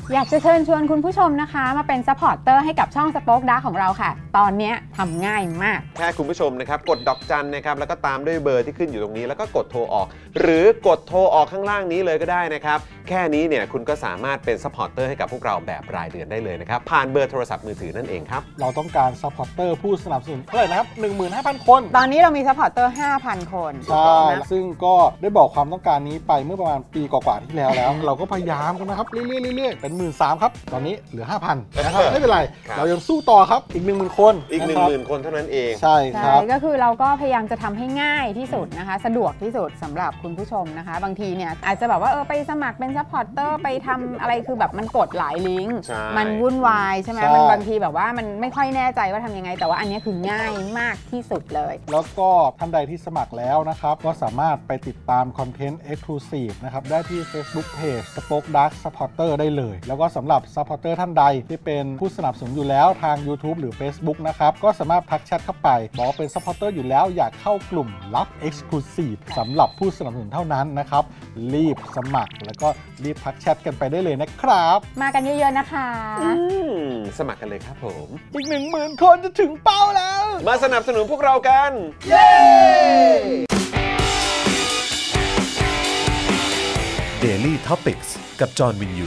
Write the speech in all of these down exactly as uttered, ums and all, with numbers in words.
อยากจะเชิญชวนคุณผู้ชมนะคะมาเป็นซัพพอร์ตเตอร์ให้กับช่อง Spoke Dark ของเราค่ะตอนนี้ทำง่ายมากแค่คุณผู้ชมนะครับกดดอกจันนะครับแล้วก็ตามด้วยเบอร์ที่ขึ้นอยู่ตรงนี้แล้วก็กดโทรออกหรือกดโทรออกข้างล่างนี้เลยก็ได้นะครับแค่นี้เนี่ยคุณก็สามารถเป็นซัพพอร์ตเตอร์ให้กับพวกเราแบบรายเดือนได้เลยนะครับผ่านเบอร์โทรศัพท์มือถือนั่นเองครับเราต้องการซัพพอร์ตเตอร์ผู้สนับสนุนเท่าไหร่นะครับ หนึ่งหมื่นห้าพัน คนตอนนี้เรามีซัพพอร์ตเตอร์ ห้าพัน คนใช่ซึ่งก็ได้บอกความต้องการนี้ไปเมื่อประมาณปีกว่าๆที่แล้วแล้ว เราก็พยายามกันนะครับเรื่อยๆๆเป็นหมื่นสามครับตอนนี้เหลือ ห้าพัน นะครับไม่เป็นไรเรายังสู้ต่อครับอีก หนึ่งหมื่น คนอีก หนึ่งหมื่น คนเท่านั้นเองใช่ครับก็คือเราก็พยายามจะทำให้ง่ายที่สุดนะคะสะดวกที่สุดสำหรับคุณผู้ชมนะคะบางทีเนี่ยอาจจะแบบว่าเออไปสมัครเป็นซัพพอร์ตเตอร์ไปทำอะไรคือแบบมันกดหลายลิงก์มันวุ่นวายใช่ไหมมันบางทีแบบว่ามันไม่ค่อยแน่ใจว่าทำยังไงแต่ว่าอันนี้คือง่ายมากที่สุดเลยแล้วก็ท่านใดที่สมัครแล้วนะครับก็สามารถไปติดตามคอนเทนต์ Exclusive นะครับได้ที่ Facebook Page Spoke Dark Supporter ได้เลยแล้วก็สำหรับ Supporter ท่านใดที่เป็นผู้สนับสนุนอยู่แล้วทาง YouTube หรือ Facebook นะครับก็สามารถทักแชทเข้าไปบอกว่าเป็น Supporter อยู่แล้วอยากเข้ากลุ่มลับ Exclusive สำหรับผู้สนับสนุนเท่านั้นนะครับรีบสมัครแล้วก็รีบทักแชทกันไปได้เลยนะครับมากันเยอะๆนะคะสมัครกันเลยครับผมอีก หนึ่งหมื่น คนจะถึงเป้าแล้วมาสนับสนุนพวกเรากันเย้ Daily Topics กับจอห์นวินยู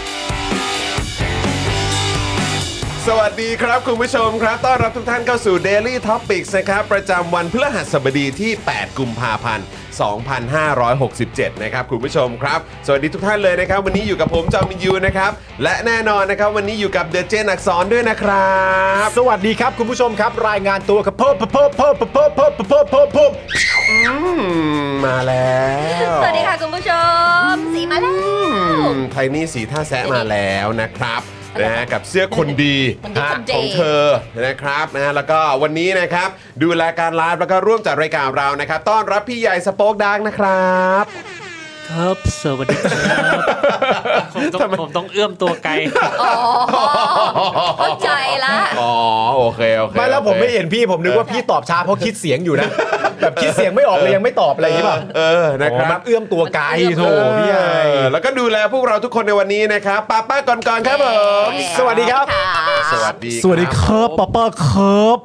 สวัสดีครับคุณผู้ชมครับต้อนรับทุกท่านเข้าสู่ Daily Topics นะครับประจำวันพฤหัสบดีที่แปดกุมภาพันธ์สองพันห้าร้อยหกสิบเจ็ดนะครับคุณผู้ชมครับสวัสดีทุกท่านเลยนะครับวันนี้อยู่กับผมจอห์นวินยูนะครับและแน่นอนนะครับวันนี้อยู่กับเดอะเจนอักษรด้วยนะครับสวัสดีครับคุณผู้ชมครับรายงานตัวครับเพิ่มเพิ่มเพิ่มเพิ่มเพิ่มเพิ่มเพิ่มเพิ่มเพิ่มมาแล้วสวัสดีค่ะคุณผู้ชมสีมาแล้วไทนี่สีท่าแซะมาแล้วนะครับนะกับเสื้อคนดีของเธอนะครับนะแล้วก็วันนี้นะครับดูแลการไลฟ์แล้วก็ร่วมจัดรายการเรานะครับต้อนรับพี่ใหญ่สโป๊กดาร์กนะครับครับสวัสดีครับผมต้องผมต้องเอื้อมตัวไกลอ๋อเข้าใจละอ๋อโอเคโอเคไม่แล้วผมไม่เห็นพี่ผมนึกว่าพี่ตอบช้าเพราะคิดเสียงอยู่นะแบบคิดเสียงไม่ออกเลยยังไม่ตอบอะไรอย่างนี้ป่ะเออนะครับมันเอื้อมตัวไกลโถพี่ใหญ่แล้วก็ดูแลพวกเราทุกคนในวันนี้นะครับป้าป้าก่อนก่อนครับผมสวัสดีครับสวัสดีสวัสดีครับป้าป้าครับ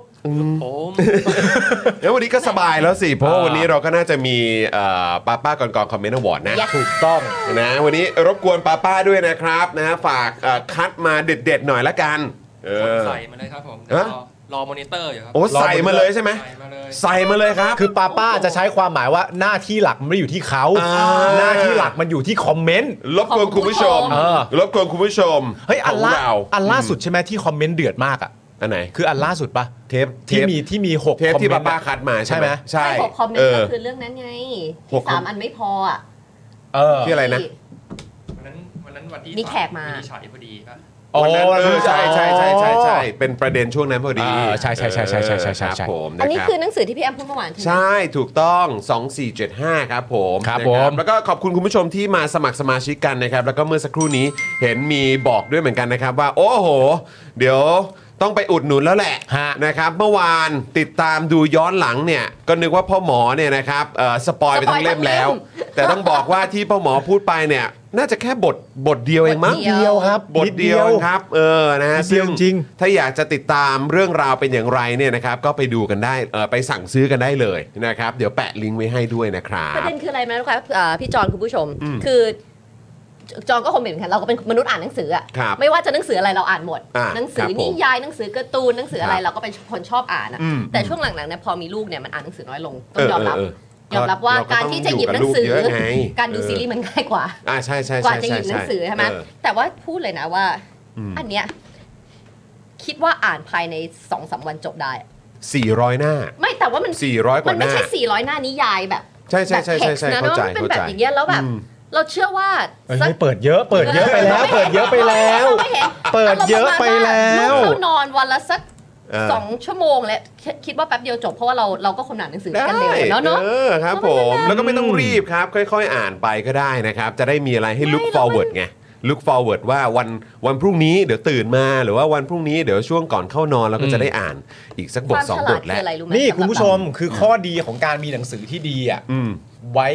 แล้ววันนี้ก็สบายแล้วสิเพราะวันนี้เราก็น่าจะมีป้าป้าก่อนก่อนคอมเมนต์อวอร์ดนะถูกต้องนะวันนี้รบกวนป้าป้าด้วยนะครับนะฝากคัดมาเด็ดๆหน่อยละกันใส่มาเลยครับผมรอมอนิเตอร์อยู่ครับโอ้ใส่มาเลยใช่ไหมใส่มาเลยครับคือป้าป้าจะใช้ความหมายว่าหน้าที่หลักมันไม่อยู่ที่เขาหน้าที่หลักมันอยู่ที่คอมเมนต์รบกวนคุณผู้ชมรบกวนคุณผู้ชมเฮ้ยอันล่าอันล่าสุดใช่ไหมที่คอมเมนต์เดือดมากอ่ะอันไหนคืออันล่าสุดปะเทปที่มีที่มีหกเทปที่ป้าป้าคัดมาใช่ไหมใช่หกคอมเมนต์ก็คือเรื่องนั้นไงที่สามอันไม่พออ่ะเออที่อะไรนะวันนั้นวันนั้นวันที่มีแขกมาฉายพอดีป่ะอ๋อใช่ใช่ใช่ใช่ใช่เป็นประเด็นช่วงนั้นพอดีใช่ใช่ใช่ใช่ใช่ใช่ใช่ผมอันนี้คือหนังสือที่พี่แอมพูดเมื่อวานใช่ถูกต้องสองสี่เจ็ดห้าครับผมครับผมแล้วก็ขอบคุณคุณผู้ชมที่มาสมัครสมาชิกกันนะครับแล้วก็เมื่อสักครู่นี้เห็นมีบอกด้วยเหมือนกันนะครับว่าโอ้โหเดี๋ยวต้องไปอุดหนุนแล้วแหละนะครับเมื่อวานติดตามดูย้อนหลังเนี่ยก็นึกว่าพ่อหมอเนี่ยนะครับเอ่อสปอยไปทั้งเล่มแล้วแต่ต้องบอกว่าที่พ่อหมอพูดไปเนี่ยน่าจะแค่บทบทเดียวเองมั้งเดียวครับบทเดียวครับเออนะฮะซึ่งจริงถ้าอยากจะติดตามเรื่องราวเป็นอย่างไรเนี่ยนะครับก็ไปดูกันได้เออไปสั่งซื้อกันได้เลยนะครับเดี๋ยวแปะลิงก์ไว้ให้ด้วยนะครับประเด็นคืออะไรไหมครับพี่จอนคุณผู้ชมคือจองก็คงเหมือนกันเราก็เป็นมนุษย์อ่านหนังสืออ่ะไม่ว่าจะหนังสืออะไรเราอ่านหมดหนังสือนิยายหนังสือการ์ตูนหนังสืออะไรเราก็เป็นคนชอบอ่านอ่ะแต่ช่วงหลังๆเนี่ยพอมีลูกเนี่ยมันอ่านหนังสือน้อยลงต้องยอมรับยอมรับว่าการที่จะหยิบหนังสือการดูซีรีส์มันง่ายกว่าอ่าใช่ใช่กว่าจะหยิบหนังสือใช่ไหมแต่ว่าพูดเลยนะว่าอันเนี้ยคิดว่าอ่านภายใน สองสาม วันจบได้สี่ร้อยหน้าไม่แต่ว่ามันสี่ร้อยกว่าหน้ามันไม่ใช่สี่ร้อยหน้านิยายแบบใช่ใช่ใช่ใช่ใช่เข้าใจเข้าใจเป็นแบบอย่างเงี้ยแล้วแบบเราเชื่อว่าไม่เปิดเยอะเปิดเยอะไปแล้วเปิดเยอะไปแล้วเปิดเยอะไปแล้วลูกเขานอนวันละสักสองชั่วโมงและคิดว่าแป๊บเดียวจบเพราะว่าเราเราก็คนอ่านหนังสือกันเร็วแล้วเนาะเออครับผมแล้วก็ไม่ต้องรีบครับค่อยๆอ่านไปก็ได้นะครับจะได้มีอะไรให้ look forward ไง look forward ว่าวันวันพรุ่งนี้เดี๋ยวตื่นมาหรือว่าวันพรุ่งนี้เดี๋ยวช่วงก่อนเข้านอนเราก็จะได้อ่านอีกสักบทสองบทแล้วนี่คุณผู้ชมคือข้อดีของการมีหนังสือที่ดีอ่ะไว้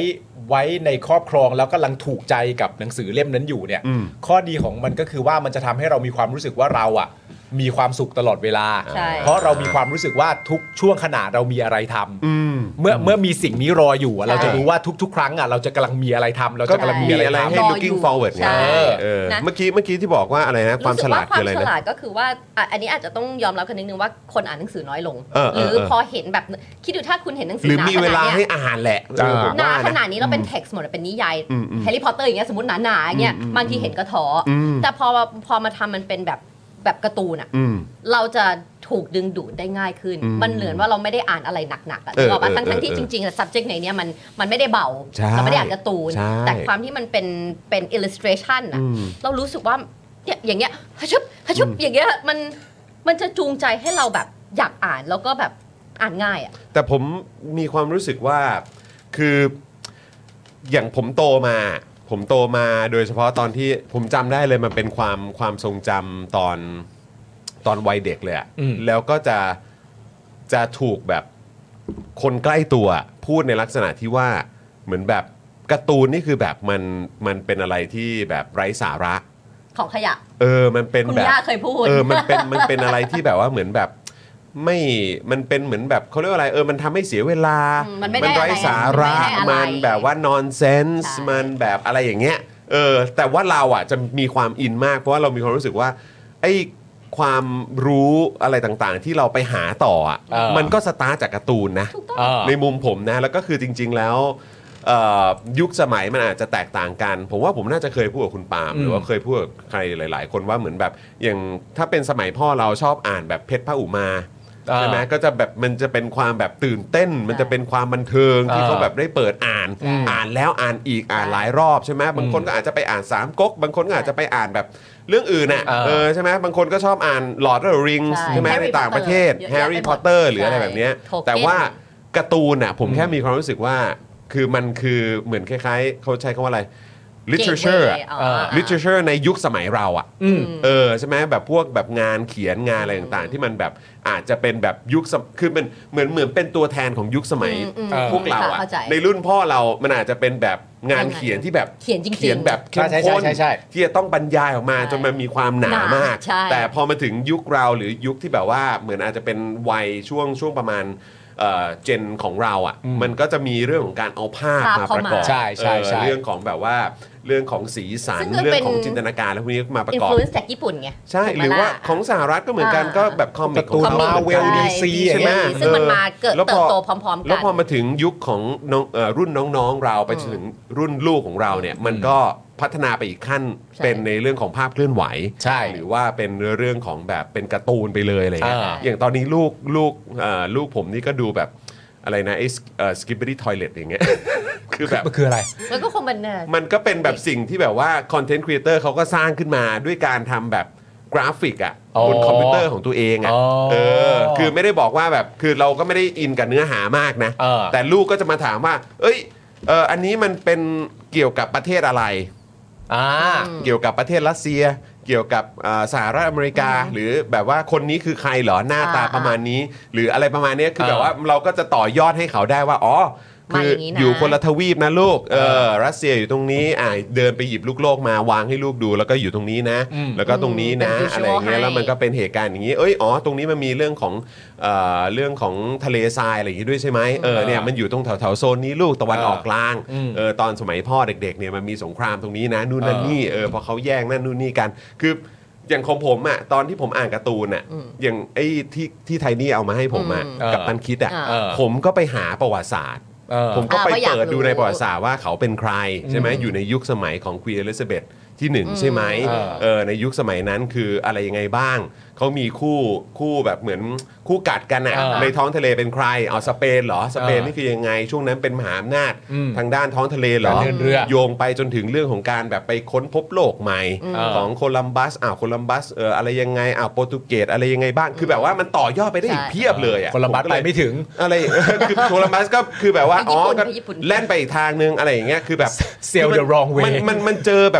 ไว้ในครอบครองแล้วกำลังถูกใจกับหนังสือเล่มนั้นอยู่เนี่ยข้อดีของมันก็คือว่ามันจะทำให้เรามีความรู้สึกว่าเราอ่ะมีความสุขตลอดเวลาเพราะเรามีความรู้สึกว่าทุกช่วงขณะเรามีอะไรทำเมื่อเมื่อมีสิ่งนี้รออยู่เราจะรู้ว่าทุกๆครั้งอ่ะเราจะกำลังมีอะไรทำเราจะกำลังมีอะไรให้ looking forward ไงเมื่อกี้เมื่อกี้ที่บอกว่าอะไรนะความฉลาดคืออะไรนะความฉลาดก็คือว่าอันนี้อาจจะต้องยอมรับกันนิดนึงว่าคนอ่านหนังสือน้อยลงหรือพอเห็นแบบคิดดูถ้าคุณเห็นหนังสือหรือมีเวลาให้อ่านแหละหนาขนาดนี้เราเป็น text หมดเป็นนิยายแฮร์รี่พอตเตอร์อย่างเงี้ยสมมติหนาๆอย่างเงี้ยบางทีเห็นก็ท้อแต่พอพอมาทำมันเป็นแบบแบบการ์ตูนอ่ะเราจะถูกดึงดูดได้ง่ายขึ้นมันเหมือนว่าเราไม่ได้อ่านอะไรหนักๆอ่ะถือว่าทั้งๆที่จริงๆ subject ในนี้มันมันไม่ได้เบาเราไม่ได้อ่านการ์ตูนแต่ความที่มันเป็นเป็น illustration อ่ะเรารู้สึกว่าเนี่ยอย่างเงี้ยฮัชุบฮัชุบอย่างเงี้ยมันมันจะจูงใจให้เราแบบอยากอ่านแล้วก็แบบอ่านง่ายอ่ะแต่ผมมีความรู้สึกว่าคืออย่างผมโตมาผมโตมาโดยเฉพาะตอนที่ผมจำได้เลยมันเป็นความความทรงจำตอนตอนวัยเด็กเลยอะแล้วก็จะจะถูกแบบคนใกล้ตัวพูดในลักษณะที่ว่าเหมือนแบบการ์ตูนนี่คือแบบมันมันเป็นอะไรที่แบบไร้สาระของขยะเออมันเป็นแบบคุณย่าเคยพูดเออมันเป็นมันเป็นอะไรที่แบบว่าเหมือนแบบไม่มันเป็นเหมือนแบบเขาเรียกว่าอะไรเออมันทำให้เสียเวลามันไร้สาระมันแบบว่านอนเซนส์มันแบบอะไรอย่างเงี้ยเออแต่ว่าเราอ่ะจะมีความอินมากเพราะว่าเรามีความรู้สึกว่าไอ้ความรู้อะไรต่างๆที่เราไปหาต่ออ่ะมันก็สตาร์ทจากการ์ตูนนะในมุมผมนะแล้วก็คือจริงๆแล้วยุคสมัยมันอาจจะแตกต่างกันผมว่าผมน่าจะเคยพูดกับคุณปาล์มหรือว่าเคยพูดกับใครหลายๆคนว่าเหมือนแบบอย่างถ้าเป็นสมัยพ่อเราชอบอ่านแบบเพชรพระอุมาใช่ไหมก็จะแบบมันจะเป็นความแบบตื่นเต้นมันจะเป็นความบันเทิงที่เขาแบบได้เปิดอ่านอ่านแล้วอ่านอีกอ่านหลายรอบใช่ไหมบางคนก็อาจจะไปอ่านสามก๊กบางคนก็อาจจะไปอ่านแบบเรื่องอื่นน่ะเออใช่ไหมบางคนก็ชอบอ่าน Lord of the Rings ใช่ไหมในต่างประเทศ Harry Potter หรืออะไรแบบนี้แต่ว่าการ์ตูนน่ะผมแค่มีความรู้สึกว่าคือมันคือเหมือนคล้ายๆเขาใช้คำว่าอะไรliterature อ่ะ literature ในยุคสมัยเราอ่ะเออใช่ไหมแบบพวกแบบงานเขียนงานอะไรต่างๆที่มันแบบอาจจะเป็นแบบยุคคือมันเหมือนเหมือนเป็นตัวแทนของยุคสมัยพวกเราอ่ะในรุ่นพ่อเรามันอาจจะเป็นแบบงานเขียนที่แบบเขียนจริงๆเขียนแบบเข้มข้นที่จะต้องบรรยายออกมาจนมันมีความหนามากแต่พอมาถึงยุคเราหรือยุคที่แบบว่าเหมือนอาจจะเป็นวัยช่วงช่วงประมาณเจนของเราอ่ะมันก็จะมีเรื่องของการเอาภาพมาประกอบเรื่องของแบบว่าเรื่องของสีสันเรื่องของจินตนาการแล้วพวกนี้มาประกอบ influence จากญี่ปุ่นไงใช่หรือว่าของสหรัฐก็เหมือนกันก็แบบคอมิกของมาเวลดีซีใช่ไหมซึ่งมันมาเกิดเติบโตพร้อมๆกันแล้วพอมาถึงยุคของรุ่นน้องๆเราไปถึงรุ่นลูกของเราเนี่ยมันก็พัฒนาไปอีกขั้นเป็นในเรื่องของภาพเคลื่อนไหวใช่หรือว่าเป็นเรื่องของแบบเป็นการ์ตูนไปเลยอะไรเงี้ยอย่างตอนนี้ลูกลูกลูกผมนี่ก็ดูแบบอะไรนะไอ้สกิปปี้ทอยเลทอย่างเงี้ยคือแบบคืออะไรมันก็คงเป็นมันก็เป็นแบบสิ่งที่แบบว่าคอนเทนต์ครีเอเตอร์เขาก็สร้างขึ้นมาด้วยการทำแบบกราฟิกอ่ะบนคอมพิวเตอร์ของตัวเองอ่ะเออคือไม่ได้บอกว่าแบบคือเราก็ไม่ได้อินกับเนื้อหามากนะแต่ลูกก็จะมาถามว่าเอ้ยเอออันนี้มันเป็นเกี่ยวกับประเทศอะไรอ่าเกี่ยวกับประเทศรัสเซียเกี่ยวกับสหรัฐอเมริกาหรือแบบว่าคนนี้คือใครเหรอหน้าตาประมาณนี้หรืออะไรประมาณนี้คือแบบว่าเราก็จะต่อยอดให้เขาได้ว่าอ๋อคืออยู่คนละทวีปนะลูกเออรัสเซียอยู่ตรงนี้อ่าเดินไปหยิบลูกโลกมาวางให้ลูกดูแล้วก็อยู่ตรงนี้นะแล้วก็ตรงนี้นะอะไรอย่างเงี้ยแล้วมันก็เป็นเหตุการณ์อย่างงี้เอ้ยอ๋อตรงนี้มันมีเรื่องของเอ่อเรื่องของทะเลทรายอะไรอย่างงี้ด้วยใช่ไหมเออเนี่ยมันอยู่ตรงแถวๆโซนนี้ลูกตะวันออกกลางเออตอนสมัยพ่อเด็กๆเนี่ยมันมีสงครามตรงนี้นะนู่นนั่นนี่เออพอเขาแย่งนั่นนู่นนี่กันคืออย่างของผมอ่ะตอนที่ผมอ่านการ์ตูนอ่ะอย่างไอ้ที่ที่ไทนี่เอามาให้ผมอ่ะกับตันคิดอ่ะผมก็ไปหาประวัติศาสตร์ผมก็ไปเปิดดูในประวัติศาสตร์ว่าเขาเป็นใครใช่ไหมอยู่ในยุคสมัยของควีนอลิซาเบธที่หนึ่งใช่ไหมเออในยุคสมัยนั้นคืออะไรยังไงบ้างเขามีคู่คู่แบบเหมือนคู่กัดกันอ่ะในท้องทะเลเป็นใครเอาสเปนเหรอสเปนนี่คือยังไงช่วงนั้นเป็นมหาอำนาจทางด้านท้องทะเลเหรอโยงไปจนถึงเรื่องของการแบบไปค้นพบโลกใหม่ของโคลัมบัสอ้าวโคลัมบัสเอออะไรยังไงอ้าวโปรตุเกสอะไรยังไงบ้างคือแบบว่ามันต่อยอดไปได้อีกเพียบเลยอ่ะโคลัมบัสไปไม่ถึงอะไรคือโคลัมบัสก็คือแบบว่าอ๋อก็แล่นไปอีกทางนึงอะไรอย่างเงี้ยคือแบบเซลเดอะรองเวย์มันมันมันเจอแบบรายละเอียด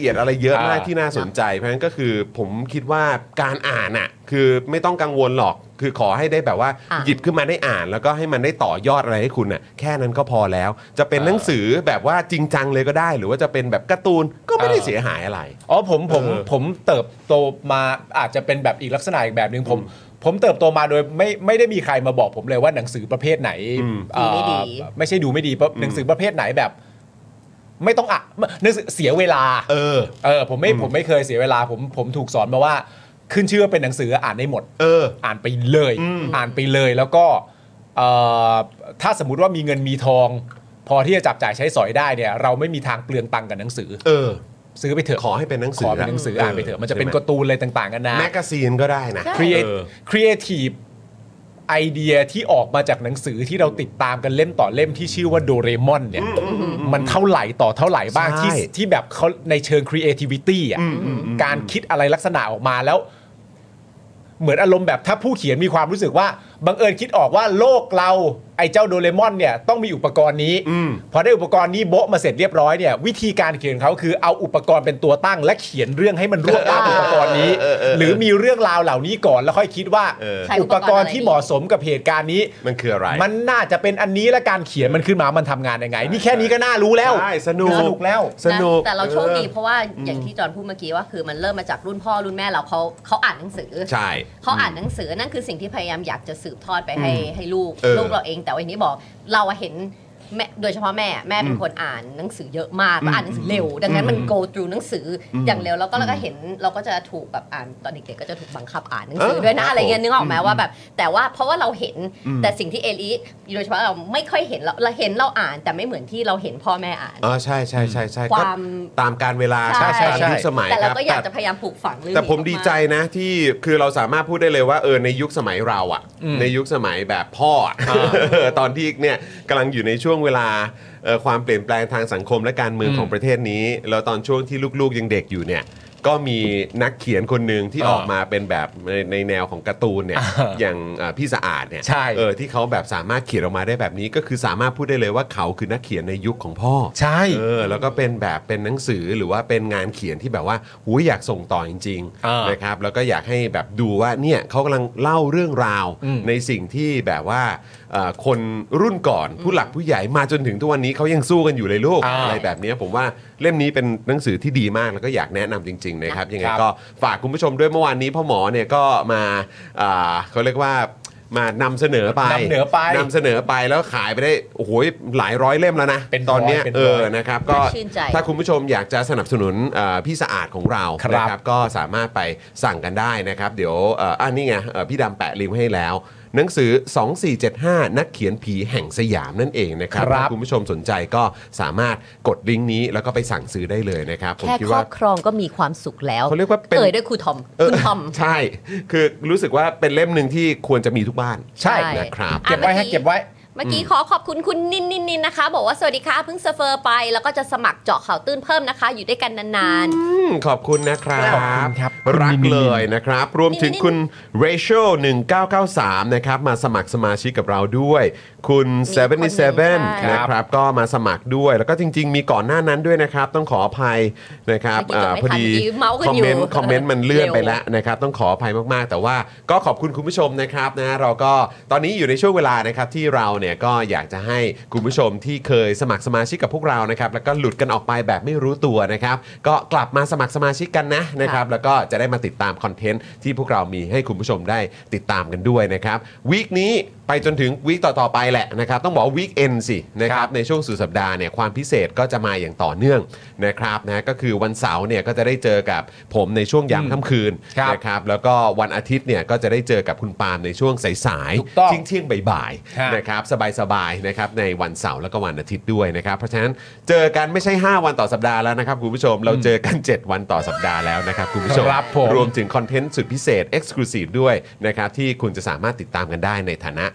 อียดอะไรเยอะมากที่น่าสนใจเพราะฉะนั้นก็คือผมคิดว่าการอ่านอ่ะคือไม่ต้องกังวลหรอกคือขอให้ได้แบบว่าหยิบขึ้นมาได้อ่านแล้วก็ให้มันได้ต่อยอดอะไรให้คุณน่ะแค่นั้นก็พอแล้วจะเป็นหนังสือแบบว่าจริงจังเลยก็ได้หรือว่าจะเป็นแบบการ์ตูนก็ไม่ได้เสียหายอะไรอ๋อผมผมผมเติบโตมาอาจจะเป็นแบบอีกลักษณะอีกแบบนึงผมผมเติบโตมาโดยไม่ไม่ได้มีใครมาบอกผมเลยว่าหนังสือประเภทไหนไม่ดีไม่ใช่ดูไม่ดีเพราะหนังสือประเภทไหนแบบไม่ต้องอ่ะหนังสือเสียเวลาเออเออผมไม่ผมไม่เคยเสียเวลาผมผมถูกสอนมาว่าขึ้นชื่อว่าเป็นหนังสืออ่านได้หมดเอออ่านไปเลยอ่านไปเลยแล้วก็ถ้าสมมุติว่ามีเงินมีทองพอที่จะจับจ่ายใช้สอยได้เนี่ยเราไม่มีทางเปลืองตังค์กับหนังสือเออซื้อไปเถอะขอให้เป็นหนังสือขอเป็นหนังสืออ่านไปเถอะมันจะเป็นการ์ตูนอะไรต่างๆกันนะแมกกาซีนก็ได้นะครีเอทครีเอทีฟไอเดียที่ออกมาจากหนังสือที่เราติดตามกันเล่มต่อเล่มที่ชื่อว่าโดเรมอนเนี่ยมันเท่าไหร่ต่อเท่าไหร่บ้างที่ที่แบบเขาในเชิงครีเอทิวิตี้อ่ะการคิดอะไรลักษณะออกมาแล้วเหมือนอารมณ์แบบถ้าผู้เขียนมีความรู้สึกว่าบังเอิญคิดออกว่าโลกเราไอ้เจ้าโดเรมอนเนี่ยต้องมีอุปกรณ์นี้พอได้อุปกรณ์นี้โบ๊ะมาเสร็จเรียบร้อยเนี่ยวิธีการเขียนเขาคือเอาอุปกรณ์เป็นตัวตั้งและเขียนเรื่องให้มันรวบตามอุปกรณ์นี้หรือมีเรื่องราวเหล่านี้ก่อนแล้วค่อยคิดว่าอุปกรณ์ที่เหมาะสมกับเหตุการณ์นี้มันคืออะไรมันน่าจะเป็นอันนี้และการเขียนมันขึ้นมามันทำงานยังไงนี่แค่นี้ก็น่ารู้แล้วใช่สนุกสนุกแล้วสนุกแต่เราโชคดีเพราะว่าอย่างที่จอนพูดเมื่อกี้ว่าคือมันเริ่มมาจากรุ่นพ่อรุ่นแม่เราเขาเขาอ่านหนังสือใช่เขาอ่านหนังสือนั่นคือสิ่งที่พยายามอยากจะสืบทอดไปให้ให้ลูกลูกเราเองแต่วันนี้บอกเราเห็นแม่โดยเฉพาะแม่แม่เป็นคนอ่านหนังสือเยอะมากอ่านหนังสือเร็วดังนั้นมัน go through หนังสืออย่างเร็วแล้วก็เราก็เห็นเราก็จะถูกแบบอ่านตอนเด็กๆก็จะถูกบังคับอ่านหนังสือด้วยนะอะไรเงี้ยนึกออกไหมว่าแบบแต่ว่าเพราะว่าเราเห็นแต่สิ่งที่เอลิโดยเฉพาะเราไม่ค่อยเห็นเราเราเห็นเราอ่านแต่ไม่เหมือนที่เราเห็นพ่อแม่อ่านอ๋อใช่ใช่ใช่ใช่ความตามการเวลาใช่ใช่ยุคสมัยแต่เราก็อยากจะพยายามปลูกฝังเรื่องนี้แต่ผมดีใจนะที่คือเราสามารถพูดได้เลยว่าเออในยุคสมัยเราอ่ะในยุคสมัยแบบพ่อตอนที่เนี่ยกำลังอยู่ในช่วงเวลาความเปลี่ยนแปลงทางสังคมและการเมืองของประเทศนี้แล้วตอนช่วงที่ลูกๆยังเด็กอยู่เนี่ยก็มีนักเขียนคนหนึ่งที่ออกมาเป็นแบบในในแนวของการ์ตูนเนี่ยอย่างพี่สะอาดเนี่ยเออที่เขาแบบสามารถเขียนออกมาได้แบบนี้ก็คือสามารถพูดได้เลยว่าเขาคือนักเขียนในยุคของพ่อใช่เออแล้วก็เป็นแบบเป็นหนังสือหรือว่าเป็นงานเขียนที่แบบว่าหูยอยากส่งต่อจริงๆนะครับแล้วก็อยากให้แบบดูว่าเนี่ยเขากำลังเล่าเรื่องราวในสิ่งที่แบบว่าคนรุ่นก่อนผู้หลักผู้ใหญ่มาจนถึงทุกวันนี้เขายังสู้กันอยู่เลยลูก อ, อะไรแบบนี้ผมว่าเล่มนี้เป็นหนังสือที่ดีมากแล้วก็อยากแนะนำจริงๆนะครับยังไงก็ฝากคุณผู้ชมด้วยเมื่อวานนี้พ่อหมอเนี่ยก็มาเขาเรียกว่ามานำเสนอไปนำเสนอไปนำเสนอไปแล้วขายไปได้โอ้โหหลายร้อยเล่มแล้วนะตอนนี้เออนะครับก็ถ้าคุณผู้ชมอยากจะสนับสนุนพี่สะอาดของเรานะครับก็สามารถไปสั่งกันได้นะครับเดี๋ยวอ่านี่ไงพี่ดำแปะลิงก์ให้แล้วหนังสือสองสี่เจ็ดห้านักเขียนผีแห่งสยามนั่นเองนะครับถ้าคุณผู้ชมสนใจก็สามารถกดลิงก์นี้แล้วก็ไปสั่งซื้อได้เลยนะครับแค่ครอบครองก็มีความสุขแล้วเขาเรียกว่าเป็นเอ่ยด้วยครูทอมคุณทอมใช่คือรู้สึกว่าเป็นเล่มหนึ่งที่ควรจะมีทุกบ้านใช่นะครับเก็บไว้ให้เก็บไว้เมื่อกี้ขอขอบคุณคุณนินนินนินนะคะบอกว่าสวัสดีค่ะเพิ่งเซฟเฟอร์ไปแล้วก็จะสมัครเจาะข่าวตื้นเพิ่มนะคะอยู่ด้วยกันนานๆขอบคุณนะครับขอบคุณครับรักเลยนะครับรวมถึงคุณ Rachel หนึ่งเก้าเก้าสามนะครับมาสมัครสมาชิกกับเราด้วยคุณเซเว่นเซเว่นนะครับก็มาสมัครด้วยแล้วก็จริงๆมีก่อนหน้านั้นด้วยนะครับต้องขออภัยนะครับพอดีคอมเมนต์คอมเมนต์มันเลื่อนไปแล้วนะครับต้องขออภัยมากๆแต่ว่าก็ขอบคุณคุณผู้ชมนะครับนะเราก็ตอนนี้อยู่ในช่วงเวลานะครับที่เราเนี่ยก็อยากจะให้คุณผู้ชมที่เคยสมัครสมาชิกกับพวกเรานะครับแล้วก็หลุดกันออกไปแบบไม่รู้ตัวนะครับก็กลับมาสมัครสมาชิกกันนะนะครับแล้วก็จะได้มาติดตามคอนเทนต์ที่พวกเรามีให้คุณผู้ชมได้ติดตามกันด้วยนะครับวีคนี้ไปจนถึงวีคต่อๆไปแหละนะครับต้องบอกวีคเอนสินะครับในช่วงสุดสัปดาห์เนี่ยความพิเศษก็จะมาอย่างต่อเนื่องนะครับนะก็คือวันเสาร์เนี่ยก็จะได้เจอกับผมในช่วงยามค่ำคืนนะครับแล้วก็วันอาทิตย์เนี่ยก็จะได้เจอกับคุณปาล์มในช่วงสายๆเที่ยงๆบ่ายๆนะครับสบายๆนะครับในวันเสาร์แล้วก็วันอาทิตย์ด้วยนะครับเพราะฉะนั้นเจอกันไม่ใช่ห้าวันต่อสัปดาห์แล้วนะครับคุณผู้ชมเราเจอกันเจ็ดวันต่อสัปดาห์แล้วนะครับคุณผู้ชมรวมถึงคอนเทนต์สุดพิเศษ Exclusive ด้วยนะครับที่คุณจะสามารถติดตามกันได้ในฐานะ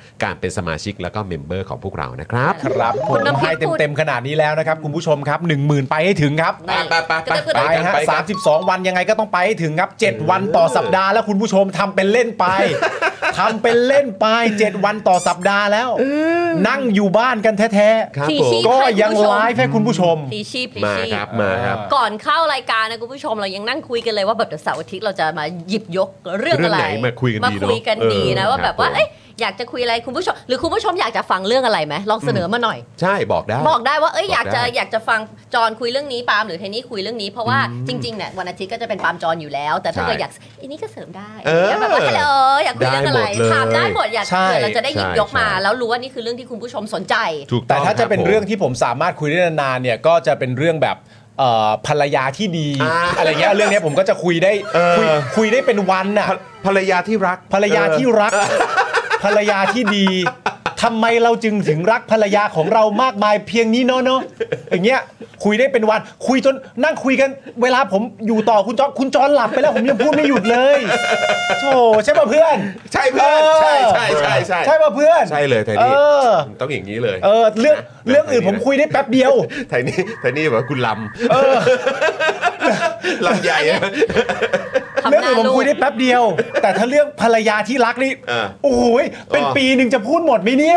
การเป็นสมาชิกแล้วก็เมมเบอร์ของพวกเรานะครับครับผมให้เต็มๆขนาดนี้แล้วนะครับคุณผู้ชมครับ หนึ่งหมื่น ไปให้ถึงครับไปไปไปไปไปฮะสามสิบสองวันยังไงก็ต้องไปให้ถึงครับเจ็ดวันต่อสัปดาห์แล้วคุณผู้ชมทำเป็นเล่นไปทำเป็นเล่นไปเจ็ดวันต่อสัปดาห์แล้วนั่งอยู่บ้านกันแท้ๆก็ยังไลฟ์ให้คุณผู้ชมพลีชีพพลีมาชีครับมาครับก่อนเข้ารายการนะคุณผู้ชมเรายังนั่งคุยกันเลยว่าแบบเดี๋ยวเสาร์อาทิตย์เราจะมาหยิบยกเรื่องอะไรเรื่องไหนมาคุยกันดีมาคุยกันดีนะเนอะว่าแบบว่าครับผมเอ้ยอยากจะคุยอะไรคุณผู้ชมหรือคุณผู้ชมอยากจะฟังเรื่องอะไรไหมลองเสนอมาหน่อยใช่บอกได้บอกได้ว่าเอ้ยบอกอยากจะได้อยากจะฟังจอนคุยเรื่องนี้ปาล์มหรือเทนนี่คุยเรื่องนี้เพราะว่าจริงๆเนี่ยวันอาทิตย์ก็จะเป็นปาล์มจอนอยู่แล้ว แต่ถ้าใช่เกิดอยากอันนี้ก็เสริมได้เออแบบว่าฮัลโหลอยากคุยเรื่องอะไรได้หมดเลยถามได้หมดอยากใช่เผื่อเราจะได้หยิบยกมาใช่แล้วรู้ว่านี่คือเรื่องที่คุณผู้ชมสนใจถูกแต่ต้องถ้าจะเป็นคบผมเรื่องที่ผมสามารถคุยได้นานๆเนี่ยก็จะเป็นเรื่องแบบเอ่อภรรยาที่ดีอ่าอะไรเงี้ยเรื่องเนี้ยผมก็จะคุยได้เออคุยคุยได้เป็นวันน่ะภรภรรยาที่รักภรรยาที่รัก ภรรยาที่ดีทำไมเราจึงถึงรักภรรยาของเรามากมายเพียงนี้เนาะเนาะอย่างเงี้ยคุยได้เป็นวัน คุยจนนั่งคุยกันเวลาผมอยู่ต่อคุณจอนคุณจอนหลับไปแล้วผมยังพูดไม่หยุดเลยโธ่ใช่ป่ะเพื่อนใช่เพื่อนใช่ใช่ใช่ใช่ใช่ป่ะเพื่อนใช่เลยไทเอนี่อต้องอย่างนี้เลยเออเรื่องเรื่องอื่นผมคุยได้แป๊บเดียวไทนี่ไทนี่แบบว่าคุณลำลำใหญ่อะทำหเรื่องน้าอื่นผมลูกคุยได้แป๊บเดียว แต่ถ้าเรื่องภรรยาที่รักนี่เออโอ้โหยเป็นอ๋อปีหนึ่งจะพูดหมดไหมเนี่ย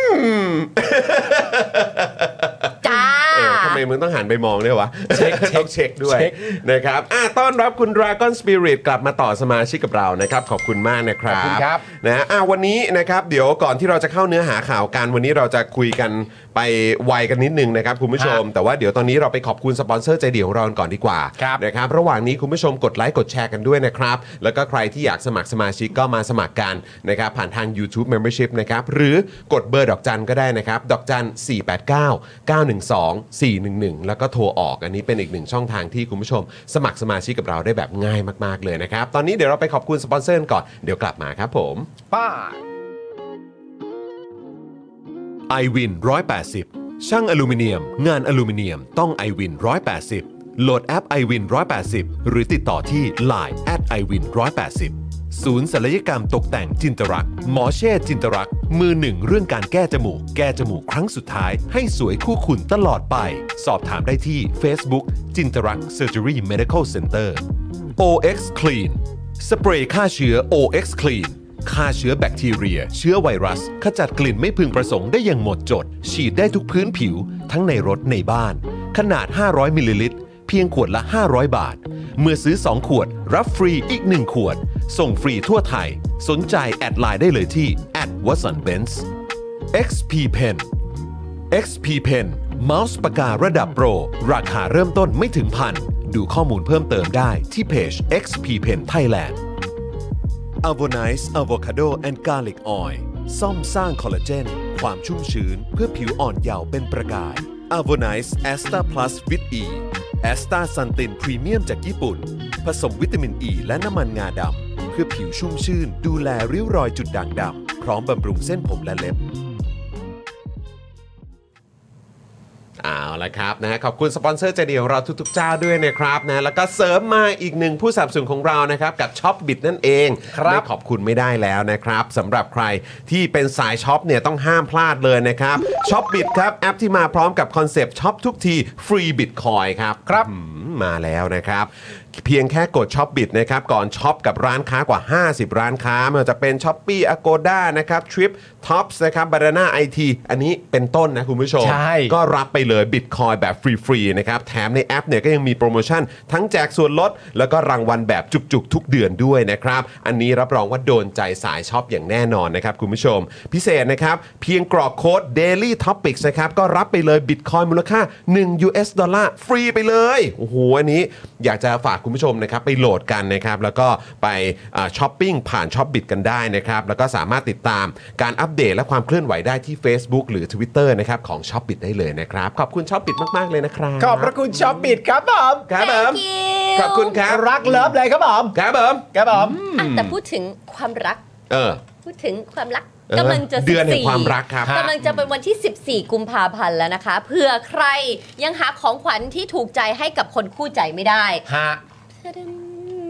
จ้าเออทำไมมึงต้องหันไปมองด้วยวะเช็คเช็คต้องเช็คด้วยเช็คนะครับอ่ะต้อนรับคุณ Dragon Spirit กลับมาต่อสมาชิกกับเรานะครับขอบคุณมากนะครับขอบคุณครับนะอ่ะวันนี้นะครับเดี๋ยวก่อนที่เราจะเข้าเนื้อหาข่าวกันวันนี้เราจะคุยกันไปไวกันนิดนึงนะครับคุณผู้ชม แต่ว่าเดี๋ยวตอนนี้เราไปขอบคุณสปอนเซอร์ใจเดียวของเราก่อนดีกว่าครับนะครับระหว่างนี้คุณผู้ชมกดไลค์กดแชร์กันด้วยนะครับแล้วก็ใครที่อยากสมัครสมาชิกก็มาสมัครกันนะครับผ่านทาง YouTube Membership นะครับหรือกดเบอร์ดอกจันก็ได้นะครับดอกจันสี่แปดเก้า เก้าหนึ่งสอง สี่หนึ่งหนึ่งแล้วก็โทรออกอันนี้เป็นอีกหนึ่งช่องทางที่คุณผู้ชมสมัครสมาชิกกับเราได้แบบง่ายมากๆเลยนะครับตอนนี้เดี๋ยวเราไปขอบคุณสปอนเซอร์กันก่อนเดี๋ยวกลับมาครับผมป้าไอวินหนึ่งร้อยแปดสิบช่างอลูมิเนียมงานอลูมิเนียมต้อง ไอวินหนึ่งร้อยแปดสิบโหลดแอป ไอวินหนึ่งร้อยแปดสิบหรือติดต่อที่ ไลน์ แอท ไอวินหนึ่งร้อยแปดสิบ ศูนย์ศัลยกรรมตกแต่งจินตรักษ์หมอเช่จินตรักษ์มือหนึ่งเรื่องการแก้จมูกแก้จมูกครั้งสุดท้ายให้สวยคู่คุณตลอดไปสอบถามได้ที่ Facebook จินตรักษ์ Surgery Medical Center โอ เอ็กซ์ Clean สเปรย์ฆ่าเชื้อ โอ เอ็กซ์ Clean ฆ่าเชื้อแบคทีเรียเชื้อไวรัสขจัดกลิ่นไม่พึงประสงค์ได้อย่างหมดจดฉีดได้ทุกพื้นผิวทั้งในรถในบ้านขนาดห้าร้อยมิลลิลิตรเพียงขวดละห้าร้อยบาทเมื่อซื้อสองขวดรับฟรีอีกหนึ่งขวดส่งฟรีทั่วไทยสนใจแอดไลน์ได้เลยที่ แอท วัตสันเบนซ์ เอ็กซ์ พี Pen เอ็กซ์ พี Pen เมาส์ปากการะดับโปรราคาเริ่มต้นไม่ถึงพันดูข้อมูลเพิ่มเติมได้ที่เพจ เอ็กซ์ พี Pen Thailand Avonice Avocado and Garlic Oil ซ่อมสร้างคอลลาเจนความชุ่มชื้นเพื่อผิวอ่อนเยาว์เป็นประกาย Avonice Asta Plus with E Asta Santin Premium จากญี่ปุ่นผสมวิตามินอ e ีและน้ำมันงาดำเพื่อผิวชุ่มชื่นดูแลริ้วรอยจุดด่างดำพร้อมบำรุงเส้นผมและเล็บเอาละครับนะฮะขอบคุณสปอนเซอร์ใจดีของเราทุกๆเจ้าด้วยนะครับนะแล้วก็เสริมมาอีกหนึ่งผู้สนับสนุนของเรานะครับกับช็อปบิตนั่นเองครับไม่ขอบคุณไม่ได้แล้วนะครับสำหรับใครที่เป็นสายช็อปเนี่ยต้องห้ามพลาดเลยนะครับช็อปบิตครับแอปที่มาพร้อมกับคอนเซปต์ช็อปทุกทีฟรีบิตคอยครับครับอืมมาแล้วนะครับเพียงแค่กดช็อปบิตนะครับก่อนช็อปกับร้านค้ากว่า ห้าสิบ ร้านค้าไม่ว่าจะเป็น Shopee Agoda นะครับ Trip Tops นะครับ Banana ไอ ที อันนี้เป็นต้นนะคุณผู้ชมใช่ก็รับไปเลยบิตคอยแบบฟรีๆนะครับแถมในแอปเนี่ยก็ยังมีโปรโมชั่นทั้งแจกส่วนลดแล้วก็รางวัลแบบจุกๆทุกเดือนด้วยนะครับอันนี้รับรองว่าโดนใจสายช็อปอย่างแน่นอนนะครับคุณผู้ชมพิเศษนะครับเพียงกรอกโค้ด Daily Topics นะครับก็รับไปเลยบิตคอยมูลค่าหนึ่ง ยู เอส ดอลลาร์ฟรีไปเลยโอ้โหอันนี้อยากจะฝากคุณผู้ชมนะครับไปโหลดกันนะครับแล้วก็ไปช้อปปิ้งผ่านช็อปบิตกันได้นะครับแล้วก็สามารถติดตามการอัปเดตและความเคลื่อนไหวได้ที่ Facebook หรือ Twitter นะครับของช็อปบิตได้เลยนะครับขอบคุณช็อปบิตมากๆเลยนะครับขอบพระคุณช็อปบิตครับผมครับผม Thank you ขอบคุณครับรักเลิฟเลยครับผมครับผมครับผมอ่ะแต่พูดถึงความรักเออพูดถึงความรักเออกำลังจะเดือนแห่งสิบสี่ความรักครับกำลังจะเป็นวันที่ สิบสี่ กุมภาพันธ์แล้วนะคะเผื่อใครยังหาของขวัญที่ถูกใจให้กับคนคู่ใจไม่ได้ฮะ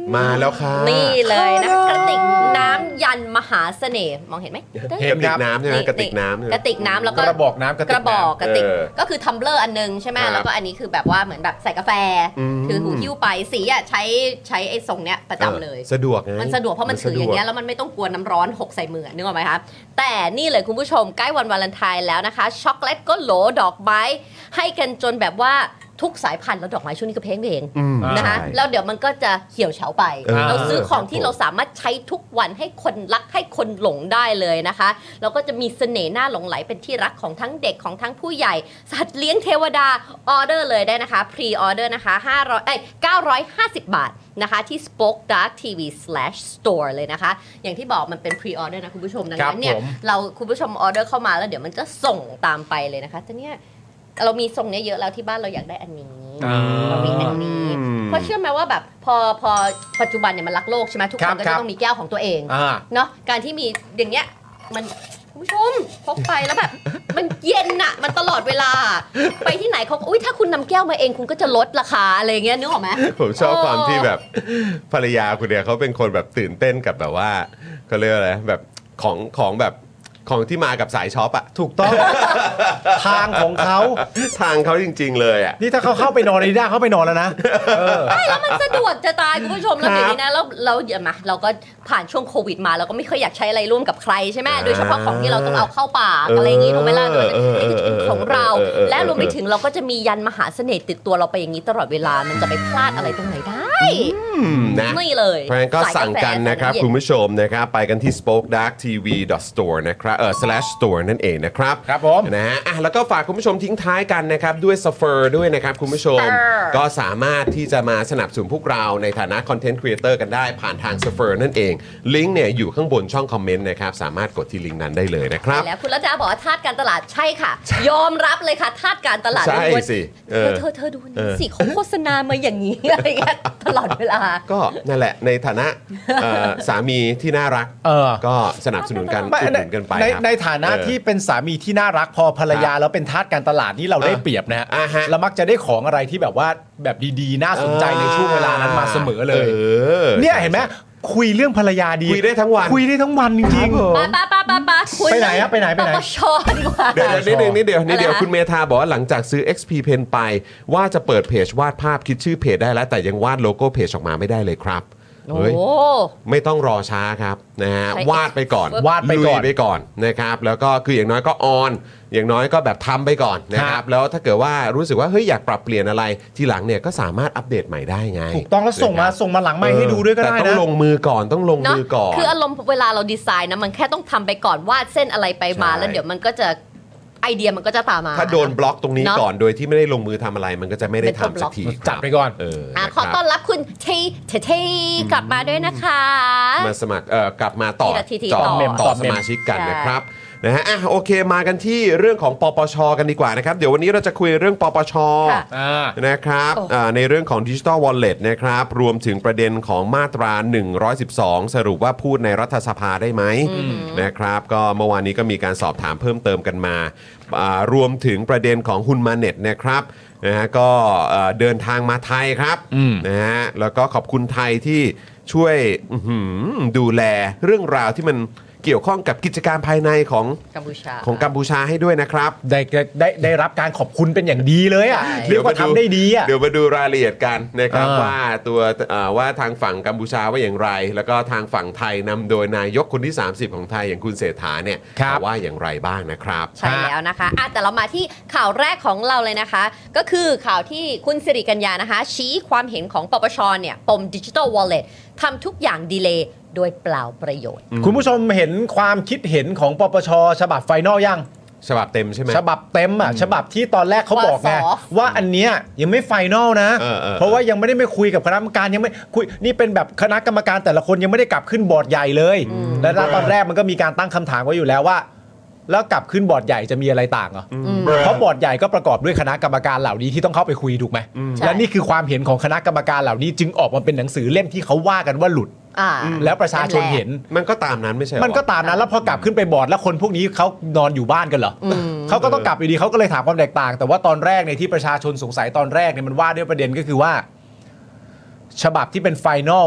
มาแล้วค่ะนี่เลยนะคะกระติกน้ำยันมหาเสน่ห์มองเห็นไหมเห็นกระติกน้ำใช่ไหมกระติกน้ำกระติกน้ำแล้วก็กระบอกน้ำกระบอกกระติกก็คือทัมเบลอร์อันนึงใช่ไหมแล้วก็อันนี้คือแบบว่าเหมือนแบบใส่กาแฟถือหูหิ้วไปสีอ่ะใช้ใช้ไอ้ทรงเนี้ยประจำเลยสะดวกไงมันสะดวกเพราะมันถืออย่างเงี้ยแล้วมันไม่ต้องกลัวน้ำร้อนหกใส่มือนึกออกไหมคะแต่นี่เลยคุณผู้ชมใกล้วันวาเลนไทน์แล้วนะคะช็อกโกแลตก็โหลดอกไม้ให้กันจนแบบว่าทุกสายพันธุ์แล้วดอกไม้ช่วงนี้ก็เพ้งเองนะคะแล้วเดี๋ยวมันก็จะเหี่ยวเฉาไปเราซื้อของที่เราสามารถใช้ทุกวันให้คนรักให้คนหลงได้เลยนะคะเราก็จะมีเสน่ห์น่าหลงไหลเป็นที่รักของทั้งเด็กของทั้งผู้ใหญ่สัตว์เลี้ยงเทวดาออเดอร์เลยได้นะคะพรีออเดอร์นะคะห้าร้อยเอ้ยเก้าร้อยห้าสิบบาทนะคะที่ spoke dark tv slash store เลยนะคะอย่างที่บอกมันเป็นพรีออเดอร์นะคุณผู้ชมดังนั้นเนี่ยเราคุณผู้ชมออเดอร์เข้ามาแล้วเดี๋ยวมันจะส่งตามไปเลยนะคะแต่เนี่ยเรามีทรงเนี้ยเยอะแล้วที่บ้านเราอยากได้อันนี้เรามีอันนี้เพราะเชื่อไหมว่าแบบพอพอปัจจุบันเนี่ยมันรักโลกใช่ไหมทุกคนก็จะต้องมีแก้วของตัวเองเนาะการที่มีอย่างเงี้ยมันคุณผู้ชมพกไปแล้วแบบมันเย็นอะมันตลอดเวลาไปที่ไหนเขาอุ้ยถ้าคุณนำแก้วมาเองคุณก็จะลดราคาอะไรเงี้ยนึกออกไหมผมชอบความที่แบบภรรยาคุณเนี่ยเขาเป็นคนแบบตื่นเต้นกับแบบว่าเขาเรียกอะไรแบบของของแบบของที่มากับสายช็อปอ่ะถูกต้องทางของเขาทางเขาจริงๆเลยอ่ะนี่ถ้าเขาเข้าไปนอนในด้าเขาไปนอนแล้วนะใช่แล้วมันสะดวกจะตายคุณผู้ชมแล้วอย่างนี้นะแล้วเราอย่ามาเราก็ผ่านช่วงโควิดมาเราก็ไม่เคยอยากใช้อะไรร่วมกับใครใช่ไหมโดยเฉพาะของที่เราต้องเอาเข้าปากอะไรอย่างนี้ถูกไหมล่ะของเราและรวมไปถึงเราก็จะมียันมหาเสน่ห์ติดตัวเราไปอย่างนี้ตลอดเวลามันจะไปพลาดอะไรตรงไหนได้นะนี่เลยเพราะฉะนั้นก็สั่งกันนะครับคุณผู้ชมนะครับไปกันที่ spoke dark tv dot store นะครับเออ slash store นั่นเองนะครับครับผมนะฮะอ่ะแล้วก็ฝากคุณผู้ชมทิ้งท้ายกันนะครับด้วย Suffer ด้วยนะครับคุณผู้ชมก็สามารถที่จะมาสนับสนุนพวกเราในฐานะคอนเทนต์ครีเอเตอร์กันได้ผ่านทาง Suffer นั่นเองลิงก์เนี่ยอยู่ข้างบนช่องคอมเมนต์นะครับสามารถกดที่ลิงก์นั้นได้เลยนะครับแล้วคุณรัตดาบอกว่าทาสการตลาดใช่ค่ะยอมรับเลยค่ะทาสการตลาดใช่สิเธอเธอเธอดูนี่สิเขาโฆษณามาอย่างนี้อะไรเงี้ยตลอดเวลาก็นั่นแหละในฐานะสามีที่น่ารักก็สนับสนุนกันอุดหนุนกันไปครับในฐานะที่เป็นสามีที่น่ารักพอภรรยาแล้วเป็นทาสการตลาดนี่เราได้เปรียบนะฮะเรามักจะได้ของอะไรที่แบบว่าแบบดีๆน่าสนใจในช่วงเวลานั้นมาเสมอเลยเนี่ยเห็นไหมคุยเรื่องภรรยาดีคุยได้ทั้งวันคุยได้ทั้งวันจริงๆป้าป้าป้าป้าป้าไปไหนอะไปไหนไปไหนปปชดีกว่าเดี๋ยวนิดนึงนิดเดียวนิดเดียวคุณเมธาบอกว่าหลังจากซื้อ เอ็กซ์ พี Pen ไปว่าจะเปิดเพจวาดภาพคิดชื่อเพจได้แล้วแต่ยังวาดโลโก้เพจออกมาไม่ได้เลยครับเฮ้ยไม่ต้องรอช้าครับนะฮะวาดไปก่อนวาดไปก่อนไปก่อนนะครับแล้วก็คืออย่างน้อยก็ออนอย่างน้อยก็แบบทำไปก่อนนะครับแล้วถ้าเกิดว่ารู้สึกว่าเฮ้ยอยากปรับเปลี่ยนอะไรทีหลังเนี่ยก็สามารถอัปเดตใหม่ได้ไงถูกต้องแล้วส่งมาส่งมาหลังไมค์ให้ดูด้วยก็ได้นะแต่ต้องลงมือก่อนต้องลงมือก่อนคืออารมณ์เวลาเราดีไซน์นะมันแค่ต้องทำไปก่อนวาดเส้นอะไรไปมาแล้วเดี๋ยวมันก็จะไอเดียมันก็จะตามมาถ้าโดนบล็อกตรงนี้ก่อนโดยที่ไม่ได้ลงมือทำอะไรมันก็จะไม่ได้ทำสักทีจัดไปก่อนเออขอต้อนรับคุณเทเทเทกลับมาด้วยนะคะมาสมัครเอ่อกลับมาต่อจอเมมต่อสมาชิกกันนะครับนะฮะอ่ะโอเคมากันที่เรื่องของปปชกันดีกว่านะครับเดี๋ยววันนี้เราจะคุยเรื่องปปชนะครับในเรื่องของ Digital Wallet นะครับรวมถึงประเด็นของมาตราหนึ่งร้อยสิบสองสรุปว่าพูดในรัฐสภาได้ไหมนะครับก็เมื่อวานนี้ก็มีการสอบถามเพิ่มเติมกันมารวมถึงประเด็นของฮุนมาเน็ตนะครับนะฮะก็เดินทางมาไทยครับนะฮะแล้วก็ขอบคุณไทยที่ช่วยดูแลเรื่องราวที่มันเกี่ยวข้องกับกิจการภายในของกัมพูชาของกัมพูชาให้ด้วยนะครับได้ได้ได้รับการขอบคุณเป็นอย่างดีเลยอ่ะเรียกว่าทำได้ดีอ่ะเดี๋ยวมาดูรายละเอียดกันนะครับว่าตัวว่าทางฝั่งกัมพูชาว่าอย่างไรแล้วก็ทางฝั่งไทยนำโดยนายกคนที่สามสิบของไทยอย่างคุณเศรษฐาเนี่ยว่าอย่างไรบ้างนะครับใช่แล้วนะคะอ่ะแต่เรามาที่ข่าวแรกของเราเลยนะคะก็คือข่าวที่คุณสิริกัญญานะคะชี้ความเห็นของปปชเนี่ยปม Digital Wallet ทำทุกอย่างดีเลย์โดยเปล่าประโยชน์คุณผู้ชมเห็นความคิดเห็นของปปชฉบับไฟนอลยังฉบับเต็มใช่ไหมฉบับเต็มอ่ะฉบับที่ตอนแรกเขาบอกไงว่าอันเนี้ยยังไม่ไฟนอลนะเพราะว่ายังไม่ได้ไปคุยกับคณะกรรมการยังไม่คุยนี่เป็นแบบคณะกรรมการแต่ละคนยังไม่ได้กลับขึ้นบอร์ดใหญ่เลยและตอนแรกมันก็มีการตั้งคำถามไว้อยู่แล้วว่าแล้วกลับขึ้นบอร์ดใหญ่จะมีอะไรต่างเหรอเพราะบอร์ดใหญ่ก็ประกอบด้วยคณะกรรมการเหล่านี้ที่ต้องเข้าไปคุยถูกไหมและนี่คือความเห็นของคณะกรรมการเหล่านี้จึงออกมาเป็นหนังสือเล่มที่เขาว่ากันว่าหลุดแล้วประชาชนเห็นมันก็ตามนั้นไม่ใช่มันก็ตามนั้นแล้วพอกลับขึ้นไปบอร์ดแล้วคนพวกนี้เขานอนอยู่บ้านกันเหรอเขาก็ต้องกลับอยู่ดีเขาก็เลยถามความแตกต่างแต่ว่าตอนแรกเนี่ยที่ประชาชนสงสัยตอนแรกเนี่ยมันว่าด้วยประเด็นก็คือว่าฉบับที่เป็นไฟนอลเนี่ย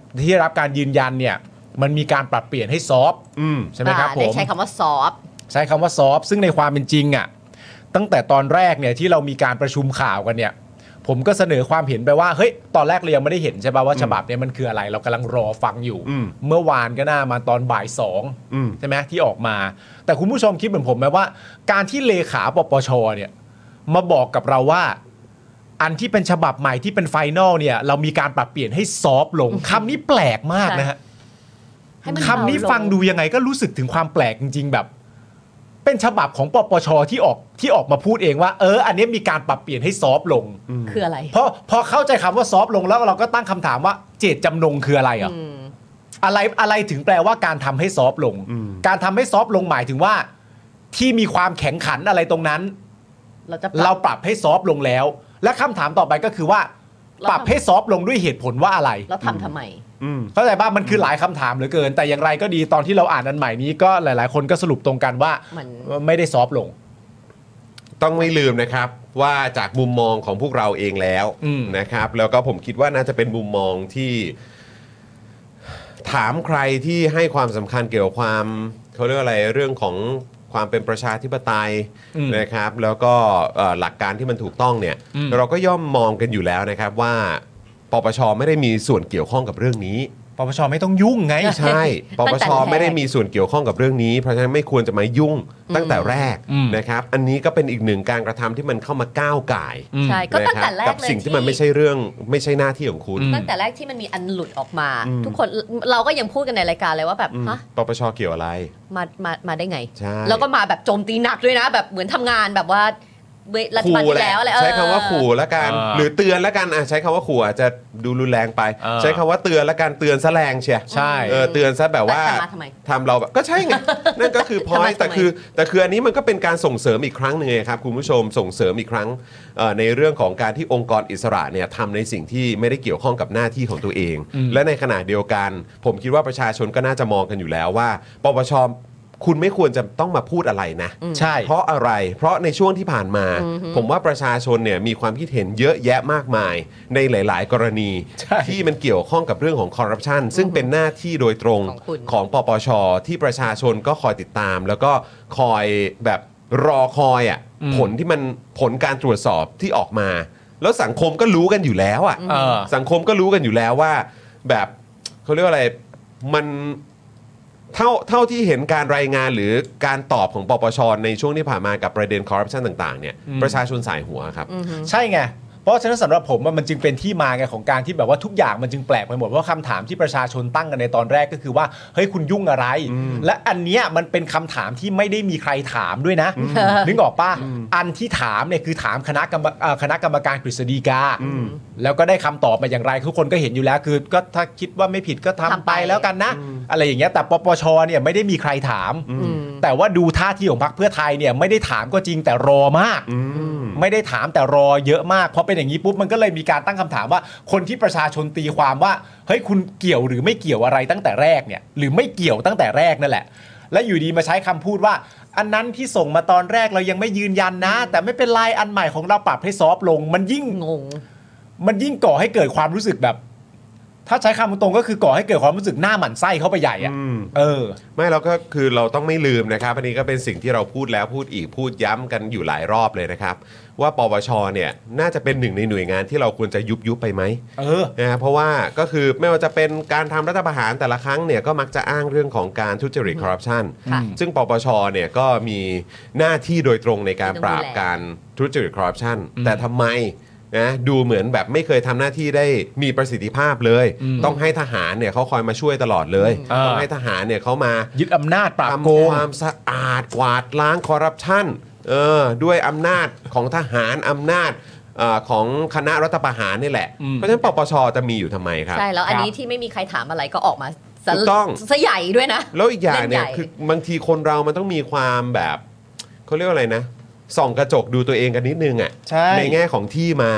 ที่ได้รับการยืนยันเนี่ยมันมีการปรับเปลี่ยนให้ซอฟต์ใช่ไหมครับผมได้ใช้คำว่าซอฟต์ใช้คำว่าซอฟต์ซึ่งในความเป็นจริงอ่ะตั้งแต่ตอนแรกเนี่ยที่เรามีการประชุมข่าวกันเนี่ยผมก็เสนอความเห็นไปว่าเฮ้ยตอนแรกเรายังไม่ได้เห็นใช่ป่ะว่าฉบับเนี่ยมันคืออะไรเรากำลังรอฟังอยู่เมื่อวานก็น่ามาตอนบ่ายสองใช่ไหมที่ออกมาแต่คุณผู้ชมคิดเหมือนผมไหมว่าการที่เลขาปปชเนี่ยมาบอกกับเราว่าอันที่เป็นฉบับใหม่ที่เป็นไฟนอลเนี่ยเรามีการปรับเปลี่ยนให้ซอฟต์ลงคำนี้แปลกมากนะฮะคำนี้ฟังดูยังไงก็รู้สึกถึงความแปลกจริงๆแบบเป็นฉบับของปปชที่ออกที่ออกมาพูดเองว่าเอออันนี้มีการปรับเปลี่ยนให้ซอฟต์ลงคืออะไรเพราะพอเข้าใจคำว่าซอฟต์ลงแล้วเราก็ตั้งคำถามว่าเจตจำนงคืออะไรอ่ะอะไรอะไรถึงแปลว่าการทำให้ซอฟต์ลงการทำให้ซอฟต์ลงหมายถึงว่าที่มีความแข็งขันอะไรตรงนั้นเราจะเราปรับให้ซอฟต์ลงแล้วและคำถามต่อไปก็คือว่าปรับให้ซอฟต์ลงด้วยเหตุผลว่าอะไรแล้วทำทำไมเข้าใจป่ะมันคือหลายคำถามเหลือเกินแต่อย่างไรก็ดีตอนที่เราอ่านอันใหม่นี้ก็หลายๆคนก็สรุปตรงกันว่าไม่ได้ซอฟต์ลงต้องไม่ลืมนะครับว่าจากมุมมองของพวกเราเองแล้วนะครับแล้วก็ผมคิดว่าน่าจะเป็นมุมมองที่ถามใครที่ให้ความสำคัญเกี่ยวกับความเขาเรียกอะไรเรื่องของความเป็นประชาธิปไตยนะครับแล้วก็หลักการที่มันถูกต้องเนี่ยเราก็ย่อมมองกันอยู่แล้วนะครับว่าปปชไม่ได้มีส่วนเกี่ยวข้องกับเรื่องนี้ปปชไม่ต้องยุ่งไงใช่ปปชไม่ได้มีส่วนเกี่ยวข้องกับเรื่องนี้เพราะฉะนั้นไม่ควรจะมายุ่งตั้งแต่แรกนะครับอันนี้ก็เป็นอีกหนึ่งการกระทำที่มันเข้ามาก้าวก่ายใช่ก็ตั้งแต่แรกกับสิ่งที่มันไม่ใช่เรื่องไม่ใช่หน้าที่ของคุณตั้งแต่แรกที่มันมีอันหลุดออกมาทุกคนเราก็ยังพูดกันในรายการเลยว่าแบบฮะปปชเกี่ยวอะไรมามามาได้ไงแล้วก็มาแบบโจมตีหนักด้วยนะแบบเหมือนทำงานแบบว่ารัฐบาลที่แล้วอะไรใช้คำว่าขู่แล้วกันหรือเตือนแล้วกันอ่ะใช้คำว่าขู่อาจจะดูรุนแรงไปใช้คำว่าเตือนแล้วกันเตือนซะแรงเชียใช่เออเตือนซะแบบว่าทำเราแบบก็ใช่ไงนั่นก็คือพอยต์แต่คือแต่คืออันนี้มันก็เป็นการส่งเสริมอีกครั้งหนึ่งไงครับคุณผู้ชมส่งเสริมอีกครั้งในเรื่องของการที่องค์กรอิสระเนี่ยทำในสิ่งที่ไม่ได้เกี่ยวข้องกับหน้าที่ของตัวเองและในขณะเดียวกันผมคิดว่าประชาชนก็น่าจะมองกันอยู่แล้วว่าปปชคุณไม่ควรจะต้องมาพูดอะไรนะใช่เพราะอะไรเพราะในช่วงที่ผ่านมาผมว่าประชาชนเนี่ยมีความคิดเห็นเยอะแยะมากมายในหลายๆกรณีที่มันเกี่ยวข้องกับเรื่องของคอร์รัปชันซึ่งเป็นหน้าที่โดยตรงของปปชที่ประชาชนก็คอยติดตามแล้วก็คอยแบบรอคอยอ่ะผลที่มันผลการตรวจสอบที่ออกมาแล้วสังคมก็รู้กันอยู่แล้วอ่ะสังคมก็รู้กันอยู่แล้วว่าแบบเขาเรียกว่าอะไรมันเท่าเท่าที่เห็นการรายงานหรือการตอบของปปชในช่วงที่ผ่านมากับประเด็นคอร์รัปชันต่างๆเนี่ยประชาชนสายหัวครับใช่ไงเพราะฉะนั้นสำหรับผมมันจึงเป็นที่มาไงของการที่แบบว่าทุกอย่างมันจึงแปลกไปหมดเพราะคำถามที่ประชาชนตั้งกันในตอนแรกก็คือว่าเฮ้ยคุณยุ่งอะไรและอันเนี้ยมันเป็นคำถามที่ไม่ได้มีใครถามด้วยนะนึกออกป่ะอันที่ถามเนี่ยคือถามคณะกรรมคณะกรรมการกฤษฎีกาแล้วก็ได้คำตอบมาอย่างไรทุกคนก็เห็นอยู่แล้วคือก็ถ้าคิดว่าไม่ผิดก็ทำไปแล้วกันนะอะไรอย่างเงี้ยแต่ปปชเนี่ยไม่ได้มีใครถามแต่ว่าดูท่าทีของพรรคเพื่อไทยเนี่ยไม่ได้ถามก็จริงแต่รอมากไม่ได้ถามแต่รอเยอะมากเพราะเป็นอย่างนี้ปุ๊บมันก็เลยมีการตั้งคำถามว่าคนที่ประชาชนตีความว่าเฮ้ยคุณเกี่ยวหรือไม่เกี่ยวอะไรตั้งแต่แรกเนี่ยหรือไม่เกี่ยวตั้งแต่แรกนั่นแหละและอยู่ดีมาใช้คำพูดว่าอันนั้นที่ส่งมาตอนแรกเรายังไม่ยืนยันนะแต่ไม่เป็นไรอันใหม่ของเราปรับให้ซอฟต์ลงมันยิ่งงงมันยิ่งก่อให้เกิดความรู้สึกแบบถ้าใช้คำตรงก็คือก่อให้เกิดความรู้สึกหน้าหมั่นไส้เข้าไปใหญ่อ่ะเออไม่เราก็คือเราต้องไม่ลืมนะครับอันนี้ก็เป็นสิ่งที่เราพูดแล้วพูดอีกพูดย้ำกันอยู่หลายรอบเลยนะครับว่าปปชเนี่ยน่าจะเป็นหนึ่งในหน่วยงานที่เราควรจะยุบยุบไปไหมเออนะเพราะว่าก็คือไม่ว่าจะเป็นการทำรัฐประหารแต่ละครั้งเนี่ยก็มักจะอ้างเรื่องของการทุจริตคอร์รัปชันซึ่งปปชเนี่ยก็มีหน้าที่โดยตรงในการปราบการทุจริตคอร์รัปชันแต่ทำไมนะดูเหมือนแบบไม่เคยทำหน้าที่ได้มีประสิทธิภาพเลยต้องให้ทหารเนี่ยเขาคอยมาช่วยตลอดเลยต้องให้ทหารเนี่ยเขามายึดอำนาจปราบโกงความสะอาดกวาดล้างคอร์รัปชันเออด้วยอำนาจของทหารอำนาจของคณะรัฐประหารนี่แหละเพราะฉะนั้นปปชจะมีอยู่ทำไมครับใช่แล้วอันนี้ที่ไม่มีใครถามอะไรก็ออกมาต้องซะใหญ่ด้วยนะแล้วอีกอย่างเนี่ยคือบางทีคนเรามันต้องมีความแบบเขาเรียกว่าอะไรนะส่องกระจกดูตัวเองกันนิดนึงอ่ะใช่ในแง่ของที่มา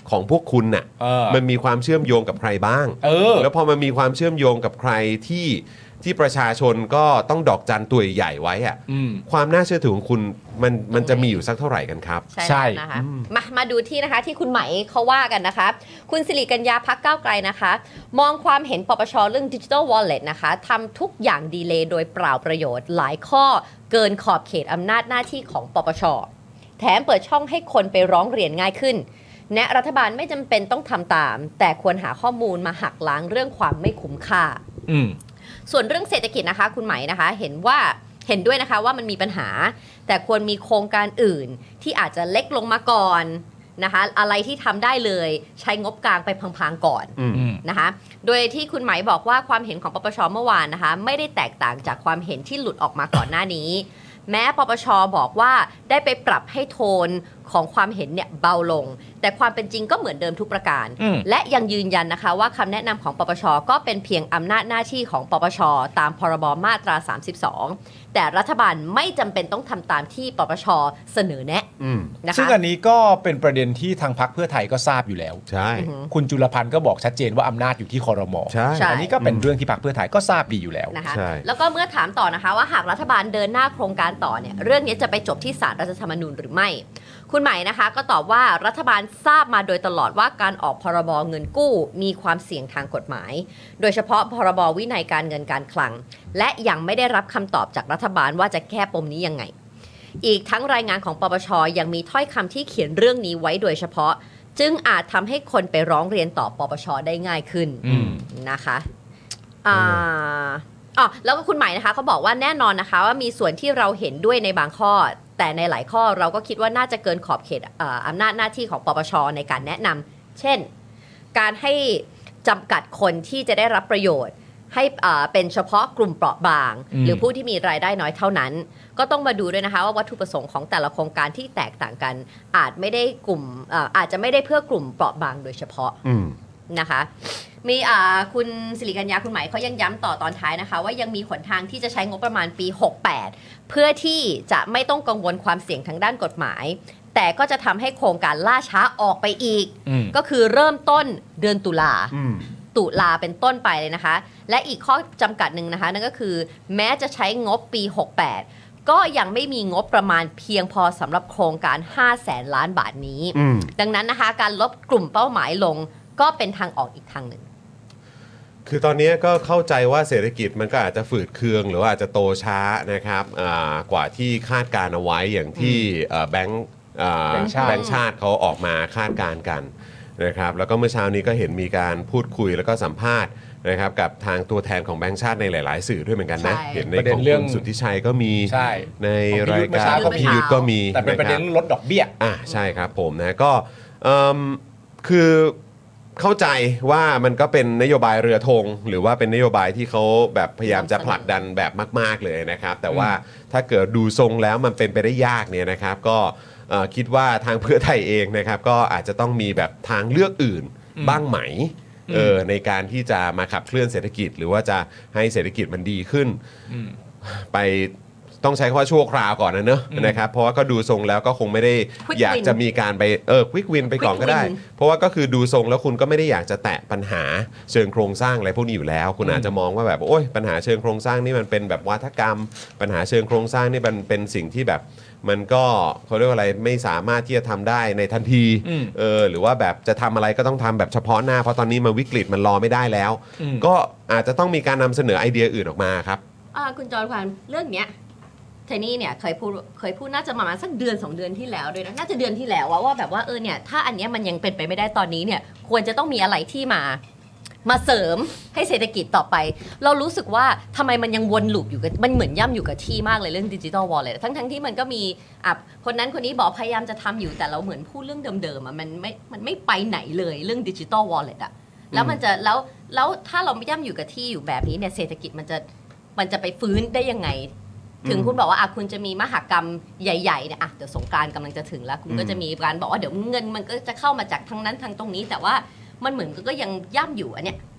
ของพวกคุณน่ะมันมีความเชื่อมโยงกับใครบ้างเออแล้วพอมันมีความเชื่อมโยงกับใครที่ที่ประชาชนก็ต้องดอกจันตัวใหญ่ไว้อะความน่าเชื่อถือของคุณมันมันจะมีอยู่สักเท่าไหร่กันครับใช่นะคะมามาดูที่นะคะที่คุณไหมเขาว่ากันนะคะคุณสิริกัญญาพรรคก้าวไกลนะคะมองความเห็นปปช.เรื่อง Digital Wallet นะคะทำทุกอย่างดีเลย์โดยเปล่าประโยชน์หลายข้อเกินขอบเขตอำนาจหน้าที่ของปปช.แถมเปิดช่องให้คนไปร้องเรียนง่ายขึ้นแนะรัฐบาลไม่จำเป็นต้องทำตามแต่ควรหาข้อมูลมาหักล้างเรื่องความไม่คุ้มค่าส่วนเรื่องเศรษฐกิจนะคะคุณไหมนะคะเห็นว่าเห็นด้วยนะคะว่ามันมีปัญหาแต่ควรมีโครงการอื่นที่อาจจะเล็กลงมาก่อนนะคะอะไรที่ทำได้เลยใช้งบกลางไปพังๆก่อนนะคะโดยที่คุณไหมบอกว่าความเห็นของปปช.เมื่อวานนะคะไม่ได้แตกต่างจากความเห็นที่หลุดออกมาก่อนหน้านี้แม้ปปช.บอกว่าได้ไปปรับให้โทนของความเห็นเนี่ยเบาลงแต่ความเป็นจริงก็เหมือนเดิมทุกประการและยังยืนยันนะคะว่าคำแนะนำของปปช.ก็เป็นเพียงอำนาจหน้าที่ของปปช.ตามพรบมาตราสามสิบสองแต่รัฐบาลไม่จำเป็นต้องทำตามที่ปปช.เสนอแนะนะคะซึ่งอันนี้ก็เป็นประเด็นที่ทางพรรคเพื่อไทยก็ทราบอยู่แล้วใช่คุณจุลพันธ์ก็บอกชัดเจนว่าอำนาจอยู่ที่ครม. ใช่อันนี้ก็เป็นเรื่องที่พรรคเพื่อไทยก็ทราบดีอยู่แล้วนะคะแล้วก็เมื่อถามต่อนะคะว่าหากรัฐบาลเดินหน้าโครงการต่อเนี่ยเรื่องนี้จะไปจบที่ศาลรัฐธรรมนูญหรือไม่คุณไหมนะคะก็ตอบว่ารัฐบาลทราบมาโดยตลอดว่าการออกพรบเงินกู้มีความเสี่ยงทางกฎหมายโดยเฉพาะพรบวินัยการเงินการคลังและยังไม่ได้รับคำตอบจากรัฐบาลว่าจะแก้ปมนี้ยังไงอีกทั้งรายงานของปปช.ยังมีถ้อยคำที่เขียนเรื่องนี้ไว้โดยเฉพาะจึงอาจทำให้คนไปร้องเรียนต่อปปช.ได้ง่ายขึ้นนะคะอ่าอ๋อแล้วก็คุณไหมนะคะเขาบอกว่าแน่นอนนะคะว่ามีส่วนที่เราเห็นด้วยในบางข้อแต่ในหลายข้อเราก็คิดว่าน่าจะเกินขอบเขตอำนาจหน้าที่ของปปช.ในการแนะนำเช่นการให้จำกัดคนที่จะได้รับประโยชน์ให้เป็นเฉพาะกลุ่มเปราะบางหรือผู้ที่มีรายได้น้อยเท่านั้นก็ต้องมาดูด้วยนะคะว่าวัตถุประสงค์ของแต่ละโครงการที่แตกต่างกันอาจไม่ได้กลุ่มอาจจะไม่ได้เพื่อกลุ่มเปราะบางโดยเฉพาะนะคะมีคุณสิริกัญญาคุณไหมเขายังย้ำต่อตอนท้ายนะคะว่ายังมีหนทางที่จะใช้งบประมาณปีหกสิบแปดเพื่อที่จะไม่ต้องกังวลความเสี่ยงทางด้านกฎหมายแต่ก็จะทำให้โครงการล่าช้าออกไปอีกก็คือเริ่มต้นเดือนตุลาตุลาเป็นต้นไปเลยนะคะและอีกข้อจำกัดหนึ่งนะคะนั่นก็คือแม้จะใช้งบปีหกสิบแปดก็ยังไม่มีงบประมาณเพียงพอสำหรับโครงการห้าแสนล้านบาทนี้ดังนั้นนะคะการลดกลุ่มเป้าหมายลงก็เป็นทางออกอีกทางหนึ่งคือตอนนี้ก็เข้าใจว่าเศรษฐกิจมันก็อาจจะฝืดเคืองหรือว่าอาจจะโตช้านะครับกว่าที่คาดการเอาไว้อย่างที่แบงก์แบงก์ชาติเขาออกมาคาดการกันนะครับแล้วก็เมื่อเช้านี้ก็เห็นมีการพูดคุยแล้วก็สัมภาษณ์นะครับกับทางตัวแทนของแบงก์ชาติในหลายๆสื่อด้วยเหมือนกันนะเห็นในของคุณสุทธิชัยก็มีในรายการพี่ยุทธก็มีแต่เป็นประเด็นลดดอกเบี้ยอ่ะใช่ครับผมนะก็คือเข้าใจว่ามันก็เป็นนโยบายเรือธงหรือว่าเป็นนโยบายที่เขาแบบพยายามจะผลักดันแบบมากๆเลยนะครับแต่ว่าถ้าเกิดดูทรงแล้วมันเป็นไปได้ยากเนี่ยนะครับก็คิดว่าทางเพื่อไทยเองนะครับก็อาจจะต้องมีแบบทางเลือกอื่นบ้างไหมเออในการที่จะมาขับเคลื่อนเศรษฐกิจหรือว่าจะให้เศรษฐกิจมันดีขึ้นไปต้องใช้คำว่าชั่วคราวก่อนนะเนอะนะครับเพราะว่าก็ดูทรงแล้วก็คงไม่ได้อยากจะมีการไปเออควิกวินไปก่อนก็ได้เพราะว่าก็คือดูทรงแล้วคุณก็ไม่ได้อยากจะแตะปัญหาเชิงโครงสร้างอะไรพวกนี้อยู่แล้วคุณอาจจะมองว่าแบบโอ้ยปัญหาเชิงโครงสร้างนี่มันเป็นแบบวาทกรรมปัญหาเชิงโครงสร้างนี่มันเป็นสิ่งที่แบบมันก็เขาเรียกว่าอะไรไม่สามารถที่จะทำได้ในทันทีเออหรือว่าแบบจะทำอะไรก็ต้องทำแบบเฉพาะหน้าเพราะตอนนี้มันวิกฤตมันรอไม่ได้แล้วก็อาจจะต้องมีการนำเสนอไอเดียอื่นออกมาครับคุณจอห์นควันเรื่องเนี้ยเทนี่เนี่ยเคยพูดเคยพูดน่าจะประมาณสักเดือนสองเดือนที่แล้วด้วยนะน่าจะเดือนที่แล้วว่าว่าแบบว่าเออเนี่ยถ้าอันเนี้ยมันยังเป็นไปไม่ได้ตอนนี้เนี่ยควรจะต้องมีอะไรที่มามาเสริมให้เศรษฐกิจต่อไปเรารู้สึกว่าทำไมมันยังวนลูปอยู่กับมันเหมือนย่ำอยู่กับที่มากเลยเรื่อง Digital Wallet ทั้งทั้งที่มันก็มีอ่ะคนนั้นคนนี้บอกพยายามจะทำอยู่แต่เราเหมือนพูดเรื่องเดิมๆอ่ะมันไม่มันไม่ไปไหนเลยเรื่อง Digital Wallet อ่ะแล้วมันจะแล้วแล้วถ้าเราไม่ย่ำอยู่กับที่อยู่แบบนี้เนี่ยเศรษฐกิจมันจะมันจะไปฟื้นได้ยังไงถึงคุณบอกว่าอ่ะคุณจะมีมหกรรมใหญ่ๆเนี่ยอ่ะเดี๋ยวสงกรานต์กำลังจะถึงแล้วคุณก็จะมีการบอกว่าเดี๋ยวเงินมันก็จะเข้ามาจากทางนั้นทางตรงนี้แต่ว่ามันเหมือนก็ยังย่ำอยู่อันเนี้ย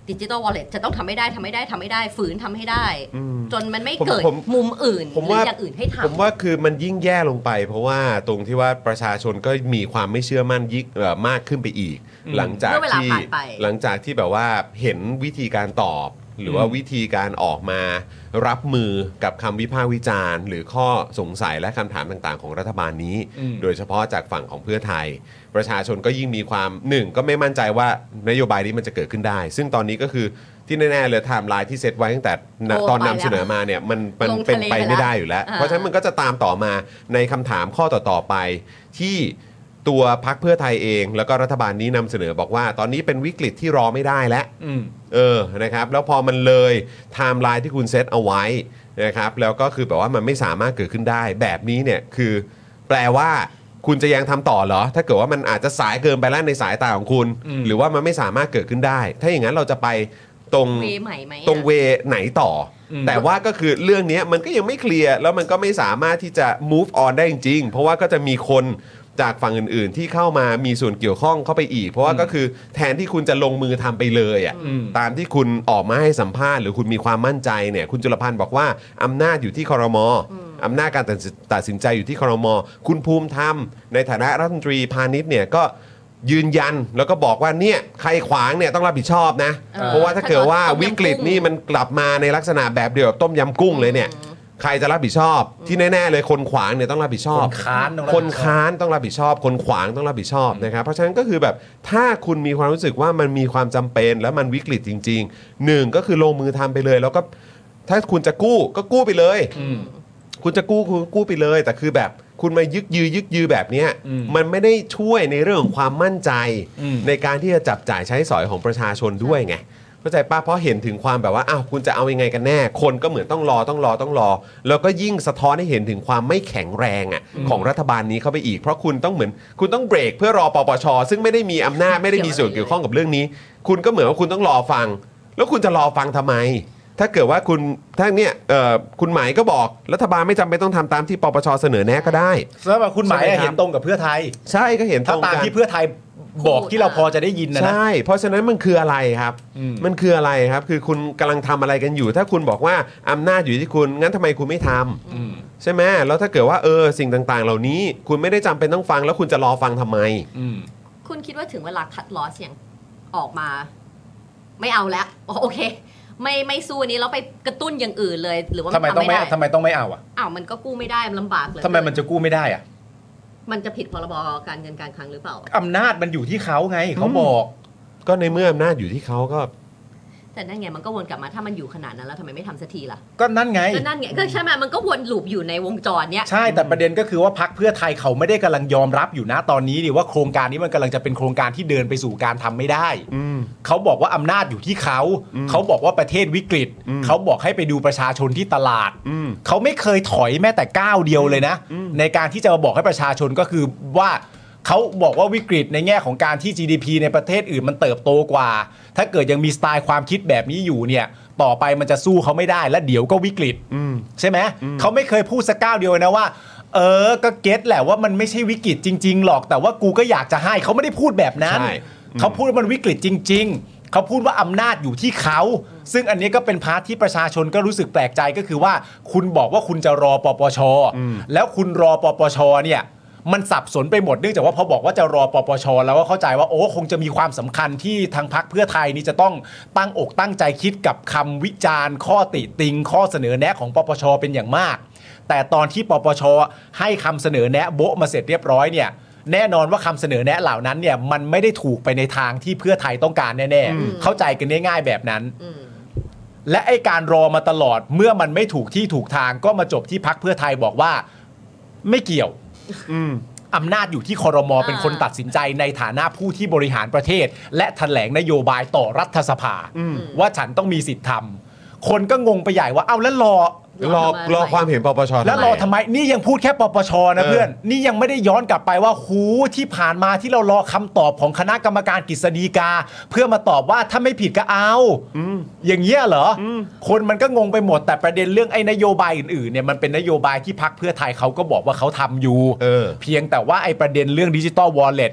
ดิจิตอลวอลเล็ตจะต้องทำไม่ได้ทำไม่ได้ทำไม่ได้ฝืนทำให้ได้จนมันไม่เกิดมุมอื่นหรืออย่างอื่นให้ทำผมว่าคือมันยิ่งแย่ลงไปเพราะว่าตรงที่ว่าประชาชนก็มีความไม่เชื่อมั่นยิ่งมากขึ้นไปอีกหลังจากที่หลังจากที่แบบว่าเห็นวิธีการตอบหรือว่าวิธีการออกมารับมือกับคำวิพากษ์วิจารณ์หรือข้อสงสัยและคำถามต่างๆของรัฐบาลนี้โดยเฉพาะจากฝั่งของเพื่อไทยประชาชนก็ยิ่งมีความหนึ่งก็ไม่มั่นใจว่านโยบายนี้มันจะเกิดขึ้นได้ซึ่งตอนนี้ก็คือที่แน่ๆเลยไทม์ไลน์ที่เซตไว้ตั้งแต่ตอนนำเสนอมาเนี่ยมันมันเป็นไปไม่ได้อยู่แล้วเพราะฉะนั้นมันก็จะตามต่อมาในคำถามข้อต่อๆไปที่ตัวพรรคเพื่อไทยเองแล้วก็รัฐบาลนี้นำเสนอบอกว่าตอนนี้เป็นวิกฤตที่รอไม่ได้แล้วเออนะครับแล้วพอมันเลยไทม์ไลน์ที่คุณเซตเอาไว้นะครับแล้วก็คือแบบว่ามันไม่สามารถเกิดขึ้นได้แบบนี้เนี่ยคือแปลว่าคุณจะยังทำต่อเหรอถ้าเกิดว่ามันอาจจะสายเกินไปแล้วในสายตาของคุณหรือว่ามันไม่สามารถเกิดขึ้นได้ถ้าอย่างนั้นเราจะไปตรงตรงเวไหนต่อแต่ว่าก็คือเรื่องนี้มันก็ยังไม่เคลียร์แล้วมันก็ไม่สามารถที่จะ move on ได้จริงๆเพราะว่าก็จะมีคนจากฝั่งอื่นๆที่เข้ามามีส่วนเกี่ยวข้องเข้าไปอีกเพราะว่าก็คือแทนที่คุณจะลงมือทำไปเลยอ่ะตามที่คุณออกมาให้สัมภาษณ์หรือคุณมีความมั่นใจเนี่ยคุณจุลพันธ์บอกว่าอำนาจอยู่ที่ครม.อำนาจการตัดสินใจอยู่ที่ครม.คุณภูมิธรรมในฐานะรัฐมนตรีพาณิชย์เนี่ยก็ยืนยันแล้วก็บอกว่าเนี่ยใครขวางเนี่ยต้องรับผิดชอบนะเพราะว่าถ้าเกิดว่าวิกฤตนี่มันกลับมาในลักษณะแบบเดียวกับต้มยำกุ้งเลยเนี่ยใครจะรับผิดชอบที่แน่ๆเลยคนขวางเนี่ยต้องรับผิดชอบคนค้านคนค้านต้องรับผิดชอบคนขวางต้องรับผิดชอบนะครับเพราะฉะนั้นก็คือแบบถ้าคุณมีความรู้สึกว่ามันมีความจำเป็นแล้วมันวิกฤตจริงๆหนึ่งก็คือลงมือทำไปเลยแล้วก็ถ้าคุณจะกู้ก็กู้ไปเลยคุณจะกู้คุณกู้ไปเลยแต่คือแบบคุณมายึกยือยึกยือแบบนี้มันไม่ได้ช่วยในเรื่องของความมั่นใจในการที่จะจับจ่ายใช้สอยของประชาชนด้วยไงเข้าใจป่ะเพราะเห็นถึงความแบบว่าอ้าวคุณจะเอายังไงกันแน่คนก็เหมือนต้องรอต้องรอต้องรอแล้วก็ยิ่งสะท้อนให้เห็นถึงความไม่แข็งแรงอ่ะของรัฐบาลนี้เข้าไปอีกเพราะคุณต้องเหมือนคุณต้องเบรกเพื่อรอปปช.ซึ่งไม่ได้มีอำนาจไม่ได้มีส่วนเกี่ยวข้องกับเรื่องนี้คุณก็เหมือนว่าคุณต้องรอฟังแล้วคุณจะรอฟังทำไมถ้าเกิดว่าคุณถ้าเนี่ยคุณหมายก็บอกรัฐบาลไม่จำเป็นต้องทำตามที่ปปช.เสนอแนะก็ได้สำหรับคุณหมายเห็นตรงกับเพื่อไทยใช่ก็เห็นตรงกันตามที่เพื่อไทยบอกที่เราพอจะได้ยินนะใช่เพราะฉะนั้นมันคืออะไรครับมันคืออะไรครับคือคุณกำลังทำอะไรกันอยู่ถ้าคุณบอกว่าอำนาจอยู่ที่คุณงั้นทำไมคุณไม่ทำใช่ไหมแล้วถ้าเกิดว่าเออสิ่งต่างๆเหล่านี้คุณไม่ได้จำเป็นต้องฟังแล้วคุณจะรอฟังทำไมคุณคิดว่าถึงเวลาคัดลอเสียงออกมาไม่เอาแล้วโอเคไม่ไม่สู้นี้แล้วไปกระตุ้นอย่างอื่นเลยหรือว่าทำไมต้องไม่ทำไมต้องไม่เอาอ่ะอ้าวมันก็กู้ไม่ได้มันลำบากเลยทำไมมันจะกู้ไม่ได้อ่ะมันจะผิดพรบการเงินการคลังหรือเปล่าอำนาจมันอยู่ที่เขาไงเขาบอกก็ในเมื่ออำนาจอยู่ที่เขาก็แต่นั่นไงมันก็วนกลับมาถ้ามันอยู่ขนาดนั้นแล้วทำไมไม่ทำสักทีล่ะก็นั่นไงก็นั่นไงก็ใช่ไหมมันก็วนลูปอยู่ในวงจรเนี้ยใช่แต่ประเด็นก็คือว่าพรรคเพื่อไทยเขาไม่ได้กำลังยอมรับอยู่นะตอนนี้ดิว่าโครงการนี้มันกำลังจะเป็นโครงการที่เดินไปสู่การทำไม่ได้เขาบอกว่าอำนาจอยู่ที่เขาเขาบอกว่าประเทศวิกฤตเขาบอกให้ไปดูประชาชนที่ตลาดเขาไม่เคยถอยแม้แต่ก้าวเดียวเลยนะในการที่จะมาบอกให้ประชาชนก็คือว่าเขาบอกว่าวิกฤตในแง่ของการที่ จี ดี พี ในประเทศอื่นมันเติบโตกว่าถ้าเกิดยังมีสไตล์ความคิดแบบนี้อยู่เนี่ยต่อไปมันจะสู้เขาไม่ได้และเดี๋ยวก็วิกฤตใช่ไหมเขาไม่เคยพูดสักก้าวเดียวนะว่าเออก็เก็ตแหละว่ามันไม่ใช่วิกฤตจริงๆหรอกแต่ว่ากูก็อยากจะให้เขาไม่ได้พูดแบบนั้นเขาพูดว่ามันวิกฤตจริงๆเขาพูดว่าอำนาจอยู่ที่เขาซึ่งอันนี้ก็เป็นพาร์ทที่ประชาชนก็รู้สึกแปลกใจก็คือว่าคุณบอกว่าคุณจะรอปปช.แล้วคุณรอปปช.เนี่ยมันสับสนไปหมดเนื่องจากว่าพอบอกว่าจะรอปปช.แล้วก็เข้าใจว่าโอ้คงจะมีความสำคัญที่ทางพรรคเพื่อไทยนี่จะต้องตั้งอกตั้งใจคิดกับคำวิจารณ์ข้อติติงข้อเสนอแนะของปปช.เป็นอย่างมากแต่ตอนที่ปปช.ให้คำเสนอแนะโบ๊ะมาเสร็จเรียบร้อยเนี่ยแน่นอนว่าคำเสนอแนะเหล่านั้นเนี่ยมันไม่ได้ถูกไปในทางที่เพื่อไทยต้องการแน่ๆเข้าใจกันง่ายๆแบบนั้นและไอ้การรอมาตลอดเมื่อมันไม่ถูกที่ถูกทางก็มาจบที่พรรคเพื่อไทยบอกว่าไม่เกี่ยวอำนาจอยู่ที่ครม.เป็นคนตัดสินใจในฐานะผู้ที่บริหารประเทศและแถลงนโยบายต่อรัฐสภาว่าฉันต้องมีสิทธิ์ทำคนก็งงไปใหญ่ว่าเอ้าแล้วรอรอรอความเห็นปปช. แล้วรอทำไมนี่ยังพูดแค่ปปช.นะเพื่อนนี่ยังไม่ได้ย้อนกลับไปว่าหูที่ผ่านมาที่เรารอคำตอบของคณะกรรมการกฤษฎีกาเพื่อมาตอบว่าถ้าไม่ผิดก็เอาอย่างเงี้ยเหรอคนมันก็งงไปหมดแต่ประเด็นเรื่องไอ้นโยบายอื่นๆเนี่ยมันเป็นนโยบายที่พรรคเพื่อไทยเขาก็บอกว่าเขาทำอยู่ เ, เพียงแต่ว่าไอ้ประเด็นเรื่องดิจิตอลวอลเล็ตเนี่ย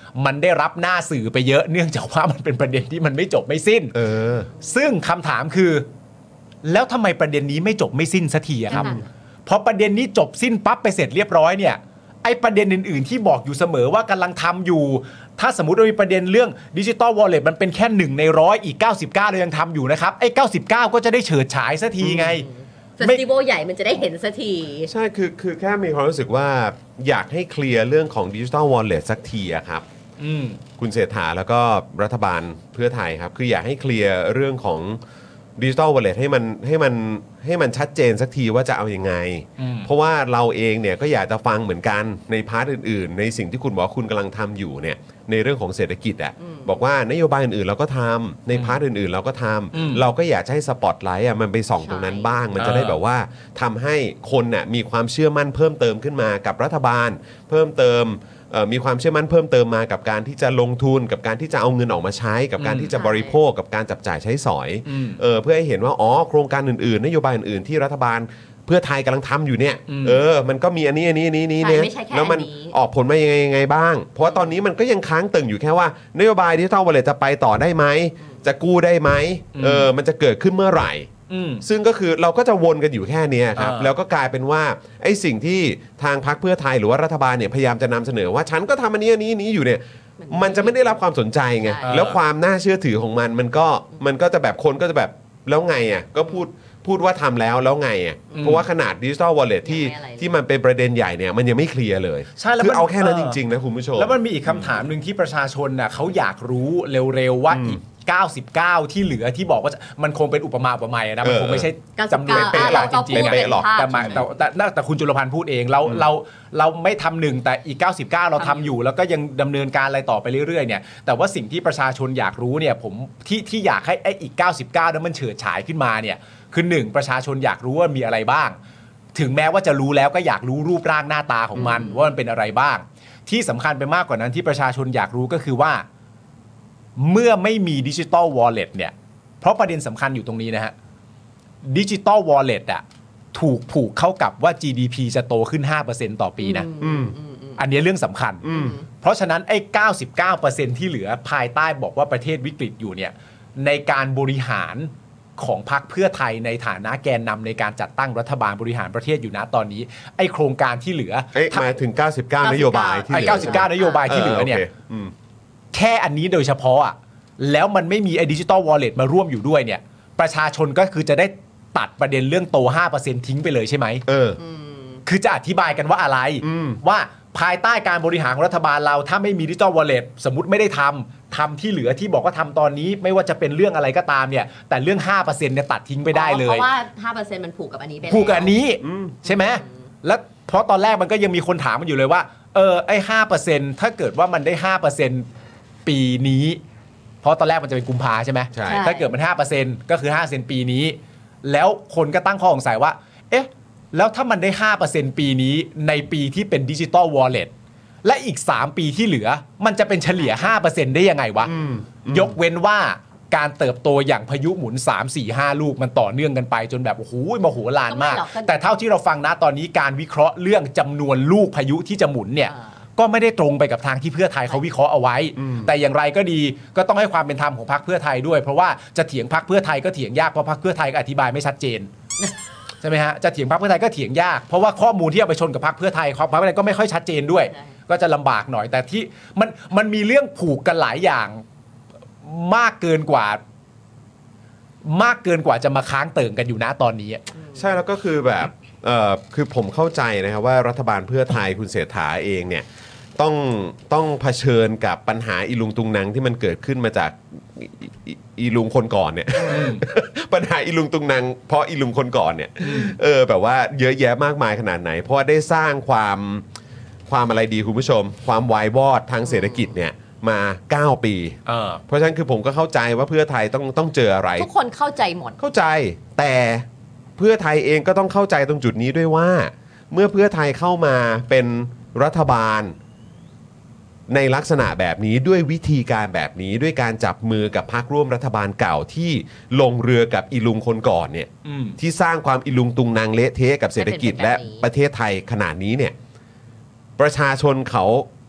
มันได้รับหน้าสื่อไปเยอะเนื่องจากว่ามันเป็นประเด็นที่มันไม่จบไม่สิ้นเออซึ่งคำถามคือแล้วทำไมประเด็นนี้ไม่จบไม่สิ้นสักทีอะครับพอประเด็นนี้จบสิ้นปั๊บไปเสร็จเรียบร้อยเนี่ยไอ้ประเด็นอื่นๆที่บอกอยู่เสมอว่ากำลังทำอยู่ถ้าสมมติว่ามีประเด็นเรื่องดิจิตอลวอลเล็ตมันเป็นแค่หนึ่งในร้อยอีกเก้าสิบเก้าเรายังทำอยู่นะครับไอ้เก้าสิบเก้าก็จะได้เฉิดฉายสักทีไงเฟสติวัลใหญ่มันจะได้เห็นสักทีใช่คือคือแค่มีความรู้สึกว่าอยากให้เคลียร์เรื่องของดิจิตอลวอลเล็ตสักทีอะครับคุณเศรษฐาแล้วก็รัฐบาลเพื่อไทยครับคืออยากให้เคลียร์เรื่องของดิจิตอลวอลเล็ตให้มันให้มันให้มันชัดเจนสักทีว่าจะเอายังไงเพราะว่าเราเองเนี่ยก็อยากจะฟังเหมือนกันในพาร์ทอื่นๆในสิ่งที่คุณบอกว่าคุณกำลังทำอยู่เนี่ยในเรื่องของเศรษฐกิจอ่ะบอกว่านโยบายอื่นๆเราก็ทำในพาร์ทอื่นๆเราก็ทำเราก็อยากจะให้สปอตไลท์อ่ะมันไปส่องตรงนั้นบ้างมันจะได้แบบว่าทำให้คนน่ะมีความเชื่อมั่นเพิ่มเติมขึ้นมากับรัฐบาลเพิ่มเติมมีความเชื่อมั่นเพิ่มเติมมากับการที่จะลงทุนกับการที่จะเอาเงินออกมาใช้กับการที่จะบริโภคกับการจับจ่ายใช้สอยเออเพื่อให้เห็นว่าอ๋อโครงการอื่นๆนโยบายอื่นๆที่รัฐบาลเพื่อไทยกำลังทำอยู่เนี่ยเออมันก็มีอันนี้อันนี้อันนี้นี้เนี่ยแล้วมันออกผลมายังไงยังไงบ้างเพราะว่าตอนนี้มันก็ยังค้างตึงอยู่แค่ว่านโยบายดิจิทัลวอลเล็ตจะไปต่อได้ไหมจะกู้ได้ไหมเออมันจะเกิดขึ้นเมื่อไหร่ซึ่งก็คือเราก็จะวนกันอยู่แค่นี้ครับแล้วก็กลายเป็นว่าไอ้สิ่งที่ทางพรรคเพื่อไทยหรือว่ารัฐบาลเนี่ยพยายามจะนำเสนอว่าฉันก็ทำอันนี้อันนี้นี้อยู่เนี่ยมันจะไม่ได้รับความสนใจไงแล้วความน่าเชื่อถือของมันมันก็มันก็จะแบบคนก็จะแบบแล้วไงอ่ะก็พูดพูดว่าทำแล้วแล้วไงอ่ะเพราะว่าขนาดดิจิทัลวอลเล็ตที่ที่มันเป็นประเด็นใหญ่เนี่ยมันยังไม่เคลียร์เลยคือเอาแค่นั้นจริงๆนะคุณผู้ชมแล้วมันมีอีกคำถามนึงที่ประชาชนน่ะเขาอยากรู้เร็วๆว่าอีกเก้าสิบเก้าที่เหลือที่บอกว่ามันคงเป็นอุปมาอุปไมยนะมันคงไม่ใช่จำนวนเป๊ะหรอกจริงๆหรอกแต่แต่แต่แต่คุณจุลพันธ์พูดเองเราเราเราไม่ทำหนึ่งแต่อีกเก้าสิบเก้าเราทำอยู่แล้วก็ยังดำเนินการอะไรต่อไปเรื่อยๆเนี่ยแต่ว่าสิ่งที่ประชาชนอยากรู้เนี่ยผมที่ที่อยากให้ไอ้อีกเก้าสิบเก้านั้นมันเฉิดฉายขึ้นมาเนี่ยคือหนึ่งประชาชนอยากรู้ว่ามีอะไรบ้างถึงแม้ว่าจะรู้แล้วก็อยากรู้รูปร่างหน้าตาของมันว่ามันเป็นอะไรบ้างที่สำคัญไปมากกว่านั้นที่ประชาชนอยากรู้ก็คือว่าเมื่อไม่มีดิจิตอลวอลเล็ตเนี่ยเพราะประเด็นสำคัญอยู่ตรงนี้นะฮะดิจิตอลวอลเล็ตอ่ะถูกผูกเข้ากับว่า จี ดี พี จะโตขึ้น ห้าเปอร์เซ็นต์ ต่อปีนะอันนี้เรื่องสำคัญเพราะฉะนั้นไอ้ เก้าสิบเก้าเปอร์เซ็นต์ ที่เหลือภายใต้บอกว่าประเทศวิกฤตอยู่เนี่ยในการบริหารของพรรคเพื่อไทยในฐานะแกนนำในการจัดตั้งรัฐบาลบริหารประเทศอยู่นะตอนนี้ไอ้โครงการที่เหลือหมายถึงเก้าสิบเก้านโยบายที่เหลือไอ้เก้าสิบเก้านโยบายที่เหลือเนี่ยแค่อันนี้โดยเฉพาะอ่ะแล้วมันไม่มีไอ้ดิจิตอลวอลเล็ตมาร่วมอยู่ด้วยเนี่ยประชาชนก็คือจะได้ตัดประเด็นเรื่องโต ห้าเปอร์เซ็นต์ ทิ้งไปเลยใช่ไหมเออคือจะอธิบายกันว่าอะไรว่าภายใต้การบริหารของรัฐบาลเราถ้าไม่มีดิจิตอลวอลเล็ตสมมุติไม่ได้ทำทำที่เหลือที่บอกว่าทำตอนนี้ไม่ว่าจะเป็นเรื่องอะไรก็ตามเนี่ยแต่เรื่อง ห้าเปอร์เซ็นต์ เนี่ยตัดทิ้งไปได้เลยเพราะว่า ห้าเปอร์เซ็นต์ มันผูกกับอันนี้ไปผูกกับอันนี้ใช่ไหมแล้วเพราะตอนแรกมันก็ยังมีคนถามมันอยู่เลยว่าเออไอ้ ห้าเปอร์เซ็นต์ ถ้าเกิดว่ามันได้ ห้าเปอร์เซ็นต์ ปีนี้เพราะตอนแรกมันจะเป็นกุมภาใช่ไหมใช่ถ้าเกิดมัน ห้าเปอร์เซ็นต์ ก็คือ ห้าเปอร์เซ็นต์ ปีนี้แล้วคนก็ตั้งข้อสงสัยว่าเอ๊ะแล้วถ้ามันได้ ห้าเปอร์เซ็นต์ ปีนี้ในปีที่เป็นดิจิตอลวอลเล็ตและอีกสามปีที่เหลือมันจะเป็นเฉลี่ย ห้าเปอร์เซ็นต์ ได้ยังไงวะยกเว้นว่าการเติบโตอย่างพายุหมุนสาม สี่ ห้าลูกมันต่อเนื่องกันไปจนแบบโอ้โหมโหฬารมากแต่เท่าที่เราฟังนะตอนนี้การวิเคราะห์เรื่องจำนวนลูกพายุที่จะหมุนเนี่ยก็ไม่ได้ตรงไปกับทางที่เพื่อไทยเขาวิเคราะห์เอาไว้แต่อย่างไรก็ดีก็ต้องให้ความเป็นธรรมของพรรคเพื่อไทยด้วยเพราะว่าจะเถียงพรรคเพื่อไทยก็เถียงยากเพราะพรรคเพื่อไทยก็อธิบายไม่ชัดเจนใช่ไหมฮะจะเถียงพรรคเพื่อไทยก็เถียงยากเพราะว่าข้อมูลที่เอาไปชนกับพรรคเพื่อไทยพรรคเพื่อไทยก็ไม่ค่อยชัดเจนด้วยก็จะลำบากหน่อยแต่ที่มันมันมีเรื่องผูกกันหลายอย่างมากเกินกว่ามากเกินกว่าจะมาค้างเติ่งกันอยู่นะตอนนี้ใช่แล้วก็คือแบบเอ่อคือผมเข้าใจนะครับว่ารัฐบาลเพื่อไทยคุณเศรษฐาเองเนี่ยต้องต้องเผชิญกับปัญหาอีลุงตุงนังที่มันเกิดขึ้นมาจากอีลุงคนก่อนเนี่ยปัญหาอีลุงตุงนังเพราะอีลุงคนก่อนเนี่ยเออแบบว่าเยอะแยะมากมายขนาดไหนเพราะว่าได้สร้างความความอะไรดีคุณผู้ชมความวายวอดทางเศรษฐกิจเนี่ยมาเก้าปีเออเพราะฉะนั้นคือผมก็เข้าใจว่าเพื่อไทยต้องต้องเจออะไรทุกคนเข้าใจหมดเข้าใจแต่เพื่อไทยเองก็ต้องเข้าใจตรงจุดนี้ด้วยว่าเมื่อเพื่อไทยเข้ามาเป็นรัฐบาลในลักษณะแบบนี้ด้วยวิธีการแบบนี้ด้วยการจับมือกับพรรคร่วมรัฐบาลเก่าที่ลงเรือกับอีลุงคนก่อนเนี่ยที่สร้างความอีลุงตุงนางเละเทะกับเศรษฐกิจและประเทศไทยขนาดนี้เนี่ยประชาชนเขา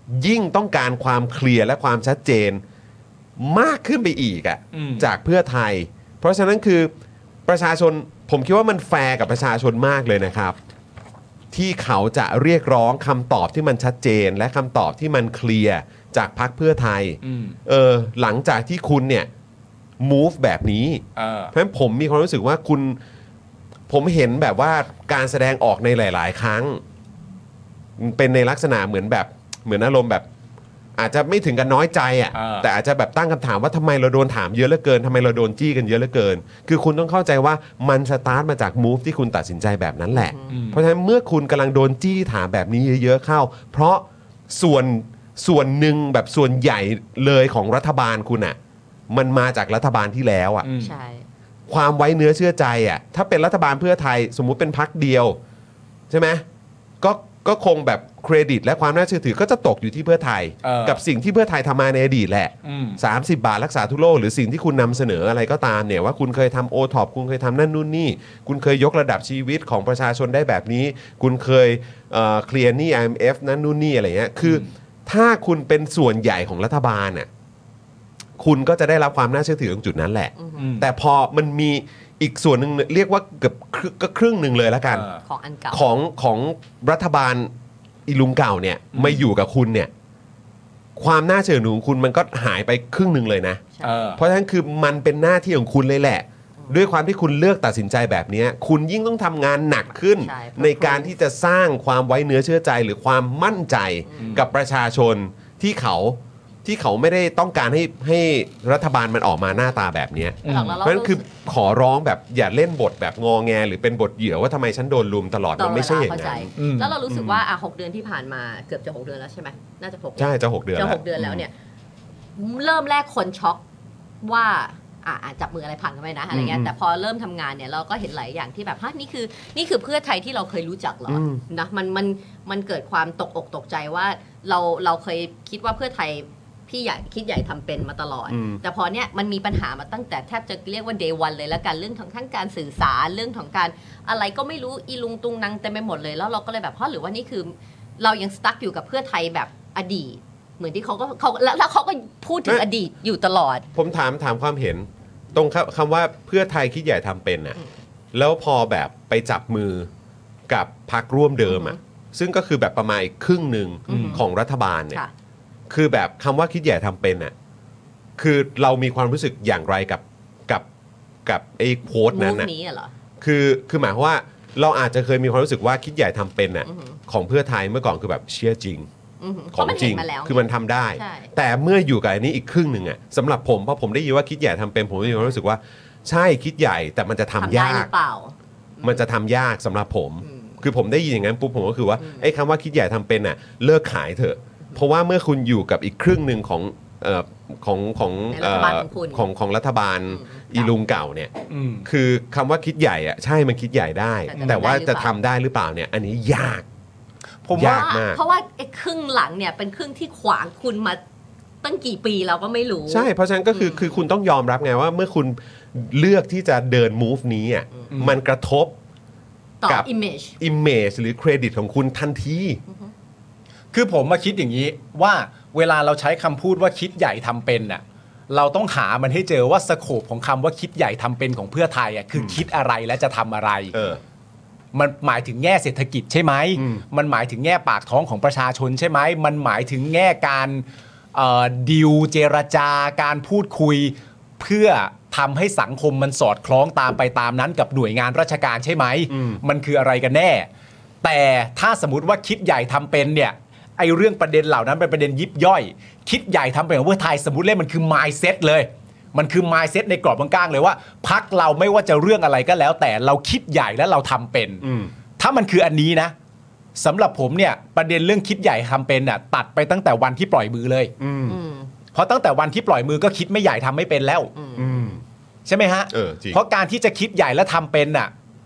ยิ่งต้องการความเคลียร์และความชัดเจนมากขึ้นไปอีกอะจากเพื่อไทยเพราะฉะนั้นคือประชาชนผมคิดว่ามันแฟร์กับประชาชนมากเลยนะครับที่เขาจะเรียกร้องคำตอบที่มันชัดเจนและคำตอบที่มันเคลียร์จากพรรคเพื่อไทยเออหลังจากที่คุณเนี่ย move แบบนี้เพราะฉะนั้นผมมีความรู้สึกว่าคุณผมเห็นแบบว่าการแสดงออกในหลาย ๆ ครั้งเป็นในลักษณะเหมือนแบบเหมือนอารมณ์แบบอาจจะไม่ถึงกันน้อยใจอ่ะแต่อาจจะแบบตั้งคำถามว่าทำไมเราโดนถามเยอะเหลือเกินทำไมเราโดนจี้กันเยอะเหลือเกินคือคุณต้องเข้าใจว่ามันสตาร์ทมาจาก move ที่คุณตัดสินใจแบบนั้นแหละเพราะฉะนั้นเมื่อคุณกำลังโดนจี้ถามแบบนี้เยอะๆเข้าเพราะส่วนส่วนหนึ่งแบบส่วนใหญ่เลยของรัฐบาลคุณอ่ะมันมาจากรัฐบาลที่แล้วอ่ะใช่ความไว้เนื้อเชื่อใจอ่ะถ้าเป็นรัฐบาลเพื่อไทยสมมุติเป็นพรรคเดียวใช่ไหมก็ก็คงแบบเครดิตและความน่าเชื่อถือก็จะตกอยู่ที่เพื่อไทยกับสิ่งที่เพื่อไทยทำมาในอดีตแหละสามสิบบาทรักษาทุกโรคหรือสิ่งที่คุณนำเสนออะไรก็ตามเนี่ยว่าคุณเคยทำโอท็อปคุณเคยทำนั่นนู่นนี่คุณเคยยกระดับชีวิตของประชาชนได้แบบนี้คุณเคยเอ่อเคลียร์หนี้ ไอ เอ็ม เอฟ นั่นนู่นนี่อะไรเงี้ยคือถ้าคุณเป็นส่วนใหญ่ของรัฐบาลน่ะคุณก็จะได้รับความน่าเชื่อถือตรงจุดนั้นแหละแต่พอมันมีอีกส่วนหนึ่งเรียกว่าเกือบก็ครึ่งหนึ่งเลยแล้วกันของอันเก่าของของรัฐบาลอีลุงเก่าเนี่ยมาอยู่กับคุณเนี่ยความน่าเชื่อถือของคุณมันก็หายไปครึ่งหนึ่งเลยนะเพราะฉะนั้นคือมันเป็นหน้าที่ของคุณเลยแหละด้วยความที่คุณเลือกตัดสินใจแบบนี้คุณยิ่งต้องทำงานหนักขึ้น ใน, ในการที่จะสร้างความไว้เนื้อเชื่อใจหรือความมั่นใจกับประชาชนที่เขาที่เขาไม่ได้ต้องการให้ให้รัฐบาลมันออกมาหน้าตาแบบนี้เพราะฉะนั้นคือขอร้องแบบอย่าเล่นบทแบบงอแงหรือเป็นบทเหยื่อว่าทำไมฉันโดนลุมตลอดมันไม่ใช่อย่างนั้นแล้วเรารู้สึกว่าอ่ะหกเดือนที่ผ่านมาเกือบจะหกเดือนแล้วใช่ไหมน่าจะหกใช่จะหกเดือนจะหกเดือนแล้วเนี่ยเริ่มแรกคนช็อกว่าอ่ะจับมืออะไรพังกันไปนะอะไรเงี้ยแต่พอเริ่มทำงานเนี่ยเราก็เห็นหลายอย่างที่แบบฮะนี่คือนี่คือเพื่อไทยที่เราเคยรู้จักเหรอนะมันมันมันเกิดความตกอกตกใจว่าเราเราเคยคิดว่าเพื่อไทยพี่ใหญ่คิดใหญ่ทำเป็นมาตลอดแต่พอเนี้ยมันมีปัญหามาตั้งแต่แทบจะเรียกว่า day one เลยแล้วกันเรื่องของทั้งการสื่อสารเรื่องของการอะไรก็ไม่รู้อีลุงตุงนังเต็มไปหมดเลยแล้วเราก็เลยแบบเพราะหรือว่านี่คือเรายังสตั๊กอยู่กับเพื่อไทยแบบอดีตเหมือนที่เขาก็เขาแล้วเขาก็พูดถึงอดีตอยู่ตลอดผมถามถามความเห็นตรงคำว่าเพื่อไทยคิดใหญ่ทำเป็นน่ะแล้วพอแบบไปจับมือกับพรรคร่วมเดิมอ่ะซึ่งก็คือแบบประมาณอีกครึ่งหนึ่งของรัฐบาลเนี่ยคือแบบคำว่าคิดใหญ่ทำเป็นน่ะคือเรามีความรู้สึกอย่างไรกับกับกับไอ้โค้ดนั้นน่ะคือคือหมายความว่าเราอาจจะเคยมีความรู้สึกว่าคิดใหญ่ทำเป็นน่ะของเพื่อไทยเมื่อก่อนคือแบบเชื่อจริงของจริงคือมันทำได้แต่เมื่ออยู่กับอันนี้อีกครึ่งหนึ่งอ่ะสำหรับผมเพราะผมได้ยินว่าคิดใหญ่ทำเป็นผมมีความรู้สึกว่าใช่คิดใหญ่แต่มันจะทำยากมันจะทำยากสำหรับผมคือผมได้ยินอย่างนั้นปุ๊บผมก็คือว่าไอ้คำว่าคิดใหญ่ทำเป็นน่ะเลิกขายเถอะเพราะว่าเมื่อคุณอยู่กับอีกครึ่งหนึ่งของเอ่อของของเอ่อของของรัฐบาลอีลุงเก่าเนี่ยคือคำว่าคิดใหญ่อ่ะใช่มันคิดใหญ่ได้แต่ว่าจะทำได้หรือเปล่าเนี่ยอันนี้ยากผมว่าเพราะว่าไอ้ครึ่งหลังเนี่ยเป็นครึ่งที่ขวางคุณมาตั้งกี่ปีเราก็ไม่รู้ใช่เพราะฉะนั้นก็คือคือคุณต้องยอมรับไงว่าเมื่อคุณเลือกที่จะเดิน move นี้อ่ะมันกระทบกับ image image หรือเครดิตของคุณทันทีคือผมมาคิดอย่างนี้ว่าเวลาเราใช้คำพูดว่าคิดใหญ่ทำเป็นน่ะเราต้องหามันให้เจอว่าสโคปของคำว่าคิดใหญ่ทำเป็นของเพื่อไทยอ่ะคือคิดอะไรและจะทำอะไรเออมันหมายถึงแง่เศรษฐกิจใช่ไหมมันหมายถึงแง่ปากท้องของประชาชนใช่ไหมมันหมายถึงแง่การดิวเจรจาการพูดคุยเพื่อทำให้สังคมมันสอดคล้องตามไปตามนั้นกับหน่วยงานราชการใช่ไหมมันคืออะไรกันแน่แต่ถ้าสมมติว่าคิดใหญ่ทำเป็นเนี่ยไอเรื่องประเด็นเหล่านั้นเป็นประเด็นยิบย่อยคิดใหญ่ทำเป็นของเพื่อไทยสมมติเล่นมันคือ mindset เลยมันคือ mindset ในกรอบกลางๆเลยว่าพรรคเราไม่ว่าจะเรื่องอะไรก็แล้วแต่เราคิดใหญ่และเราทำเป็นถ้ามันคืออันนี้นะสำหรับผมเนี่ยประเด็นเรื่องคิดใหญ่ทำเป็นน่ะตัดไปตั้งแต่วันที่ปล่อยมือเลยเพราะตั้งแต่วันที่ปล่อยมือก็คิดไม่ใหญ่ทำไม่เป็นแล้วใช่ไหมฮะเออ จริงเพราะการที่จะคิดใหญ่และทำเป็นน่ะ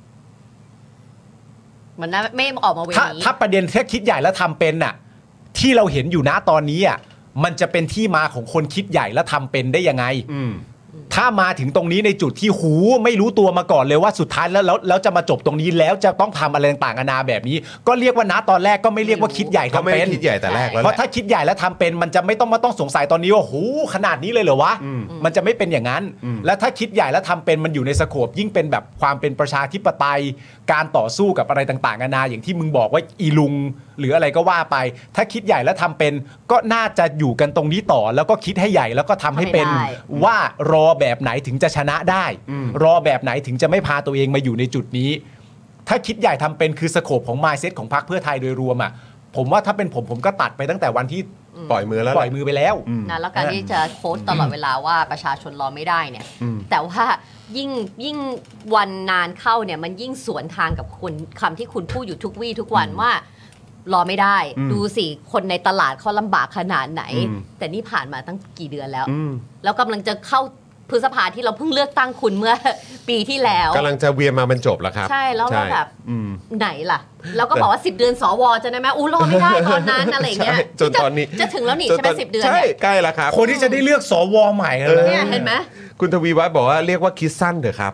มันไม่ออกมาเวนี้ถ้าถ้าประเด็นแค่คิดใหญ่และทำเป็นน่ะที่เราเห็นอยู่นะตอนนี้อ่ะมันจะเป็นที่มาของคนคิดใหญ่และทำเป็นได้ยังไงถ้ามาถึงตรงนี้ในจุดที่หูไม่รู้ตัวมาก่อนเลยว่าสุดท้ายแล้วแล้วแล้วจะมาจบตรงนี้แล้วจะต้องทำอะไรต่างๆนานาแบบนี้ก็เรียกว่าณตอนแรกก็ไม่เรียกว่าคิดใหญ่ทำเป็นคิดใหญ่แต่แรกแล้วเพราะถ้าคิดใหญ่แล้วทำเป็นมันจะไม่ต้องมาต้องสงสัยตอนนี้ว่าหูขนาดนี้เลยเหรอวะมันจะไม่เป็นอย่างนั้นและถ้าคิดใหญ่แล้วทำเป็นมันอยู่ในสโคปยิ่งเป็นแบบความเป็นประชาธิปไตยการต่อสู้กับอะไรต่างๆนานาอย่างที่มึงบอกว่าอีลุงหรืออะไรก็ว่าไปถ้าคิดใหญ่แล้วทำเป็นก็น่าจะอยู่กันตรงนี้ต่อแล้วก็คิดให้ใหญ่แล้วก็ทำให้เป็นว่ารอแบบไหนถึงจะชนะได้รอแบบไหนถึงจะไม่พาตัวเองมาอยู่ในจุดนี้ถ้าคิดใหญ่ทำเป็นคือสโคปของ mindset ของพรรคเพื่อไทยโดยรวมอ่ะผมว่าถ้าเป็นผมผมก็ตัดไปตั้งแต่วันที่ปล่อยมือแล้วปล่อยมือไปแล้วนะแล้วการที่จะโค้ชตลอดเวลาว่าประชาชนรอไม่ได้เนี่ยแต่ว่ายิ่งยิ่งวันนานเข้าเนี่ยมันยิ่งสวนทางกับคุณคำที่คุณพูดอยู่ทุกวี่ทุกวันว่ารอไม่ได้ดูสิคนในตลาดเขาลำบากขนาดไหนแต่นี่ผ่านมาตั้งกี่เดือนแล้วแล้วกำลังจะเข้าพฤษภาที่เราเพิ่งเลือกตั้งคุณเมื่อปีที่แล้วกำลังจะเวียนมาบรรจบแล้วครับใช่แล้วเราแบบไหนล่ะแล้วก็บอกว่าสิบเดือนสวจะได้ไหมอู้รอไม่ได้ตอนนั้นอะไรเงี้ยจนตอนนี้จะถึงแล้วนี่ใช่ไหมสิบเดือนใช่ใกล้แล้วครับคนที่จะได้เลือกสวใหม่เลยเนี่ยเห็นไหมคุณทวีวัฒน์บอกว่าเรียกว่าคิดสั้นเถอะครับ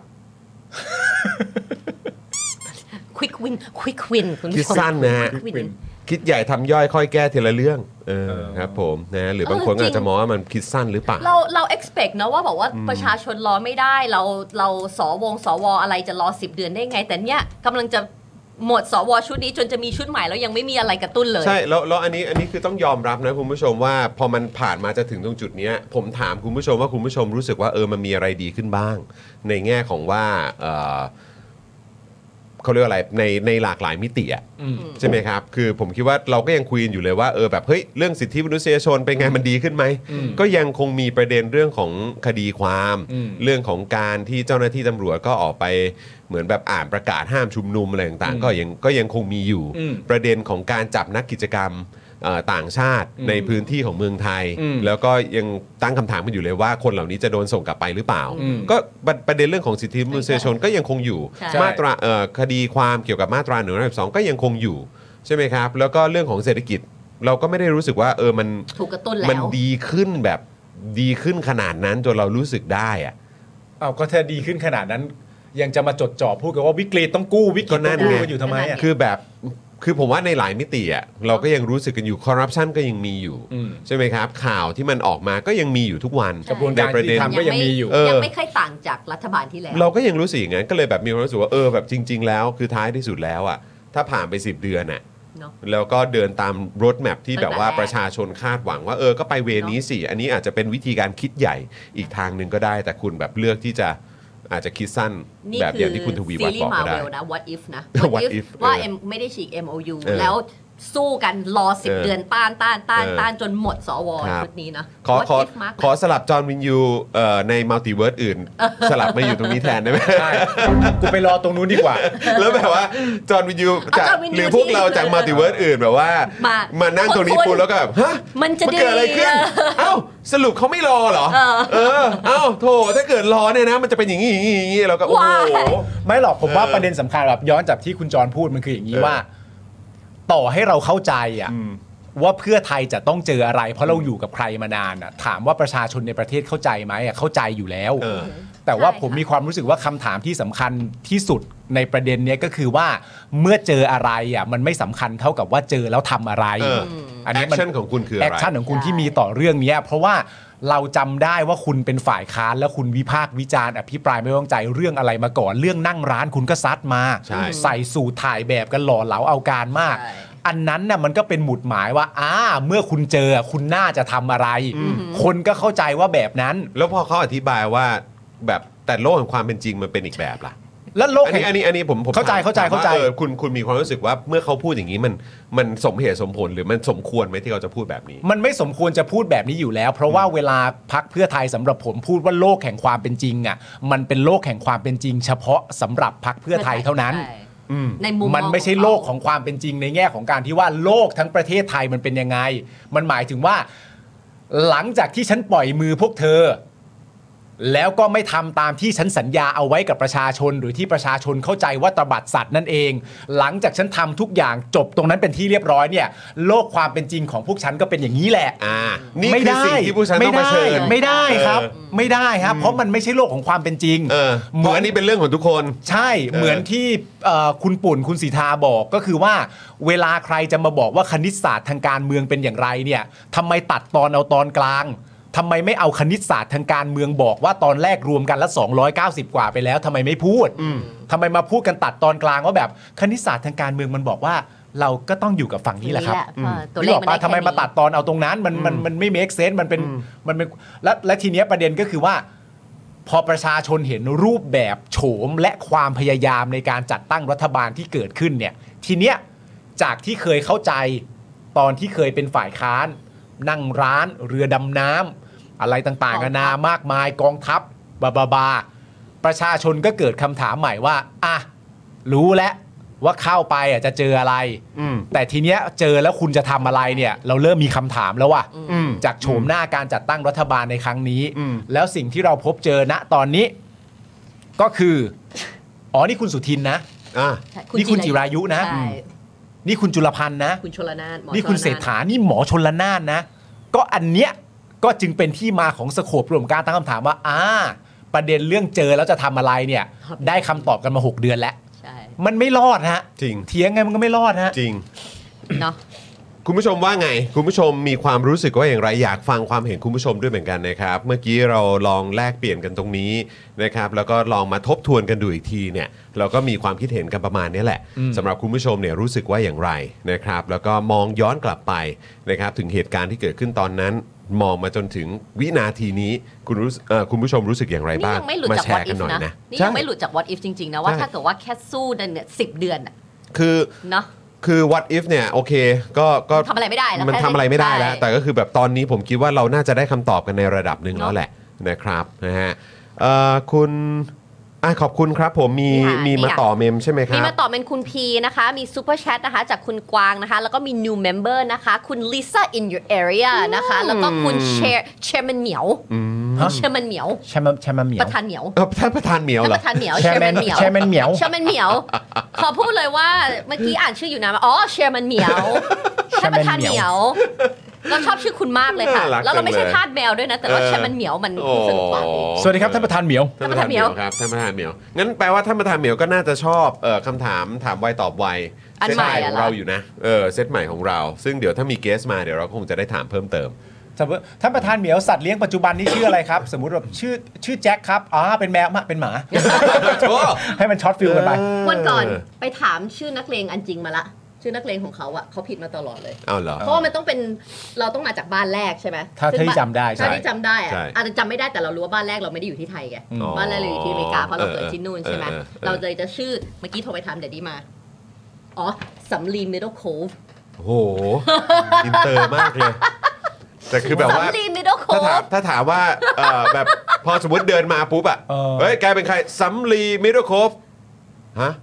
ควิกวินควิกวินคิดสั้นนะฮะคิดใหญ่ทำย่อยค่อยแก้ทีละเรื่องเออครับผมนะหรือบางคนอาจจะมองว่ามันคิดสั้นหรือเปล่าเราเรา expect นะว่าบอกว่าประชาชนรอไม่ได้เราเราสวงสวอะไรจะรอสิบเดือนได้ไงแต่เนี้ยกำลังจะหมดสวชุดนี้จนจะมีชุดใหม่แล้วยังไม่มีอะไรกระตุ้นเลยใช่แล้วแล้วอันนี้อันนี้คือต้องยอมรับนะคุณผู้ชมว่าพอมันผ่านมาจะถึงตรงจุดนี้ผมถามคุณผู้ชมว่าคุณผู้ชมรู้สึกว่าเออมันมีอะไรดีขึ้นบ้างในแง่ของว่าเออเขาเรียกอะไรในในหลากหลายมิติอ่ะใช่ไหมครับคือผมคิดว่าเราก็ยังคุยอยู่เลยว่าเออแบบเฮ้ยเรื่องสิทธิมนุษยชนเป็นไงมันดีขึ้นไหมก็ยังคงมีประเด็นเรื่องของคดีความเรื่องของการที่เจ้าหน้าที่ตำรวจก็ออกไปเหมือนแบบอ่านประกาศห้ามชุมนุมอะไรต่างๆก็ยังก็ยังคงมีอยู่ประเด็นของการจับนักกิจกรรมต่างชาติในพื้นที่ของเมืองไทยแล้วก็ยังตั้งคำถามกันอยู่เลยว่าคนเหล่านี้จะโดนส่งกลับไปหรือเปล่าก็ประเด็นเรื่องของสิทธิมนุษยชนก็ยังคงอยู่มาตราคดีความเกี่ยวกับมาตราหนึ่งร้อยสิบสองก็ยังคงอยู่ใช่ไหมครับแล้วก็เรื่องของเศรษฐกิจเราก็ไม่ได้รู้สึกว่าเออมันถูกกระตุ้นแล้วมันดีขึ้นแบบดีขึ้นขนาดนั้นจนเรารู้สึกได้อะเอาก็ถ้าดีขึ้นขนาดนั้นยังจะมาจดจ่อพูดกันว่าวิกฤตต้องกู้วิกฤตต้องกู้กันอยู่ทำไมอ่ะคือแบบคือผมว่าในหลายมิติอ่ะเราก็ยังรู้สึกกันอยู่คอร์รัปชันก็ยังมีอยู่ใช่ไหมครับข่าวที่มันออกมาก็ยังมีอยู่ทุกวันกระบวนการยุติธรรมก็ยังมีอยู่ยังไม่ค่อยต่างจากรัฐบาลที่แล้วเราก็ยังรู้สึกอย่างนั้นก็เลยแบบมีความรู้สึกว่าเออแบบจริงๆแล้วคือท้ายที่สุดแล้วอ่ะถ้าผ่านไปสิบเดือนอ่ะแล้วก็เดินตามรถแมพที่แบบว่าประชาชนคาดหวังว่าเออก็ไปเวนี้สิอันนี้อาจจะเป็นวิธีการคิดใหญ่อีกทางนึงก็ได้แต่คุณแบบเลือกที่จะอาจจะคิดสั้นแบบอย่างที่คุณทวีวัฒน์บอกก็ได้นะ what if นะ what if ว่าเอ็มไม่ได้ฉีก เอ็ม โอ ยู แล้วสู้กันรอสิบเดือนต้านต้านต้านต้านจนหมดสวชุดนี้นะขอขอขอสลับจอห์นวินยูในมัลติเวิร์สอื่นสลับมาอยู่ตรงนี้แทนได้ไหมใช่กูไปรอตรงนู้นดีกว่าแล้วแบบว่าจอห์นวินยูจากหรือพวกเราจากมัลติเวิร์สอื่นแบบว่ามานั่งตรงนี้ปูแล้วก็แบบฮะมันจะเกิดอะไรขึ้นเอ้าสรุปเขาไม่รอเหรอเออเอ้าโธ่ถ้าเกิดรอเนี่ยนะมันจะเป็นอย่างนี้อย่างนี้เราก็โอ้โหไม่หรอกผมว่าประเด็นสำคัญแบบย้อนจากที่คุณจรพูดมันคืออย่างนี้ว่าต่อให้เราเข้าใจอ่ะว่าเพื่อไทยจะต้องเจออะไรเพราะเราอยู่กับใครมานานอ่ะถามว่าประชาชนในประเทศเข้าใจไหมอ่ะเข้าใจอยู่แล้วแต่ว่าผมมีความรู้สึกว่าคำถามที่สำคัญที่สุดในประเด็นนี้ก็คือว่าเมื่อเจออะไรอ่ะมันไม่สำคัญเท่ากับว่าเจอแล้วทำอะไรอันนี้แอคชั่นของคุณคืออะไรแอคชั่นของคุณที่มีต่อเรื่องนี้เพราะว่าเราจำได้ว่าคุณเป็นฝ่ายค้านแล้วคุณวิพากษ์วิจารณ์อภิปรายไม่ไว้วางใจเรื่องอะไรมาก่อนเรื่องนั่งร้านคุณก็ซัดมาใส่สูทถ่ายแบบกันหล่อเหลาเอาการมากอันนั้นน่ะมันก็เป็นหมุดหมายว่าอ่าเมื่อคุณเจอคุณน่าจะทำอะไรคนก็เข้าใจว่าแบบนั้นแล้วพอเขาอธิบายว่าแบบแต่โลกแห่งความเป็นจริงมันเป็นอีกแบบล่ะแล้วโลกอันนี้อันนี้อันนี้ผมผมเข้าใจเข้าใจเข้าใจเออคุณคุณมีความรู้สึกว่าเมื่อเขาพูดอย่างนี้มันมันสมเหตุสมผลหรือมันสมควรไหมที่เขาจะพูดแบบนี้มันไม่สมควรจะพูดแบบนี้อยู่แล้วเพราะว่าเวลาพรรคเพื่อไทยสำหรับผมพูดว่าโลกแห่งความเป็นจริงอ่ะมันเป็นโลกแห่งความเป็นจริงเฉพาะสำหรับพรรคเพื่อไทยเท่านั้นในมุมมันไม่ใช่โลกของความเป็นจริงในแง่ของการที่ว่าโลกทั้งประเทศไทยมันเป็นยังไงมันหมายถึงว่าหลังจากที่ฉันปล่อยมือพวกเธอแล้วก็ไม่ทำตามที่ฉันสัญญาเอาไว้กับประชาชนหรือที่ประชาชนเข้าใจว่าตบัดสัตว์นั่นเองหลังจากฉันทำทุกอย่างจบตรงนั้นเป็นที่เรียบร้อยเนี่ยโลกความเป็นจริงของพวกฉันก็เป็นอย่างนี้แหละอ่านี่คือสิ่งที่ผู้ฉันต้องเผชิญไม่ได้ครับไม่ได้ครับเพราะมันไม่ใช่โลกของความเป็นจริงเหมือนนี่เป็นเรื่องของทุกคนใช่เหมือนที่คุณปุ่นคุณสีทาบอกก็คือว่าเวลาใครจะมาบอกว่าคณิตศาสตร์ทางการเมืองเป็นอย่างไรเนี่ยทำไมตัดตอนเอาตอนกลางทำไมไม่เอาคณิตศาสตร์ทางการเมืองบอกว่าตอนแรกรวมกันแล้วสองร้อยเก้าสิบกว่าไปแล้วทำไมไม่พูดทำไมมาพูดกันตัดตอนกลางว่าแบบคณิตศาสตร์ทางการเมืองมันบอกว่าเราก็ต้องอยู่กับฝั่งนี้แหละครับตัวเลขมันทำไมมาตัดตอนเอาตรงนั้นมันมันมันไม่เมคเซนส์มันเป็นมันเป็นและและทีเนี้ยประเด็นก็คือว่าพอประชาชนเห็นรูปแบบโฉมและความพยายามในการจัดตั้งรัฐบาลที่เกิดขึ้นเนี่ยทีเนี้ยจากที่เคยเข้าใจตอนที่เคยเป็นฝ่ายค้านนั่งร้านเรือดำน้ำอะไรต่างๆนานามากมายกองทัพบาบาบาประชาชนก็เกิดคำถามใหม่ว่าอ่ะรู้แล้วว่าเข้าไปอ่ะจะเจออะไรแต่ทีเนี้ยเจอแล้วคุณจะทำอะไรเนี่ยเราเริ่มมีคำถามแล้วว่ะจากโฉมหน้าการจัดตั้งรัฐบาลในครั้งนี้แล้วสิ่งที่เราพบเจอณตอนนี้ก็คืออ๋อนี่คุณสุทินนะนี่คุณจิรายุนะนี่คุณจุลพันธ์นะคุณชลนานนี่คุณเศรษฐานี่หมอชลนานนะก็อันเนี้ยก็จึงเป็นที่มาของสโคปรวมการตั้งคำถามว่าอ่าประเด็นเรื่องเจอแล้วจะทำอะไรเนี่ยได้คำตอบกันมาหกเดือนแล้วมันไม่รอดฮะจริงเถียงไงมันก็ไม่รอดฮะจริงเนาะคุณผู้ชมว่าไงคุณผู้ชมมีความรู้สึกว่าอย่างไรอยากฟังความเห็นคุณผู้ชมด้วยเหมือนกันนะครับเมื่อกี้เราลองแลกเปลี่ยนกันตรงนี้นะครับแล้วก็ลองมาทบทวนกันดูอีกทีเนี่ยเราก็มีความคิดเห็นกันประมาณนี้แหละสำหรับคุณผู้ชมเนี่ยรู้สึกว่าอย่างไรนะครับแล้วก็มองย้อนกลับไปนะครับถึงเหตุการณ์ที่เกิดขึ้นตอนนั้นมองมาจนถึงวินาทีนี้คุณรู้คุณผู้ชมรู้สึกอย่างไรบ้างมาแชร์กันหน่อยนะนี่ยังไม่หลุดจาก what if จริงๆนะว่าถ้าเกิดว่าแค่สู้เนี่ยสิบเดือนอ่ะคือเนาะคือ what if เนี่ยโอเคก็ก็ทำอะไรไม่ได้แล้วมันทำอะไรไม่ได้แล้วแต่ก็คือแบบตอนนี้ผมคิดว่าเราน่าจะได้คำตอบกันในระดับหนึ่งแล้วแหละนะครับนะฮะคุณอ่ะขอบคุณครับผมมีมีมาต่อเมมใช่ไหมครับมีมาต่อเป็นคุณพีนะคะมีซูเปอร์แชทนะคะจากคุณกวางนะคะแล้วก็มี new member นะคะคุณ Lisa in your area นะคะแล้วก็คุณเชร์เชร์มันเหมียวเชร์มันเหมียวเชร์มันเชร์มันเหมียวประธานเหมียวท่านประธานเหมียวเหรอประธานเหมียวเชร์มันเหมียวเชร์มันเหมียวเชร์มันเหมียวขอพูดเลยว่าเมื่อกี้อ่านชื่ออยู่นะอ๋อเชร์มันเหมียวท่านประธานเหมียวเราชอบชื่อคุณมากเลยค่ะแล้วเราไม่ใช่ทาสแมวด้วยนะแต่ว่าแค่มันเหมียวมันสนุกกว่าสวัสดีครับท่านประธานเหมียวท่านประธานเหมียวครับท่านประธานเหมียวงั้นแปลว่าท่านประธานเหมียวก็น่าจะชอบเอ่อคำถามถามไวตอบไวเซตใหม่ของเราอยู่นะเออเซตใหม่ของเราซึ่งเดี๋ยวถ้ามีเกสมาเดี๋ยวเราคงจะได้ถามเพิ่มเติมท่านประธานเหมียวสัตว์เลี้ยงปัจจุบันนี้ชื่ออะไรครับสมมุติแบบชื่อชื่อแจ็คครับอ๋อเป็นแมวมาเป็นหมาให้มันช็อตฟิลกันไปวันก่อนไปถามชื่อนักเลงอันจริงมาละชื่อนักเลงของเขาอ่ะเขาผิดมาตลอดเลยเอาเหรอเพราะว่ามันต้องเป็นเราต้องมาจากบ้านแรกใช่ไหมถ้าที่จำได้ใช่ที่จำได้อ่ะอาจจะจำไม่ได้แต่เรารู้ว่าบ้านแรกเราไม่ได้อยู่ที่ไทยไงบ้านแรกเราอยู่ที่อเมริกาเพราะเราเกิดที่นู่นใช่ไหมเราเลยจะชื่อเมื่อกี้โทรไปถามเดดดี้มาอ๋อสำลีมิดเดิลโคฟโอ้โหอินเตอร์มากเลยแต่คือแบบว่าถ้าถามถ้าถามว่าแบบพอสมมติเดินมาปุ๊บอ่ะเฮ้ยแกเป็นใครสำลีมิดเดิลโคฟฮะ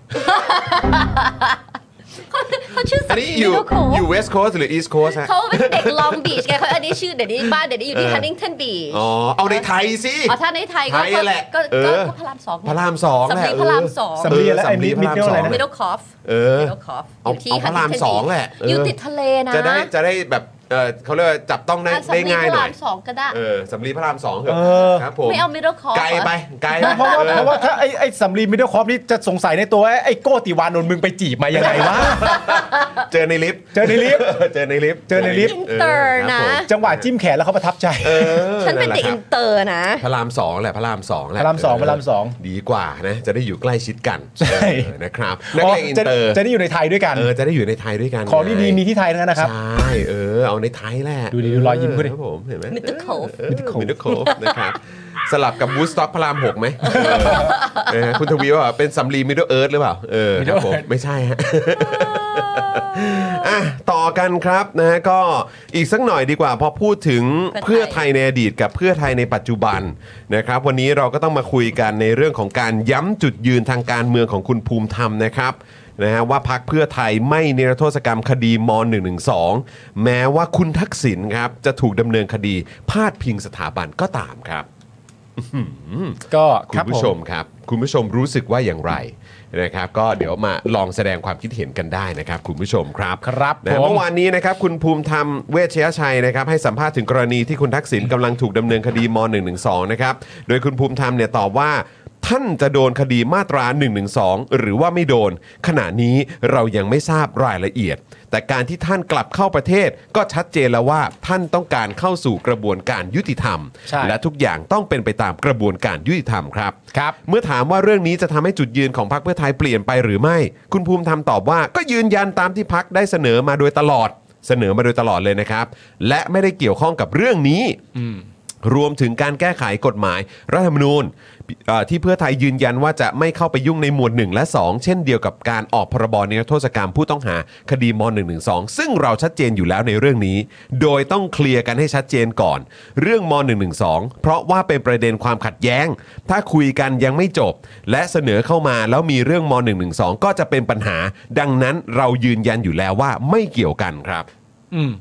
เขาชื่ออันนี้อยู่อยู่เวสต์โคสต์หรืออีสต์โคสต์ฮะเขาเป็นเด็กลองบีชไงเขาอันนี้ชื่อเดี๋ยวนี้บ้านเดี๋ยวนี้อยู่ที่ฮันติงตันบีชอ๋อเอาในไทยสิอ๋อถ้าในไทยก็ก็ก็พระรามสองพระรามสองแหละพระรามสองสำลีอะไรไอ้มิดมิดเดิลอะไรนะมิดเดิลคอฟเออเอาเอาพระรามสองแหละอยู่ติดทะเลนะจะได้จะได้แบบเออเขาเรียกจับต้องได้ได้ง่ายหน่อยสำลีพระรามสองก็ได้เออสำลีพระรามสองเหรอครับผมไม่เอามิดเดิลคอฟไกลไปไกลเพราะว่าเพราะว่าถ้าไอ้ไอ้สำลีมิดเดิลคอฟนี่จะสงสัยในตัวไอ้โกติวานนท์มึงไปจีบมายังไงวะเจอในลิฟต์เจอในลิฟต์เจอในลิฟต์เจอในลิฟต์อินเตอร์นะจังหวะจิ้มแขนแล้วเขาประทับใจฉันเป็นเด็กอินเตอร์นะพระรามสองแหละพระรามสองแหละพระรามสองพระรามสองดีกว่านะจะได้อยู่ใกล้ชิดกันนะครับนักเลงอินเตอร์จะได้อยู่ในไทยด้วยกันเออจะได้อยู่ในไทยด้วยกันของดีๆมีที่ไทยทั้งนั้นนะครับใช่เออเอาในไทยแหละดูดิดูรอยยิ้มเขาดิครับผมเห็นไหมมิดเดิลโคฟมิดเดิลโคฟมิดเดิลโคฟนะครับสลับกับบูสต็อกพระรามหกไหมคุณทวีว่าเป็นสำลีมิดเดิลเอิร์ธหรือเปล่าเออครับผมไม่ใช่ฮะอ่ะต่อกันครับนะฮะก็อีกสักหน่อยดีกว่าพอพูดถึงเพื่อไทยในอดีตกับเพื่อไทยในปัจจุบันนะครับวันนี้เราก็ต้องมาคุยกันในเรื่องของการย้ำจุดยืนทางการเมืองของคุณภูมิธรรมนะครับนะฮะว่าพรรคเพื่อไทยไม่นิรโทษกรรมคดีม หนึ่งหนึ่งสอง แม้ว่าคุณทักษิณครับจะถูกดำเนินคดีพาดพิงสถาบันก็ตามครับก็คุณผู้ชมครับคุณผู้ชมรู้สึกว่าอย่างไรนะครับก็เดี๋ยวมาลองแสดงความคิดเห็นกันได้นะครับคุณผู้ชมครับครับนะเมื่อวานนี้นะครับคุณภูมิธรรมเวชยชัยนะครับให้สัมภาษณ์ถึงกรณีที่คุณทักษิณกำลังถูกดำเนินคดีม หนึ่งหนึ่งสอง นะครับโดยคุณภูมิธรรมเนี่ยตอบว่าท่านจะโดนคดีมาตราหนึ่งหนึ่งสองหรือว่าไม่โดนขณะนี้เรายังไม่ทราบรายละเอียดแต่การที่ท่านกลับเข้าประเทศก็ชัดเจนแล้วว่าท่านต้องการเข้าสู่กระบวนการยุติธรรมและทุกอย่างต้องเป็นไปตามกระบวนการยุติธรรมครับครับเมื่อถามว่าเรื่องนี้จะทำให้จุดยืนของพรรคเพื่อไทยเปลี่ยนไปหรือไม่คุณภูมิธรรมตอบว่าก็ยืนยันตามที่พรรคได้เสนอมาโดยตลอดเสนอมาโดยตลอดเลยนะครับและไม่ได้เกี่ยวข้องกับเรื่องนี้รวมถึงการแก้ไขกฎหมายรัฐธรรมนูญที่เพื่อไทยยืนยันว่าจะไม่เข้าไปยุ่งในหมวดหนึ่งและสองเช่นเดียวกับการออกพรบนิรโทษกรรมผู้ต้องหาคดีม หนึ่งหนึ่งสองซึ่งเราชัดเจนอยู่แล้วในเรื่องนี้โดยต้องเคลียร์กันให้ชัดเจนก่อนเรื่องม หนึ่งหนึ่งสองเพราะว่าเป็นประเด็นความขัดแย้งถ้าคุยกันยังไม่จบและเสนอเข้ามาแล้วมีเรื่องม หนึ่งหนึ่งสองก็จะเป็นปัญหาดังนั้นเรายืนยันอยู่แล้วว่าไม่เกี่ยวกันครับอืม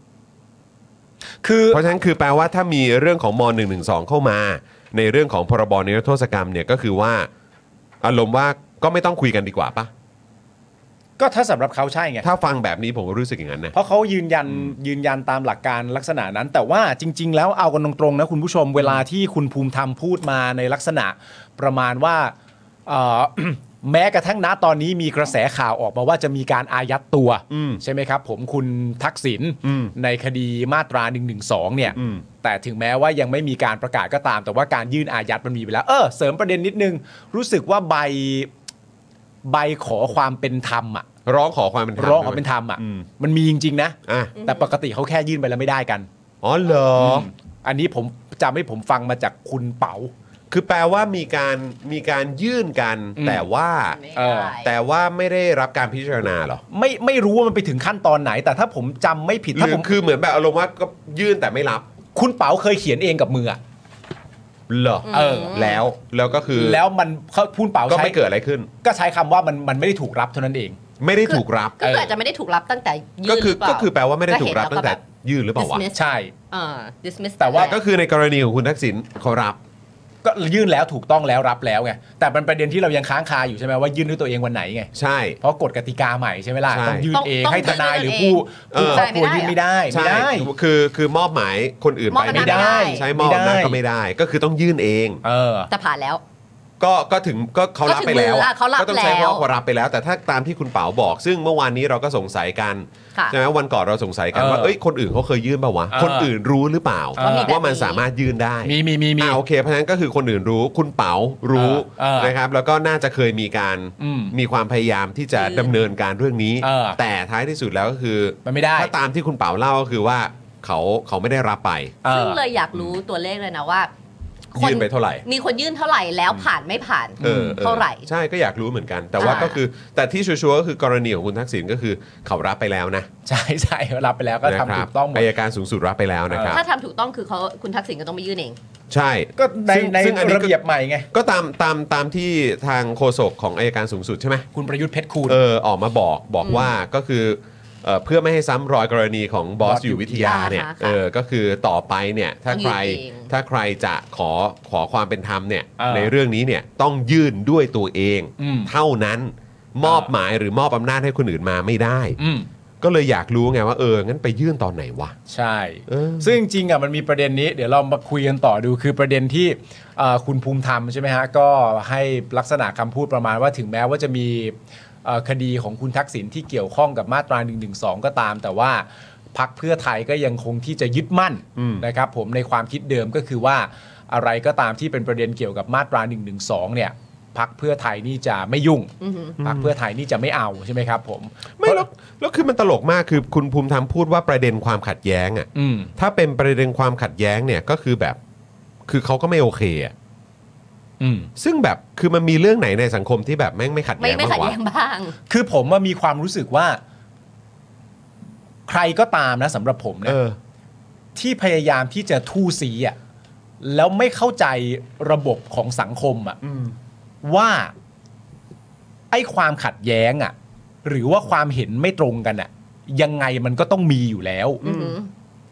คือเพราะฉะนั้นคือแปลว่าถ้ามีเรื่องของม หนึ่งหนึ่งสองเข้ามาในเรื่องของพรบนิรโทษกรรมเนี่ยก็คือว่าอารมณ์ว่าก็ไม่ต้องคุยกันดีกว่าปะก็ถ้าสำหรับเขาใช่ไงถ้าฟังแบบนี้ผมก็รู้สึกอย่างนั้นนะเพราะเขายืนยันยืนยันตามหลักการลักษณะนั้นแต่ว่าจริงๆแล้วเอากันตรงๆนะคุณผู้ชมเวลาที่คุณภูมิธรรมพูดมาในลักษณะประมาณว่าเอ่อ แม้กระทั่งณตอนนี้มีกระแสข่าวออกมาว่าจะมีการอายัดตัวใช่ไหมครับผมคุณทักษิณในคดีมาตราหนึ่งหนึ่งสองเนี่ยแต่ถึงแม้ว่ายังไม่มีการประกาศก็ตามแต่ว่าการยื่นอายัดมันมีไปแล้วเออเสริมประเด็นนิดนึงรู้สึกว่าใบใบขอความเป็นธรรมอ่ะร้องขอความเป็นธรรมร้องขอเป็นธรรมอ่ะมันมีจริงๆนะแต่ปกติเขาแค่ยื่นไปแล้วไม่ได้กันอ๋อเหรออันนี้ผมจำให้ผมฟังมาจากคุณเป๋าคือแปลว่ามีการมีการยื่นกันแต่ว่าแต่ว่าไม่ได้รับการพิจารณาหรอไม่ไม่รู้ว่ามันไปถึงขั้นตอนไหนแต่ถ้าผมจำไม่ผิดถ้าผมคือเหมือนแบบอารมณ์ว่าก็ยื่นแต่ไม่รับคุณเป๋าเคยเขียนเองกับมือเหรอเออแล้วแล้วก็คือแล้วมันเขาพูดเป๋าก็ไม่เกิดอะไรขึ้นก็ใช้คำว่ามันมันไม่ได้ถูกรับเท่านั้นเองไม่ได้ถูกรับก็อาจจะไม่ได้ถูกรับตั้งแต่ยื่นก็คือก็คือแปลว่าไม่ได้ถูกรับตั้งแต่ยื่นหรือเปล่าวะใช่อ่า dismiss แต่ว่าก็คือในกรณีของคุณทักษิณเขารับก็ยื่นแล้วถูกต้องแล้วรับแล้วไงแต่เป็นประเด็นที่เรายังค้างคาอยู่ใช่ไหมว่ายื่นด้วยตัวเองวันไหนไงใช่เพราะกฎกติกาใหม่ใช่ไหมล่ะต้องยื่นเองให้ทนายหรือผู้ผู้ครอบครัวยื่นไม่ได้ไม่ได้คือคือมอบหมายคนอื่นไปไม่ได้ใช้มอบได้ก็ไม่ได้ก็คือต้องยื่นเองเออแต่ผ่านแล้วก็ก็ถึงก็เขารับไปแล้วก็ต้องใช้ว่าเขารับไปแล้วแต่ถ้าตามที่คุณเป๋าบอกซึ่งเมื่อวานนี้เราก็สงสัยกันใช่ไหมวันก่อนเราสงสัยกันว่าเอ้ยคนอื่นเขาเคยยื่นป่าววะคนอื่นรู้หรือเปล่าว่ามันสามารถยื่นได้มีมีมีมีโอเคเพราะฉะนั้นก็คือคนอื่นรู้คุณเป๋ารู้นะครับแล้วก็น่าจะเคยมีการมีความพยายามที่จะดำเนินการเรื่องนี้แต่ท้ายที่สุดแล้วก็คือมันไม่ได้ถ้าตามที่คุณเป๋าเล่าก็คือว่าเขาเขาไม่ได้รับไปซึ่งเลยอยากรู้ตัวเลขเลยนะว่ายื่นไปเท่าไหร่มีคนยื่นเท่าไหร่แล้วผ่านไม่ผ่านเท่าไหร่ใช่ก็อยากรู้เหมือนกันแต่ว่าก็คือแต่ที่ชัวร์ๆก็คือกรณีของคุณทักษิณก็คือเขารับไปแล้วนะใช่ใช่รับไปแล้วก็ทำถูกต้องหมดอัยการสูงสุดรับไปแล้วนะครับถ้าทำถูกต้องคือเขาคุณทักษิณก็ต้องไปยื่นเองใช่ก็ในในระเบียบใหม่ไงก็ตามตามตามที่ทางโฆษกของอัยการสูงสุดใช่ไหมคุณประยุทธ์เพชรคูณเออออกมาบอกบอกว่าก็คือเพื่อไม่ให้ซ้ำรอยกรณีของบอสอยู่วิทยาเนี่ยเออก็คือต่อไปเนี่ยถ้าใครถ้าใครจะขอขอความเป็นธรรมเนี่ยในเรื่องนี้เนี่ยต้องยื่นด้วยตัวเองเท่านั้นมอบหมายหรือมอบอำนาจให้คนอื่นมาไม่ได้ก็เลยอยากรู้ไงว่าเอองั้นไปยื่นตอนไหนวะใช่ซึ่งจริงๆอ่ะมันมีประเด็นนี้เดี๋ยวเรามาคุยกันต่อดูคือประเด็นที่คุณภูมิธรรมใช่ไหมฮะก็ให้ลักษณะคำพูดประมาณว่าถึงแม้ว่าจะมีคดีของคุณทักษิณที่เกี่ยวข้องกับมาตราหนึ่งหนึ่งสองก็ตามแต่ว่าพรรคเพื่อไทยก็ยังคงที่จะยึดมั่นนะครับผมในความคิดเดิมก็คือว่าอะไรก็ตามที่เป็นประเด็นเกี่ยวกับมาตราหนึ่งหนึ่งสองเนี่ยพรรคเพื่อไทยนี่จะไม่ยุ่งพรรคเพื่อไทยนี่จะไม่เอาใช่ไหมครับผมไม่แล้วแล้วคือมันตลกมากคือคุณภูมิธรรมพูดว่าประเด็นความขัดแย้งอ่ะถ้าเป็นประเด็นความขัดแย้งเนี่ยก็คือแบบคือเขาก็ไม่โอเคอ่ะซึ่งแบบคือมันมีเรื่องไหนในสังคมที่แบบแม่งไม่ขัดแย้งบ้างวะไม่ขัดแย้งบ้างคือผมว่ามีความรู้สึกว่าใครก็ตามนะสำหรับผมนะที่พยายามที่จะทู่ซีอ่ะแล้วไม่เข้าใจระบบของสังคมอ่ะว่าไอ้ความขัดแย้งอ่ะหรือว่าความเห็นไม่ตรงกันอ่ะยังไงมันก็ต้องมีอยู่แล้ว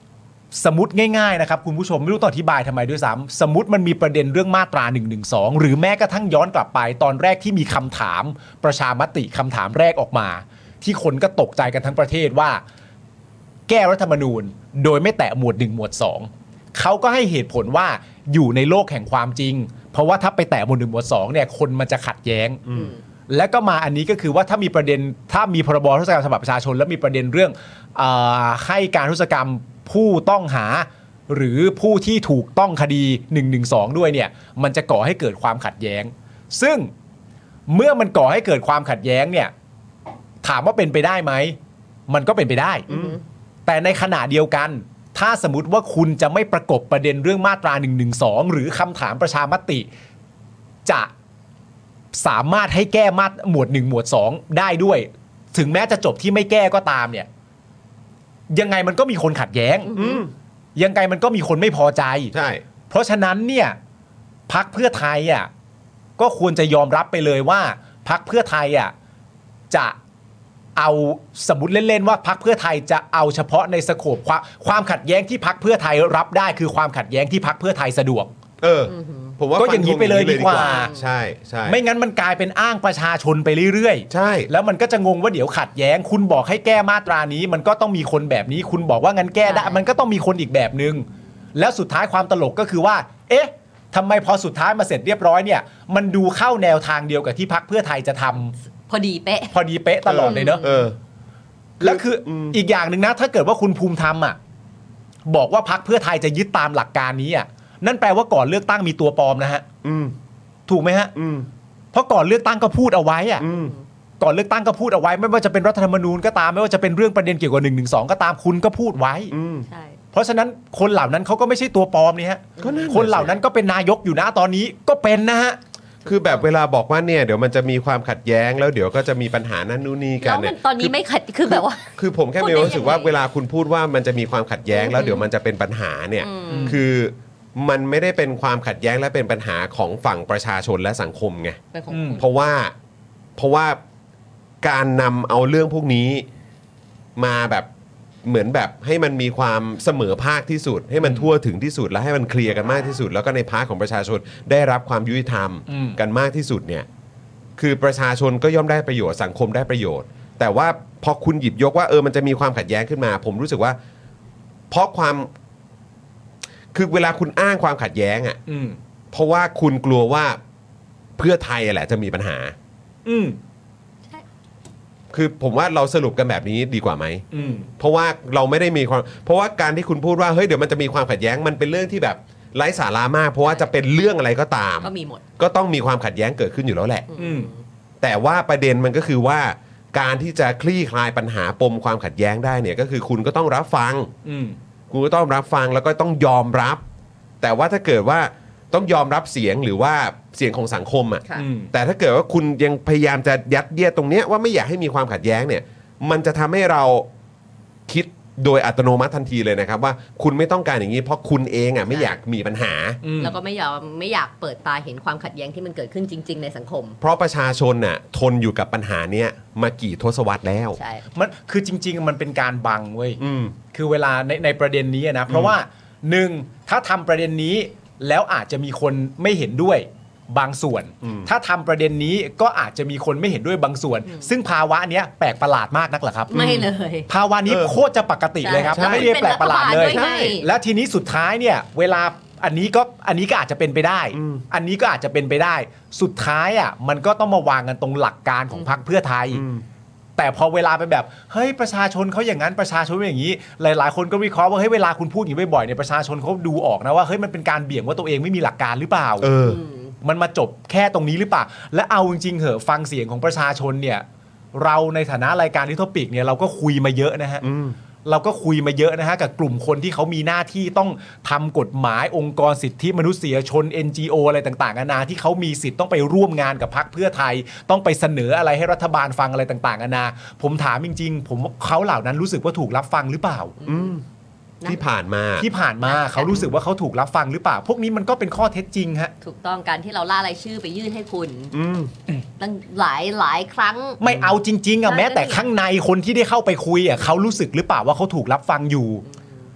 สมมติง่ายๆนะครับคุณผู้ชมไม่รู้ต้องอธิบายทำไมด้วยซ้ำสมมติมันมีประเด็นเรื่องมาตราหนึ่งหนึ่งสองหรือแม้กระทั่งย้อนกลับไปตอนแรกที่มีคำถามประชามติคำถามแรกออกมาที่คนก็ตกใจกันทั้งประเทศว่าแก้รัฐธรรมนูญโดยไม่แตะหมวดหนึ่งหมวดสองเขาก็ให้เหตุผลว่าอยู่ในโลกแห่งความจริงเพราะว่าถ้าไปแตะหมวดหนึ่งหมวดสองเนี่ยคนมันจะขัดแย้งแล้วก็มาอันนี้ก็คือว่าถ้ามีประเด็นถ้ามีพรบทุจริตฉบับประชาชนแล้วมีประเด็นเรื่องเอ่อให้การทุจกรรมผู้ต้องหาหรือผู้ที่ถูกต้องคดีหนึ่งหนึ่งสองด้วยเนี่ยมันจะก่อให้เกิดความขัดแย้งซึ่งเมื่อมันก่อให้เกิดความขัดแย้งเนี่ยถามว่าเป็นไปได้ไหมมันก็เป็นไปได้แต่ในขณะเดียวกันถ้าสมมติว่าคุณจะไม่ประกบประเด็นเรื่องมาตราหนึ่งหนึ่งสองหรือคำถามประชามติจะสามารถให้แก้มาตราหมวดหนึ่งหมวดสองได้ด้วยถึงแม้จะจบที่ไม่แก้ก็ตามเนี่ยยังไงมันก็มีคนขัดแย้งยังไงมันก็มีคนไม่พอใจใช่เพราะฉะนั้นเนี่ยพรรคเพื่อไทยอ่ะก็ควรจะยอมรับไปเลยว่าพรรคเพื่อไทยอ่ะจะเอาสมมติเล่นๆว่าพรรคเพื่อไทยจะเอาเฉพาะในสโคปความความขัดแย้งที่พรรคเพื่อไทยรับได้คือความขัดแย้งที่พรรคเพื่อไทยสะดวกเออผมว่าก็อย่างนี้ไปเลยดีกว่าใช่ใช่ไม่งั้นมันกลายเป็นอ้างประชาชนไปเรื่อยๆใช่แล้วมันก็จะงงว่าเดี๋ยวขัดแย้งคุณบอกให้แก้มาตรานี้มันก็ต้องมีคนแบบนี้คุณบอกว่างั้นแก้ได้มันก็ต้องมีคนอีกแบบนึงแล้วสุดท้ายความตลกก็คือว่าเอ๊ะทำไมพอสุดท้ายมาเสร็จเรียบร้อยเนี่ยมันดูเข้าแนวทางเดียวกับที่พรรคเพื่อไทยจะทำพอดีเป๊ะพอดีเป๊ะตลอดเลยเนอะแล้วคืออีกอย่างหนึ่งนะถ้าเกิดว่าคุณภูมิธรรมอ่ะบอกว่าพรรคเพื่อไทยจะยึดตามหลักการนี้อ่ะนั่นแปลว่าก่อนเลือกตั้งมีตัวปลอมนะฮะถูกไหมฮะเพราะก่อนเลือกตั้งก็พูดเอาไว้อ่ะก่อนเลือกตั้งก็พูดเอาไว้ไม่ว่าจะเป็นรัฐธรรมนูญก็ตามไม่ว่าจะเป็นเรื่องประเด็นเกี่ยวกับหนึ่งหนึ่งสองก็ตามคุณก็พูดไว้เพราะฉะนั้นคนเหล่านั้นเขาก็ไม่ใช่ตัวปลอมนี่ฮะคนเหล่านั้นก็เป็นนายกอยู่นะตอนนี้ก็เป็นนะฮะคือแบบเวลาบอกว่าเนี่ยเดี๋ยวมันจะมีความขัดแย้งแล้วเดี๋ยวก็จะมีปัญหานั่นนู่นนี่กันเนี่ยตอนนี้ไม่ขัดคือแบบว่าคือผมแค่มีความรู้สึกว่าเวลาคุณพูดว่ามันจะมีความขัดแย้งแล้วเดี๋ยวมันจะเป็นปัญหาเนี่ยคือมันไม่ได้เป็นความขัดแย้งและเป็นปัญหาของฝั่งประชาชนและสังคมไงเพราะว่าเพราะว่าการนำเอาเรื่องพวกนี้มาแบบเหมือนแบบให้มันมีความเสมอภาคที่สุดให้มันทั่วถึงที่สุดและให้มันเคลียร์กันมากที่สุดแล้วก็ในพาร์ทของประชาชนได้รับความยุติธรรมกันมากที่สุดเนี่ยคือประชาชนก็ย่อมได้ประโยชน์สังคมได้ประโยชน์แต่ว่าพอคุณหยิบยกว่าเออมันจะมีความขัดแย้งขึ้นมาผมรู้สึกว่าเพราะความคือเวลาคุณอ้างความขัดแย้งอ่ะเพราะว่าคุณกลัวว่าเพื่อไทยแหละจะมีปัญหาอืมคือผมว่าเราสรุปกันแบบนี้ดีกว่าไหมเพราะว่าเราไม่ได้มีความเพราะว่าการที่คุณพูดว่าเฮ้ยเดี๋ยวมันจะมีความขัดแย้งมันเป็นเรื่องที่แบบไร้สาระมากเพราะว่าจะเป็นเรื่องอะไรก็ตามก็มีหมดก็ต้องมีความขัดแย้งเกิดขึ้นอยู่แล้วแหละแต่ว่าประเด็นมันก็คือว่าการที่จะคลี่คลายปัญหาปมความขัดแย้งได้เนี่ยก็คือคุณก็ต้องรับฟังคุณก็ต้องรับฟังแล้วก็ต้องยอมรับแต่ว่าถ้าเกิดว่าต้องยอมรับเสียงหรือว่าเสียงของสังคมอ่ะแต่ถ้าเกิดว่าคุณยังพยายามจะยัดเยียดตรงเนี้ยว่าไม่อยากให้มีความขัดแย้งเนี่ยมันจะทำให้เราคิดโดยอัตโนมัติทันทีเลยนะครับว่าคุณไม่ต้องการอย่างนี้เพราะคุณเองอ่ะไม่อยากมีปัญหาแล้วก็ไม่อยากไม่อยากเปิดตาเห็นความขัดแย้งที่มันเกิดขึ้นจริงๆในสังคมเพราะประชาชนน่ะทนอยู่กับปัญหาเนี้ยมากี่ทศวรรษแล้วใช่มันคือจริงๆมันเป็นการบังเว้ยคือเวลาในในประเด็นนี้นะเพราะว่าหนึ่งถ้าทำประเด็นนี้แล้วอาจจะมีคนไม่เห็นด้วยบางส่วนถ้าทำประเด็นนี้ก็อาจจะมีคนไม่เห็นด้วยบางส่วนซึ่งภาวะเนี้ยแปลกประหลาดมากนักเหรอครับไม่เลยภาวะนี้โคตรจะปกติเลยครับไม่ได้แปลกประหลาดเลยและทีนี้สุดท้ายเนี่ยเวลาอันนี้ก็อันนี้ก็อาจจะเป็นไปได้อันนี้ก็อาจจะเป็นไปได้สุดท้ายอ่ะมันก็ต้องมาวางกันตรงหลักการของพรรคเพื่อไทยแต่พอเวลาไปแบบเฮ้ยประชาชนเขาอย่างนั้นประชาชนอย่างนี้หลายๆคนก็วิเคราะห์ว่าเฮ้ยเวลาคุณพูดอย่างนี้บ่อยๆเนี่ยประชาชนเขาดูออกนะว่าเฮ้ยมันเป็นการเบี่ยงว่าตัวเองไม่มีหลักการหรือเปล่าเออมันมาจบแค่ตรงนี้หรือเปล่าและเอาจริงๆเหอะฟังเสียงของประชาชนเนี่ยเราในฐานะรายการนิทอปิกเนี่ยเราก็คุยมาเยอะนะฮะเราก็คุยมาเยอะนะฮะกับกลุ่มคนที่เขามีหน้าที่ต้องทำกฎหมายองค์กรสิทธิมนุษยชน เอ็น จี โอ อะไรต่างๆนานาที่เขามีสิทธิ์ต้องไปร่วมงานกับพรรคเพื่อไทยต้องไปเสนออะไรให้รัฐบาลฟังอะไรต่างๆนานาผมถามจริงๆผมเขาเหล่านั้นรู้สึกว่าถูกรับฟังหรือเปล่าที่ผ่านมาที่ผ่านมาเขารู้สึกว่าเขาถูกรับฟังหรือเปล่าพวกนี้มันก็เป็นข้อเท็จจริงฮะถูกต้องการที่เราล่ารายชื่อไปยื่นให้คุณตั้งหลายหลายครั้งไม่เอาจริงๆอ่ะแม้แต่ข้างในคนที่ได้เข้าไปคุยอ่ะเขารู้สึกหรือเปล่าว่าเขาถูกรับฟังอยู่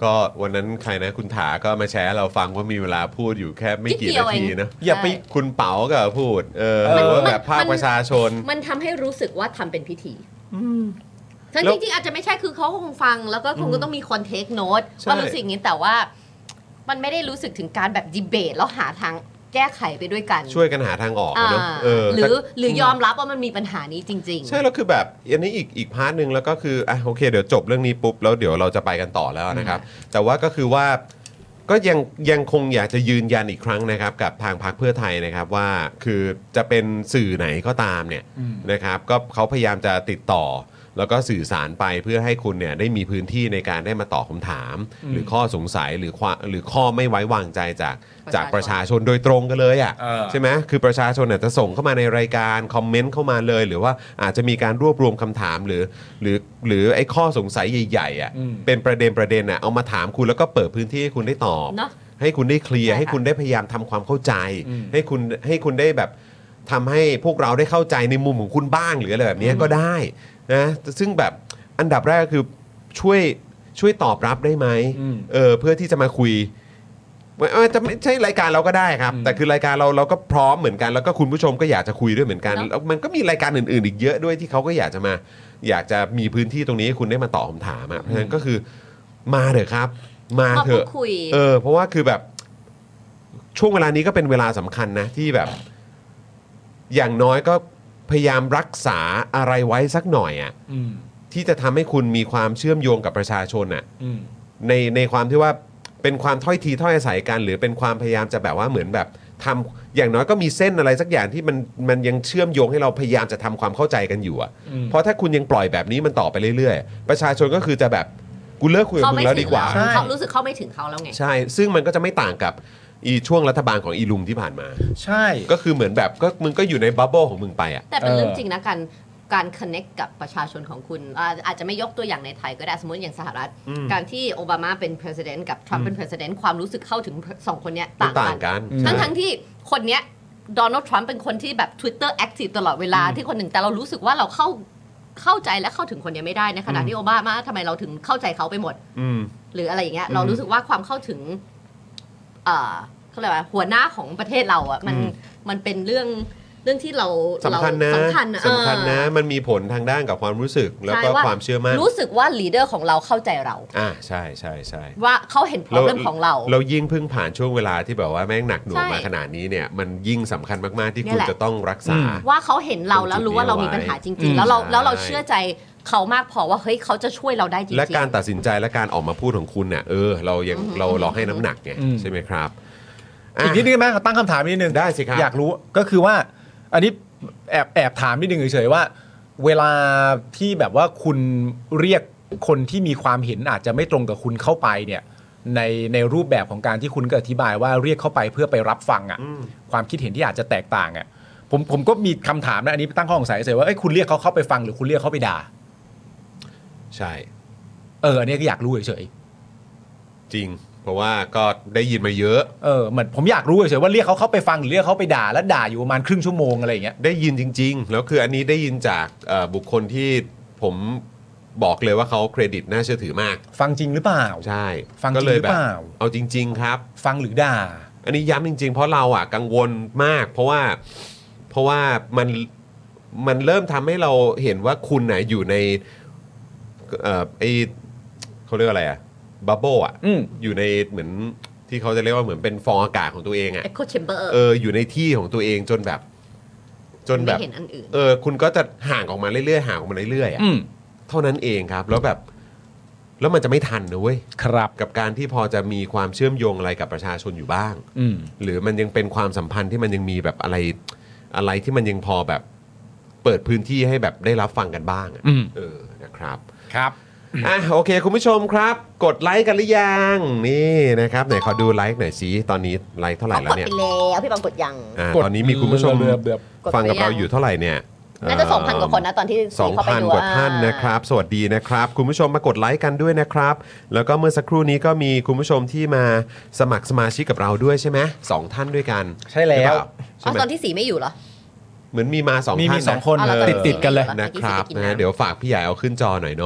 ก็วันนั้นใครนะคุณถาก็มาแชร์เราฟังว่ามีเวลาพูดอยู่แค่ไม่กี่นาทีนะอย่าไปคุณเป๋าก็พูดเออหรือว่าแบบภาคประชาชนมันทำให้รู้สึกว่าทำเป็นพิธีทั้งจริงๆอาจจะไม่ใช่คือเขาคงฟังแล้วก็คงก็ต้องมีคนเทคโน้ตว่ารู้สึกอย่างนี้แต่ว่ามันไม่ได้รู้สึกถึงการแบบดีเบตแล้วหาทางแก้ไขไปด้วยกันช่วยกันหาทางออกเนาะหรือหรือยอมรับว่ามันมีปัญหานี้จริงๆใช่แล้วคือแบบอันนี้อีกอีกพาร์ทนึงแล้วก็คืออ่ะโอเคเดี๋ยวจบเรื่องนี้ปุ๊บแล้วเดี๋ยวเราจะไปกันต่อแล้วนะครับแต่ว่าก็คือว่าก็ยังยังคงอยากจะยืนยันอีกครั้งนะครับกับทางพรรคเพื่อไทยนะครับว่าคือจะเป็นสื่อไหนก็ตามเนี่ยนะครับก็เขาพยายามจะติดต่อแล้วก็สื่อสารไปเพื่อให้คุณเนี่ยได้มีพื้นที่ในการได้มาตอบคำถามหรือข้อสงสัยหรือความหรือข้อไม่ไว้วางใจจากจากประชาชนโดยตรงกันเลยอ่ะใช่ไหมคือประชาชนเนี่ยจะส่งเข้ามาในรายการคอมเมนต์เข้ามาเลยหรือว่าอาจจะมีการรวบรวมคำถามหรือหรือหรือไอ้ข้อสงสัยใหญ่ๆอ่ะเป็นประเด็นประเด็นอ่ะเอามาถามคุณแล้วก็เปิดพื้นที่ให้คุณได้ตอบให้คุณได้เคลียร์ให้คุณได้พยายามทำความเข้าใจให้คุณให้คุณได้แบบทำให้พวกเราได้เข้าใจในมุมของคุณบ้างหรืออะไรแบบนี้ก็ได้นะซึ่งแบบอันดับแรกคือช่วยช่วยตอบรับได้ไหมเออเพื่อที่จะมาคุยจะไม่ใช่รายการเราก็ได้ครับแต่คือรายการเราเราก็พร้อมเหมือนกันแล้วก็คุณผู้ชมก็อยากจะคุยด้วยเหมือนกันแล้วมันก็มีรายการอื่นๆอีกเยอะด้วยที่เขาก็อยากจะมาอยากจะมีพื้นที่ตรงนี้ให้คุณได้มาตอบคำถามอ่ะเพราะฉะนั้นก็คือมาเถอะครับมาเถอะเออเพราะว่าคือแบบช่วงเวลานี้ก็เป็นเวลาสำคัญนะที่แบบอย่างน้อยก็พยายามรักษาอะไรไว้สักหน่อยอ่ะที่จะทำให้คุณมีความเชื่อมโยงกับประชาชนอ่ะในในความที่ว่าเป็นความถ้อยทีถ้อยอาศัยกันหรือเป็นความพยายามจะแบบว่าเหมือนแบบทำอย่างน้อยก็มีเส้นอะไรสักอย่างที่มันมันยังเชื่อมโยงให้เราพยายามจะทำความเข้าใจกันอยู่อ่ะเพราะถ้าคุณยังปล่อยแบบนี้มันต่อไปเรื่อยๆประชาชนก็คือจะแบบกูเลิกคุยกับมึงแล้วดีกว่าเขารู้สึกเข้าไม่ถึงเขาแล้วไงใช่ซึ่งมันก็จะไม่ต่างกับอีช่วงรัฐบาลของอีลุงที่ผ่านมาใช่ก็คือเหมือนแบบก็มึงก็อยู่ในบับเบิ้ลของมึงไปอ่ะแต่เป็นเรื่องจริงนะการการ connect กับประชาชนของคุณอาจจะไม่ยกตัวอย่างในไทยก็ได้สมมติอย่างสหรัฐการที่โอบามาเป็น president กับทรัมป์เป็น president ความรู้สึกเข้าถึงสองคนนี้ต่างกันทั้งทั้งที่คนเนี้ยโดนัลด์ทรัมป์เป็นคนที่แบบ Twitter active ตลอดเวลาที่คนหนึ่งแต่เรารู้สึกว่าเราเข้าเข้าใจและเข้าถึงคนนี้ไม่ได้ในขณะที่โอบามาทำไมเราถึงเข้าใจเขาไปหมดหรืออะไรอย่างเงี้ยเรารู้สึกว่าความเข้าถึงเขาเรียกว่าหัวหน้าของประเทศเราอ่ะมันมันเป็นเรื่องเรื่องที่เราสำคัญนะสำคัญนะสำคัญนะมันมีผลทางด้านกับความรู้สึกแล้วก็ความเชื่อมั่นรู้สึกว่าลีดเดอร์ของเราเข้าใจเราอ่าใช่ใช่ใช่ว่าเขาเห็น problem ของเราเรายิ่งเพิ่งผ่านช่วงเวลาที่แบบว่าแม่งหนักหน่วงมาขนาดนี้เนี่ยมันยิ่งสำคัญมากๆที่คุณจะต้องรักษาว่าเขาเห็นเราแล้วรู้ว่าเรามีปัญหาจริงๆแล้วเราแล้วเราเชื่อใจเขามากพอว่าเฮ้ยเขาจะช่วยเราได้จริงๆและการตัดสินใจและการออกมาพูดของคุณเนี่ยเออเรายังเราเราให้น้ำหนักไงใช่ไหมครับอีกนิดนึงไหมตั้งคำถามนิดนึงได้สิครับอยากรู้ก็คือว่าอันนี้แอบแอบถามนิดนึงเฉยๆว่าเวลาที่แบบว่าคุณเรียกคนที่มีความเห็นอาจจะไม่ตรงกับคุณเข้าไปเนี่ยในในรูปแบบของการที่คุณก็อธิบายว่าเรียกเข้าไปเพื่อไปรับฟังอ่ะความคิดเห็นที่อาจจะแตกต่างอ่ะผมผมก็มีคำถามนะอันนี้ตั้งข้อสงสัยเฉยว่าเอ้ยคุณเรียกเขาเข้าไปฟังหรือคุณเรียกเขาไปด่าใช่เอออันนี้ก็อยากรู้เฉยๆจริงเพราะว่าก็ได้ยินมาเยอะเออเหมือนผมอยากรู้เฉยๆว่าเรียกเขาเข้าไปฟังหรือเรียกเขาไปด่าแล้วด่าอยู่ประมาณครึ่งชั่วโมงอะไรอย่างเงี้ยได้ยินจริงๆแล้วคืออันนี้ได้ยินจากบุคคลที่ผมบอกเลยว่าเขาเครดิตน่าเชื่อถือมากฟังจริงหรือเปล่าใช่ฟังจริงหรือเปล่าเอาจริงๆครับฟังหรือด่าอันนี้ย้ำจริงๆเพราะเราอ่ะกังวลมากเพราะว่าเพราะว่ามันมันเริ่มทำให้เราเห็นว่าคุณน่ะอยู่ในเอ่อไอเขาเรียกอะไรอ่ะบับเบิ้ลอ่ะอยู่ในเหมือนที่เขาจะเรียกว่าเหมือนเป็นฟองอากาศของตัวเองอ่ะ Echo Chamber เอออยู่ในที่ของตัวเองจนแบบจนแบบเออคุณก็จะห่างออกมาเรื่อยๆห่างออกมาเรื่อยๆอ่ะเท่านั้นเองครับแล้วแบบแล้วมันจะไม่ทันนะเว้ยครับกับการที่พอจะมีความเชื่อมโยงอะไรกับประชาชนอยู่บ้างหรือมันยังเป็นความสัมพันธ์ที่มันยังมีแบบอะไรอะไรที่มันยังพอแบบเปิดพื้นที่ให้แบบได้รับฟังกันบ้างอ่ะเออนะครับครับอ่ะโอเคคุณผู้ชมครับกดไลค์กันหรือยังนี่นะครับไหนขอดูไลค์หน่อยสิตอนนี้ไลค์เท่าไหร่แล้วเนี่ยกดไปแล้วพี่บังกดยังอ่าตอนนี้มีคุณผู้ชมฟังกับเราอยู่เท่าไหร่เนี่ยน่าจะ สองพัน กว่าคนนะตอนที่สองพันกว่าท่านนะครับสวัสดีนะครับคุณผู้ชมมากดไลค์กันด้วยนะครับแล้วก็เมื่อสักครู่นี้ก็มีคุณผู้ชมที่มาสมัครสมาชิกกับเราด้วยใช่ไหมสองท่านด้วยกันใช่แล้วอ๋อตอนที่สี่ไม่อยู่เหรอเหมือนมีมาสองท่านมีสองคนติดติดกันเลยนะครับนะเดี๋ยวฝากพี่ใหญ่เอาขึ้นจอหน่อยเนาะ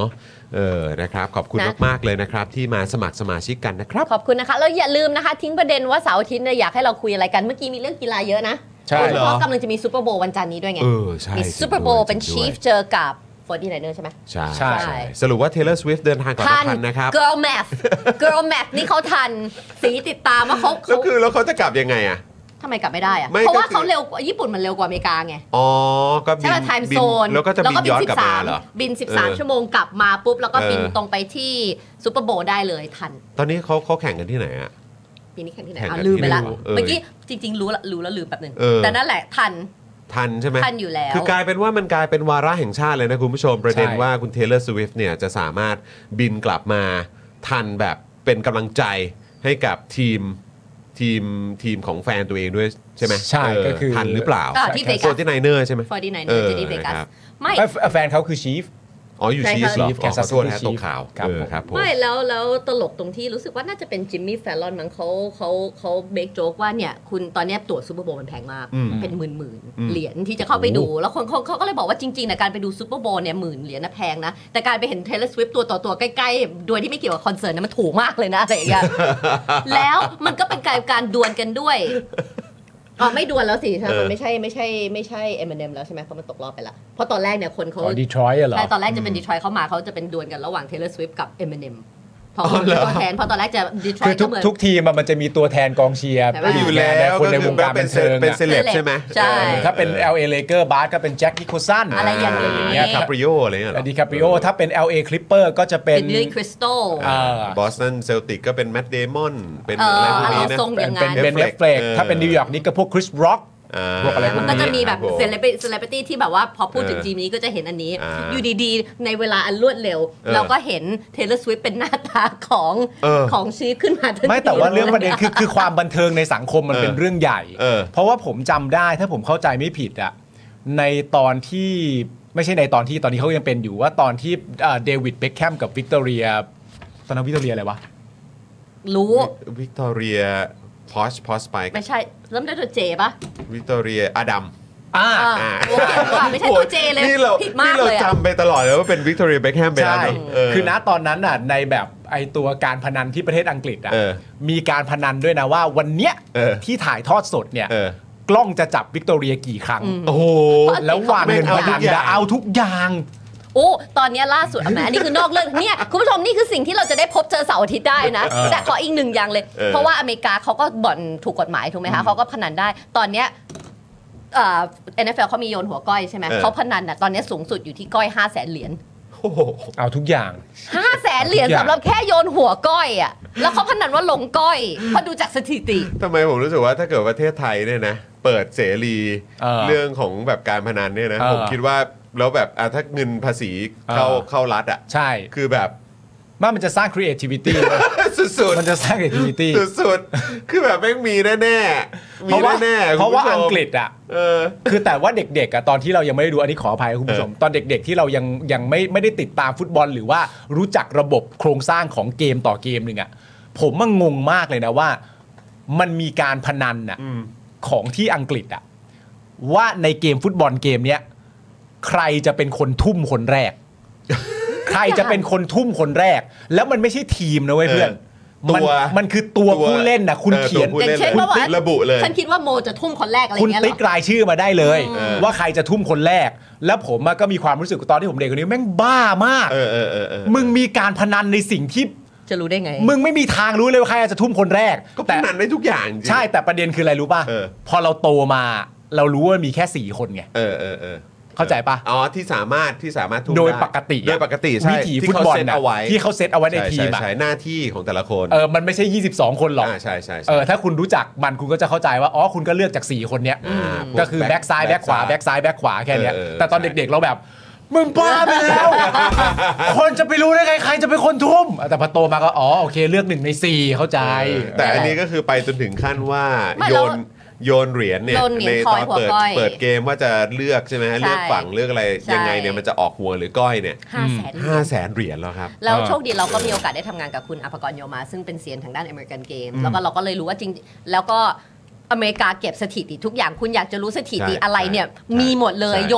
เออนะครับขอบคุณมากๆเลยนะครับที่มาสมัครสมาชิกกันนะครับขอบคุณนะคะแล้วอย่าลืมนะคะทิ้งประเด็นว่าเสาร์อาทิตย์เนี่ยอยากให้เราคุยอะไรกันเมื่อกี้มีเรื่องกีฬาเยอะนะใช่เหรอเพราะกำลังจะมีซูเปอร์โบว์วันจันทร์นี้ด้วยไงเออใช่มีซูเปอร์โบว์เป็นชีฟเจอกับฟอร์ตี้ไนเนอร์ใช่ไหมใช่ใช่สรุปว่า Taylor Swift เดินทางกลับมาทันนะครับ Girl Math Girl Math นี่เขาทันสีติดตามว่าเขาแล้วคือแล้วเขาจะกลับยังไงอะทำไมกลับไม่ได้อะเพราะว่าเขาเร็วญี่ปุ่นมันเร็วกว่าอเมริกาไงอ๋อก็บินไทม์โซนแล้วก็จะบินย้อนกลับมาเหรอบินสิบสามชั่วโมงกลับมาปุ๊บแล้วก็บินตรงไปที่ซูเปอร์โบว์ได้เลยทันตอนนี้เขาเขาแข่งกันที่ไหนอะปีนี้แข่งที่ไหนอ่ะลืมไปละเมื่อกี้จริงๆรู้ละรู้แล้วลืมแป๊บนึงแต่นั่นแหละทันทันใช่ไหมทันอยู่แล้วคือกลายเป็นว่ามันกลายเป็นวาระแห่งชาติเลยนะคุณผู้ชมประเด็นว่าคุณ Taylor Swift เนี่ยจะสามารถบินกลับมาทันแบบเป็นกำลังใจให้กับทีมทีมทีมของแฟนตัวเองด้วยใช่ไหมใช่ก็คือทันหรือเปล่าที่เวกัสโฟร์ตี้ไนเนอร์ใช่ไหมโฟร์ตี้ไนเนอร์ ที่เวกัสไม่แฟนเขาคือชีฟอ๋ออยู่ชีฟเหรอขอโทษนะตกข่าวครับผมไม่แล้วแล้วตลกตรงที่รู้สึกว่าน่าจะเป็นจิมมี่แฟลลอนมั้งเขาเขาเขาเบรกโจ๊กว่าเนี่ยคุณตอนนี้ตั๋วซูเปอร์โบว์มันแพงมากเป็นหมื่นหมื่นเหรียญที่จะเข้าไปดูแล้วคนเขาก็เลยบอกว่าจริงๆนะการไปดูซูเปอร์โบว์เนี่ยหมื่นเหรียญนะแพงนะแต่การไปเห็น Taylor Swift ตัวต่อตัวใกล้ๆโดยที่ไม่เกี่ยวกับคอนเสิร์ตนะมันถูกมากเลยนะอะไรอย่างเงี้ยแล้วมันก็เป็นการการดวลกันด้วยอ๋อไม่ดวลแล้วสิใช่มันไม่ใช่ไม่ใช่ไม่ใช่ Eminem แล้วใช่ไหมเพราะมันตกรอบไปละเพราะตอนแรกเนี่ยคนเขาอ๋อ Detroit เหรอใช่ตอนแรกจะเป็น Detroit เข้ามาเขาจะเป็นดวลกันระหว่าง Taylor Swift กับ Eminem พอเป็นตัวแทนเพราะตอนแรกจะ Detroit คือทุกทุกทีมมันจะมีตัวแทนกองเชียร์อยู่แล้วคนในวงการบันเทิงเป็นเซเลบใช่ไหมใช่ถ้าเป็น แอล เอ Lakers บาสก็เป็นแจ็คนิโคลสันอะไรอย่างเงี้ยคาปริโออะไรเงี้ยดิคาปริโอถ้าเป็น แอล เอ Clipper ก็จะเป็นบิลลี่คริสตัลบอสตันเซลติกก็เป็นแมตต์เดมอนเป็นอะไรพวกนี้นะเป็นเป็นเอฟเฟกถ้าเป็นนิวยอร์กนี่ก็พวกคริสร็อกพวกอะไรพวกนี้มันก็จะมีแบบเซเลบเซเลบริตี้ที่แบบว่าพอพูดถึงทีมนี้ก็จะเห็นอันนี้อยู่ดีๆในเวลาอันรวดเร็วเราก็เห็น Taylor Swift เป็นหน้าตาของของชีฟขึ้นมาทันทีไม่แต่ว่าเรื่องประเด็นคือคือความบันเทิงในสังคมมันเป็นเรื่องใหญ่เพราะว่าผมจำได้ถ้าผมเข้าใจไม่ผิดอะในตอนที่ไม่ใช่ในตอนที่ตอนนี้เขายังเป็นอยู่ว่าตอนที่เดวิดเบ็คแคมกับวิกตอเรียตอนนั้นวิกตอเรียอะไรวะรู้วิกตอเรียพอชพอชไปไม่ใช่เริ่มด้วยตัวเจป่ะวิกตอเรียอดัมอ่าไม่ใช่ตัวเจเลยผิดมากเลยนี่เราจำไปตลอดเลยว่าเป็นวิกตอเรียเบ็คแฮมไปแล้วคือณตอนนั้นน่ะในแบบไอตัวการพนันที่ประเทศอังกฤษอ่ะมีการพนันด้วยนะว่าวันเนี้ยที่ถ่ายทอดสดเนี่ยกล้องจะจับวิกตอเรียกี่ครั้งโอ้โหแล้ววางเงินพนันเอาทุกอย่างโอ้ตอนนี้ล่าสุดอ่ะแม่อันนี้คือนอกเรื่องเนี่ยคุณผู้ชมนี่คือสิ่งที่เราจะได้พบเจอเสาร์อาทิตย์ได้นะแต่ขออีกหนึ่งอย่างเลยเพราะว่าอเมริกาเขาก็บ่อนถูกกฎหมายถูกไหมคะเขาก็พนันได้ตอนเนี้ยเอ่อ เอ็น เอฟ แอล เขามีโยนหัวก้อยใช่ไหมเขาพนันน่ะตอนนี้สูงสุดอยู่ที่ก้อยห้าแสนเหรียญเอาทุกอย่างห้าแสนเหรียญสำหรับแค่โยนหัวก้อยอ่ะแล้วเขาพนันว่าลงก้อยพอดูจากสถิติทำไมผมรู้สึกว่าถ้าเกิดประเทศไทยเนี่ยนะเปิดเสรีเรื่องของแบบการพนันเนี่ยนะผมคิดว่าแล้วแบบอ่ะถ้าเงินภาษีเข้าเข้ารัฐอ่ะใช่คือแบบว่ามันจะสร้าง creativity สุดๆมันจะสร้าง creativity สุดๆคือแบบแม่งมีแน่ๆมีแน่ๆเพราะว่าอังกฤษอ่ะคือแต่ว่าเด็กๆอ่ะตอนที่เรายังไม่ได้ดูอันนี้ขออภัยคุณผู้ชมตอนเด็กๆที่เรายังยังไม่ไม่ได้ติดตามฟุตบอลหรือว่ารู้จักระบบโครงสร้างของเกมต่อเกมนึงอ่ะผมมันงงมากเลยนะว่ามันมีการพนันอ่ะของที่อังกฤษอ่ะว่าในเกมฟุตบอลเกมเนี้ยใครจะเป็นคนทุ่มคนแรกใครจะเป็นคนทุ่มคนแรกแล้วมันไม่ใช่ทีมนะเว้ยเพื่อนมันมันคือตัวผู้เล่นนะคุณเขียนอย่างเช่นว่าระบุเลยฉันคิดว่าโมจะทุ่มคนแรกอะไรเงี้ยคุณติ๊กรายชื่อมาได้เลยว่าใครจะทุ่มคนแรกแล้วผมก็มีความรู้สึกตอนที่ผมเด็กคนนี้แม่งบ้ามากมึงมีการพนันในสิ่งที่จะรู้ได้ไงมึงไม่มีทางรู้เลยว่าใครจะทุ่มคนแรกก็พนันได้ทุกอย่างใช่แต่ประเด็นคืออะไรรู้ป่ะพอเราโตมาเรารู้ว่ามีแค่สี่คนไงเออเออเออเข้าใจปะอ๋อที่สามารถที่สามารถทุ่มโดยปกติโดยปกติใช่วิถีฟุตบอลนะที่เขาเซตเอาไว้ในทีมอะใช่หน้าที่ของแต่ละคนเออมันไม่ใช่ยี่สิบสองคนหรอกใช่ใช่เออถ้าคุณรู้จักมันคุณก็จะเข้าใจว่าอ๋อคุณก็เลือกจากสี่คนเนี้ยก็คือแบ็กซ้ายแบ็กขวาแบ็กซ้ายแบ็กขวาแค่เนี้ยแต่ตอนเด็กๆเราแบบมึงบ้าไปแล้วคนจะไปรู้ได้ไงใครจะเป็นคนทุ่มแต่พอโตมาก็อ๋อโอเคเลือกหนึ่งในสี่เข้าใจแต่อันนี้ก็คือไปจนถึงขั้นว่าโยนโยนเหรียญเนี่ยในตอนเปิดเปิดเกมว่าจะเลือกใช่ไหมฮะเลือกฝั่งเลือกอะไรยังไงเนี่ยมันจะออกหัวหรือก้อยเนี่ยห้าแสนห้าแสนเหรียญแล้วครับแล้วโชคดีเราก็มีโอกาสได้ทำงานกับคุณอภกรโยมาซึ่งเป็นเซียนทางด้านอเมริกันเกมแล้วก็เราก็เลยรู้ว่าจริงแล้วก็อเมริกาเก็บสถิติทุกอย่างคุณอยากจะรู้สถิติอะไรเนี่ยมีหมดเลยโยน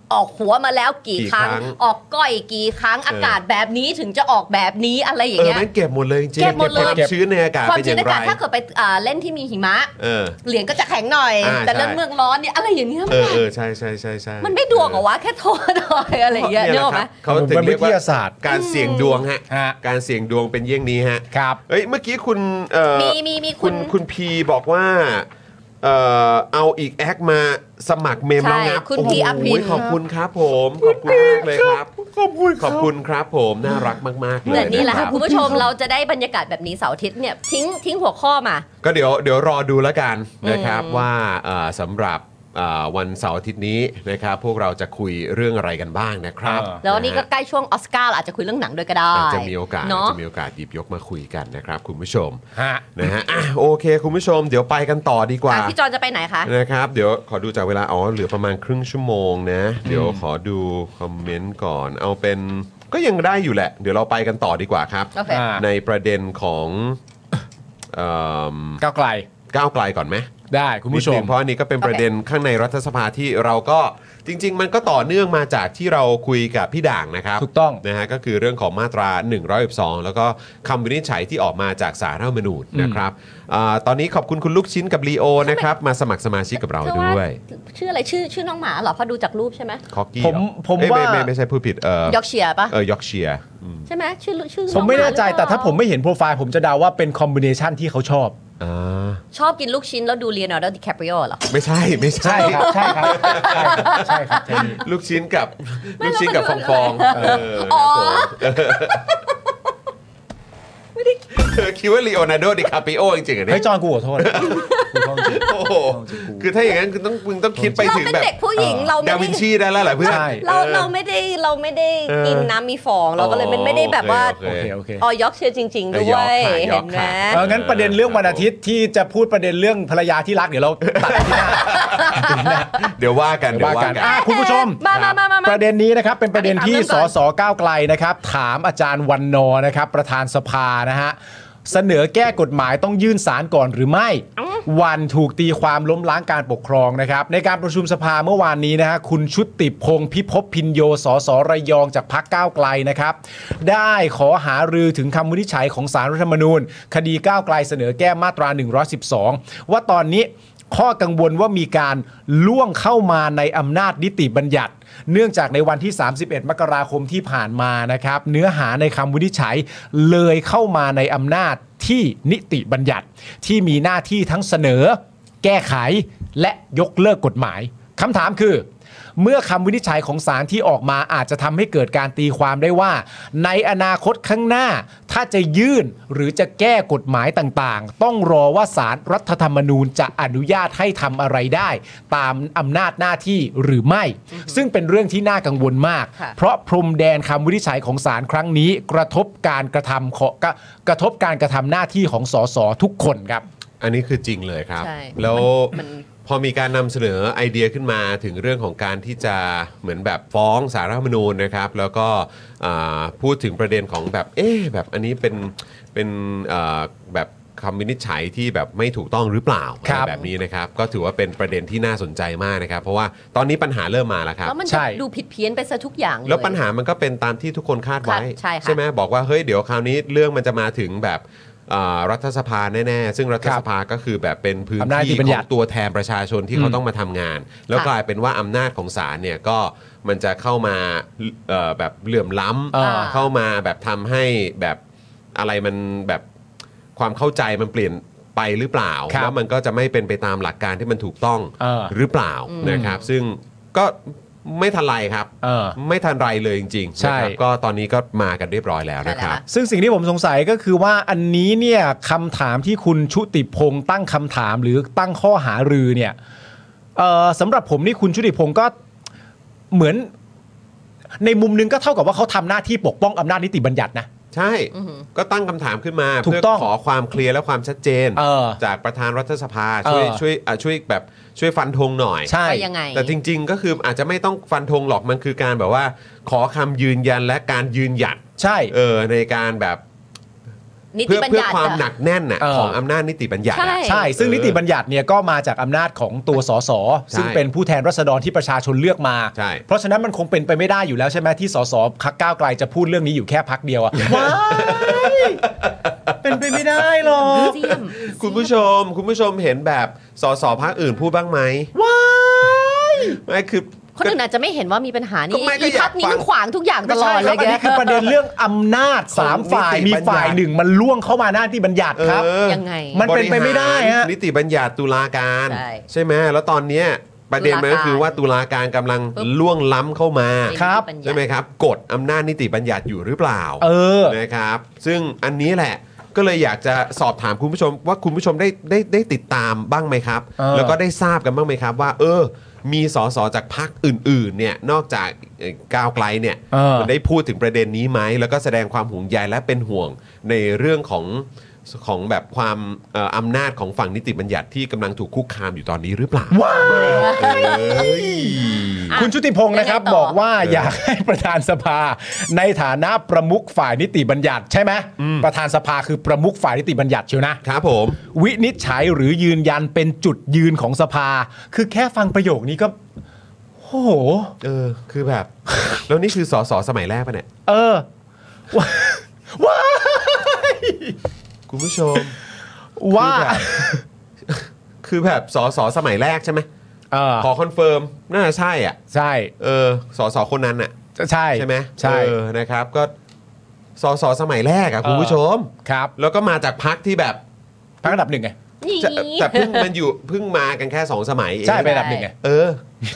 ออกหัวมาแล้วกี่ครั้งออกก้อยกี่ครั้งอากาศแบบนี้ถึงจะออกแบบนี้อะไรอย่างเงี้ยเออมันเก็บหมดเลยจริงๆเก็บหมดเลยความชื้นในอากาศความเป็นอชื้นย่างไรในอากาศถ้าเกิดไปเล่นที่มีหิมะเหรียญก็จะแข็งหน่อยแต่เรื่องเมืองร้อนเนี่ยอะไรอย่างเงี้ยเออเออใช่ใช่ใช่ใช่มันไม่ดวงเหรอวะแค่โทษหน่อยอะไรอย่างเงี้ยนึกออกไหมเขาถึงเรียกว่าการเสี่ยงดวงฮะการเสี่ยงดวงเป็นเยี่ยงนี้ฮะครับเอ้ยเมื่อกี้คุณมีมีมีคุณคุณพีบอกว่าเอ่อเอาอีกแอคมาสมัครเมมแล้วงับคุณพีอภินขอบคุณครับผมขอบคุณมากเลยครับขอบคุณขอบคุณครับผมน่ารักมากๆเลยนี่แหละค่ะคุณผู้ชมเราจะได้บรรยากาศแบบนี้เสาร์อาทิตย์เนี่ยทิ้งทิ้งหัวข้อมาก็เดี๋ยวเดี๋ยวรอดูแล้วกันนะครับว่าสำหรับวันเสาร์อาทิตย์นี้นะครับพวกเราจะคุยเรื่องอะไรกันบ้างนะครับแล้วนี่ก็ใกล้ช่วงออสการ์อาจจะคุยเรื่องหนังด้วยก็ได้จะมีโอกาสจะมีโอกาสหยิบยกมาคุยกันนะครับคุณผู้ชมนะฮะโอเคคุณผู้ชมเดี๋ยวไปกันต่อดีกว่าพี่จอนจะไปไหนคะนะครับเดี๋ยวขอดูจากเวลาอ๋อเหลือประมาณครึ่งชั่วโมงนะเดี๋ยวขอดูคอมเมนต์ก่อนเอาเป็นก็ยังได้อยู่แหละเดี๋ยวเราไปกันต่อดีกว่าครับในประเด็นของก้าวไกลก้าวไกลก่อนไหมได้คุณผู้ชมเพราะอันนี้ก็เป็นประเด็นข้างในรัฐสภาที่เราก็จริงๆมันก็ต่อเนื่องมาจากที่เราคุยกับพี่ด่างนะครับถูกต้องนะฮะก็คือเรื่องของมาตราหนึ่งร้อยสิบสองแล้วก็คำวินิจฉัยที่ออกมาจากศาลรัฐธรรมนูญนะครับตอนนี้ขอบคุณคุณลูกชิ้นกับลีโอนะครับมาสมัครสมาชิกกับเราด้วยชื่ออะไรชื่อชื่อน้องหมาเหรอพอดูจากรูปใช่ไหมคอกกี้ผมผมว่าไม่ไม่ใช่พูดผิดเออยอร์กเชียร์ป่ะเออยอร์กเชียร์ใช่ไหมชื่อชื่อผมไม่แน่ใจแต่ถ้าผมไม่เห็นโปรไฟล์ผมจะเดาว่าเป็นคอมบิเนชันที่เขาชอบชอบกินลูกชิ้นแล้วดูเลโอนาร์โด ดิแคปริโอเหรอไม่ใช่ไม่ใช่ครับใช่ครับใช่ครับลูกชิ้นกับลูกชิ้นกับฟองฟองอ๋อเธอคิดว่าลีโอนาร์โด ดิคาปิโอจริงๆอ่ะเนี่ยให้จอนกูขอโทษโอ้โหคือถ้าอย่างนั้นคือต้องมึงต้องคิดไปถึงแบบเด็กผู้หญิงเราดาวินชีได้แล้วแหละเพื่อนเราเราไม่ได้เราไม่ได้กินน้ำมีฟองเราก็เลยไม่ได้แบบว่าโอเคโอเคอ๋อยอกเชียร์จริงๆด้วยเห็นไหมเอองั้นประเด็นเรื่องวันอาทิตย์ที่จะพูดประเด็นเรื่องภรรยาที่รักเดี๋ยวเราตัดที่หน้าเดี๋ยวว่ากันเดี๋ยวว่ากันคุณผู้ชมประเด็นนี้นะครับเป็นประเด็นที่สสก้าวไกลนะครับถามอาจารย์วันนอนะครับประธานสภานะฮะเสนอแก้กฎหมายต้องยื่นศาลก่อนหรือไม่วันถูกตีความล้มล้างการปกครองนะครับในการประชุมสภาเมื่อวานนี้นะฮะคุณชุติพงษ์พิภพพินโยสสระยองจากพรรคก้าวไกลนะครับได้ขอหารือถึงคำวินิจฉัยของศาลรัฐธรรมนูญคดีก้าวไกลเสนอแก้มาตราหนึ่งร้อยสิบสองว่าตอนนี้ข้อกังวลว่ามีการล่วงเข้ามาในอำนาจนิติบัญญัติเนื่องจากในวันที่สามสิบเอ็ดมกราคมที่ผ่านมานะครับเนื้อหาในคำวินิจฉัยเลยเข้ามาในอำนาจที่นิติบัญญัติที่มีหน้าที่ทั้งเสนอแก้ไขและยกเลิกกฎหมายคำถามคือเมื่อคำวินิจฉัยของศาลที่ออกมาอาจจะทำให้เกิดการตีความได้ว่าในอนาคตข้างหน้าถ้าจะยื่นหรือจะแก้กฎหมายต่างๆต้องรอว่าศาลรัฐธรรมนูญจะอนุญาตให้ทำอะไรได้ตามอำนาจหน้าที่หรือไม่ซึ่งเป็นเรื่องที่น่ากังวลมากเพราะพรมแดนคำวินิจฉัยของศาลครั้งนี้กระทบการกระทำของกระทบการกระทำหน้าที่ของสสทุกคนครับอันนี้คือจริงเลยครับแล้วพอมีการนำเสนอไอเดียขึ้นมาถึงเรื่องของการที่จะเหมือนแบบฟ้องศาลรัฐธรรมนูญนะครับแล้วก็พูดถึงประเด็นของแบบเอ๊ะแบบอันนี้เป็นเป็นแบบคำวินิจฉัยที่แบบไม่ถูกต้องหรือเปล่าแบบนี้นะครับก็ถือว่าเป็นประเด็นที่น่าสนใจมากนะครับเพราะว่าตอนนี้ปัญหาเริ่มมาแล้วครับแล้วมันจะดูผิดเพี้ยนไปซะทุกอย่างเลยแล้วปัญหามันก็เป็นตามที่ทุกคนคาดไว้ใช่ใช่ไหมบอกว่าเฮ้ยเดี๋ยวคราวนี้เรื่องมันจะมาถึงแบบรัฐสภาแน่ๆซึ่งรัฐสภาก็คือแบบเป็นพื้นที่ของตัวแทนประชาชนที่เขาต้องมาทำงานแล้วกลายเป็นว่าอำนาจของศาลเนี่ยก็มันจะเข้ามาแบบเหลื่อมล้ำเข้ามาแบบทำให้แบบอะไรมันแบบความเข้าใจมันเปลี่ยนไปหรือเปล่าแล้วมันก็จะไม่เป็นไปตามหลักการที่มันถูกต้องหรือเปล่านะครับซึ่งก็ไม่ทันไรครับไม่ทันไรเลยจริงๆนะครับก็ตอนนี้ก็มากันเรียบร้อยแล้วนะครับซึ่งสิ่งที่ผมสงสัยก็คือว่าอันนี้เนี่ยคำถามที่คุณชุติพงษ์ตั้งคำถามหรือตั้งข้อหารือเนี่ยสำหรับผมนี่คุณชุติพงษ์ก็เหมือนในมุมนึงก็เท่ากับว่าเขาทำหน้าที่ปกป้องอำนาจนิติบัญญัตินะใช่ก็ตั้งคำถามขึ้นมาเพื่อขอความเคลียร์และความชัดเจนจากประธานรัฐสภาช่วยช่วยช่วยแบบช่วยฟันธงหน่อยใช่ยังไงแต่จริงๆก็คืออาจจะไม่ต้องฟันธงหรอกมันคือการแบบว่าขอคำยืนยันและการยืนหยัดใช่เออในการแบบนิติเพื่อบัญเพื่อญัติความหนักแน่นน่ะเออของอำนาจนิติบัญญัติใช่อะใช่ซึ่งนิติบัญญัติเนี่ยก็มาจากอำนาจของตัวสสซึ่งเป็นผู้แทนราษฎรที่ประชาชนเลือกมาใช่เพราะฉะนั้นมันคงเป็นไปไม่ได้อยู่แล้วใช่ไหมที่สสพักก้าวไกลจะพูดเรื่องนี้อยู่แค่พักเดียวอะว้ายเป็นไปไม่ได้หรอกเจียมคุณผู้ชมคุณผู้ชมเห็นแบบสสพรรคอื่นพูดบ้างไหมว้ายไม่คือคนอื่นอาจจะไม่เห็นว่ามีปัญหาก็นี่ไม่ก็อีอยากพักนี้ฟังมันขวางทุกอย่างตไม่ลอใช่ดคเลรับยอันแกนี้คือประเด็นเรื่องอำนาจสามฝ่ายมีฝ่ายหนึ่งมันล่วงเข้ามาหน้าที่บัญญัติครับเออยังไงมันเป็นไปไม่ได้ฮะนิติบัญญัติตุลาการใช่ใช่ไหมแล้วตอนเนี้ยประเด็นมันก็คือว่าตุลาการกำลังปุ๊บล่วงล้ำเข้ามาครับนิติญญัติใช่ไหมครับกฎอำนาจนิติบัญญัติอยู่หรือเปล่าเออนะครับซึ่งอันนี้แหละก็เลยอยากจะสอบถามคุณผู้ชมว่าคุณผู้ชมได้ได้ได้ติดตามบ้างไหมครับเออแล้วก็ได้ทราบกันบ้างไหมครับว่า เออ มีสสจากพรรคอื่นๆเนี่ยนอกจากเอ่อก้าวไกลเนี่ยเออได้พูดถึงประเด็นนี้ไหมแล้วก็แสดงความห่วงใยและเป็นห่วงในเรื่องของของแบบความเอ่ออำนาจของฝั่งนิติบัญญัติที่กำลังถูกคุกคามอยู่ตอนนี้หรือเปล่าว้ายเอ้ยคุณชุติพงศ์นะครับยังไงต่อบอกว่าอยากให้ประธานสภาในฐานะประมุขฝ่ายนิติบัญญัติใช่ไหมประธานสภาคือประมุขฝ่ายนิติบัญญัติเชียวนะครับผมวินิจฉัยหรือยืนยันเป็นจุดยืนของสภา คือแค่ฟังประโยคนี้ก็โอ้โหเออคือแบบ แล้วนี่คือสสสมัยแรกปะเนี่ยเออว้าว้ายคุณผู้ชมว่าคือแบบ คือแบบสสสมัยแรกใช่ไหมเออขอคอนเฟิร์มน่าจะใช่อ่ะใช่เออสสคนนั้นอ่ะใช่ใช่ไหมใช่เออนะครับ ก็สสสมัยแรกอ่ะคุณผู้ชมครับแล้วก็มาจากพักที่แบบพักอันดับหนึ่งไงนี่จะแต่เพิ่งมันอยู่เพิ่งมากันแค่สองสมัยเองใช่เป็นอันดับหนึ่งไงเออ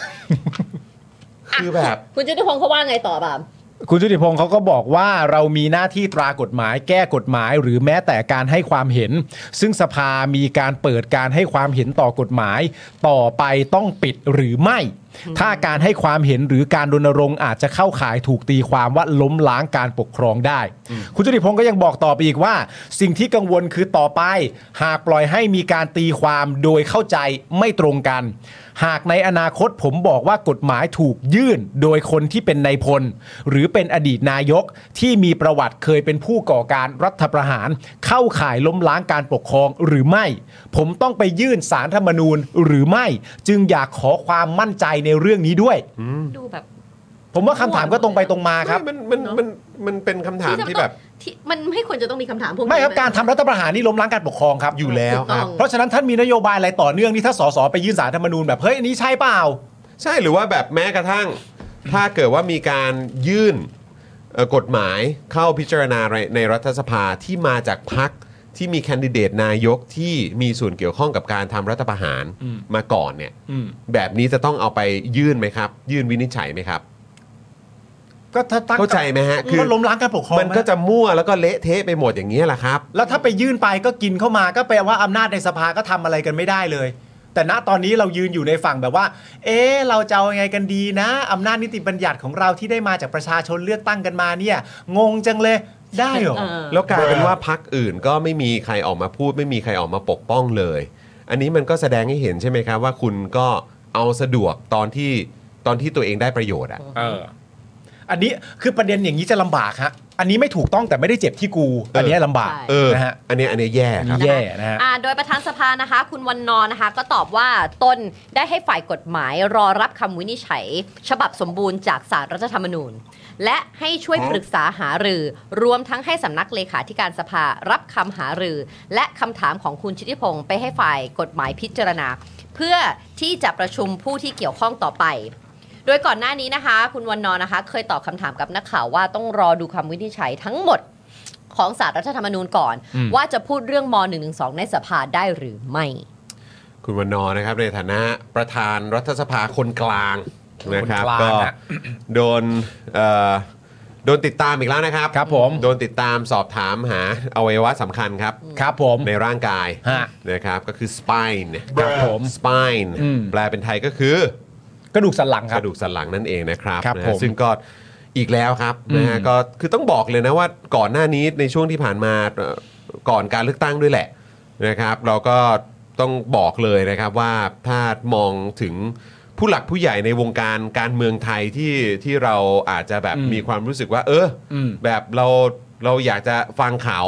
คือแบบคุณจุติพงศ์เขาว่าไงต่อบ่ามคุณชุติพงศ์เขาก็บอกว่าเรามีหน้าที่ตรากฎหมายแก้กฎหมายหรือแม้แต่การให้ความเห็น ซึ่งสภามีการเปิดการให้ความเห็นต่อกฎหมาย ต่อไปต้องปิดหรือไม่ ถ้าการให้ความเห็นหรือการรณรงค์อาจจะเข้าข่ายถูกตีความว่าล้มล้างการปกครองได้ คุณชุติพงศ์ก็ยังบอกต่อไปอีกว่า สิ่งที่กังวลคือต่อไป หากปล่อยให้มีการตีความโดยเข้าใจไม่ตรงกัน หากในอนาคตผมบอกว่ากฎหมายถูกยื่นโดยคนที่เป็นนายพลหรือเป็นอดีตนายกที่มีประวัติเคยเป็นผู้ก่อการรัฐประหาร เข้าข่ายล้มล้างการปกครองหรือไม่ ผมต้องไปยื่นศาลรัฐธรรมนูญหรือไม่ จึงอยากขอความมั่นใจในเรื่องนี้ด้วยดูแบบผมว่าคำถามก็ตรงไปตรงมาครับมันมันมันมันเป็นคำถามที่แบบที่มันไม่ควรจะต้องมีคำถามพวกนี้ไม่ครับการทำรัฐประหารนี่ล้มล้างการปกครองครับอยู่แล้วครับเพราะฉะนั้นท่านมีนโยบายอะไรต่อเนื่องที่ถ้าสสไปยื่นศาลรัฐธรรมนูญแบบเฮ้ยอันนี้ใช่เปล่าใช่หรือว่าแบบแม้กระทั่ง ถ้าเกิดว่ามีการยื่นเอ่อกฎหมายเข้าพิจารณาในในรัฐสภาที่มาจากพรรคที่มีแคนดิเดตนายกที่มีส่วนเกี่ยวข้องกับการทำรัฐประหารอืมมาก่อนเนี่ยอืมแบบนี้จะต้องเอาไปยื่นไหมครับ ยื่นวินิจฉัยไหมครับก็ถ้าตั้งเข้าใจไหมฮะคือมันล้มล้างการปกครองมันก็จะมั่วแล้วก็เละเทะไปหมดอย่างนี้ยแหละครับแล้วถ้าไปยื่นไปก็กินเข้ามาก็แปลว่าอำนาจในสภาก็ทำอะไรกันไม่ได้เลย แต่ณตอนนี้เรายืนอยู่ในฝั่งแบบว่า เอ๊ะเราจะเอายังไงกันดีนะอำนาจนิติบัญญัติของเราที่ได้มาจากประชาชนเลือกตั้งกันมาเนี่ย งงจังเลยได้เหรอเออแล้วกลายเป็นว่าพรรคอื่นก็ไม่มีใครออกมาพูด ไม่มีใครออกมาปกป้องเลย อันนี้มันก็แสดงให้เห็นใช่ไหมครับว่าคุณก็เอาสะดวกตอนที่ตอนที่ตัวเองได้ประโยชน์อ่ะเออ อันนี้คือประเด็นอย่างนี้จะลำบากฮะ อันนี้ไม่ถูกต้องแต่ไม่ได้เจ็บที่กู อันนี้ลำบากใช่เออนะฮะอันนี้อันนี้แย่อันครับนี้แย่นะฮะอ่าโดยประธานสภานะคะ คุณวันนอร์นะคะ ก็ตอบว่าตนได้ให้ฝ่ายกฎหมายรอรับคำวินิจฉัย ฉบับสมบูรณ์จากศาลรัฐธรรมนูญ และให้ช่วยปรึกษาหารือ รวมทั้งให้สำนักเลขาธิการสภารับคำหารือ และคำถามของคุณชิติพงศ์ไปให้ฝ่ายกฎหมายพิจารณา เพื่อที่จะประชุมผู้ที่เกี่ยวข้องต่อไป โดยก่อนหน้านี้นะคะ คุณวันนอร์นะคะ เคยตอบคำถามกับนักข่าวว่าต้องรอดูคำวินิจฉัยทั้งหมดของศาลรัฐธรรมนูญก่อนอืมว่าจะพูดเรื่องม หนึ่งหนึ่งสอง ในสภาได้หรือไม่คุณวันนอร์นะครับในฐานะประธานรัฐสภาคนกลางนะครับคนกลางก็ฮะโดนเอ่อโดนติดตามอีกแล้วนะครับครับผมโดนติดตามสอบถามหาอวัยวะสำคัญครับครับผมในร่างกายฮะนะครับก็คือ spine ครับผม spine อืมแปลเป็นไทยก็คือกระดูกสันหลังคกรับระดูกสันหลังนั่นเองนะครับครับนะผฮะมซึ่งก็อีกแล้วครับนะฮะอืมก็คือต้องบอกเลยนะว่าก่อนหน้านี้ในช่วงที่ผ่านมาเอ่อก่อนการเลือกตั้งด้วยแหละนะครับ เราก็ต้องบอกเลยนะครับว่าถ้ามองถึงผู้หลักผู้ใหญ่ในวงการการเมืองไทยที่ที่เราอาจจะแบบอืมมีความรู้สึกว่า เอออมแบบเราเราอยากจะฟังเขา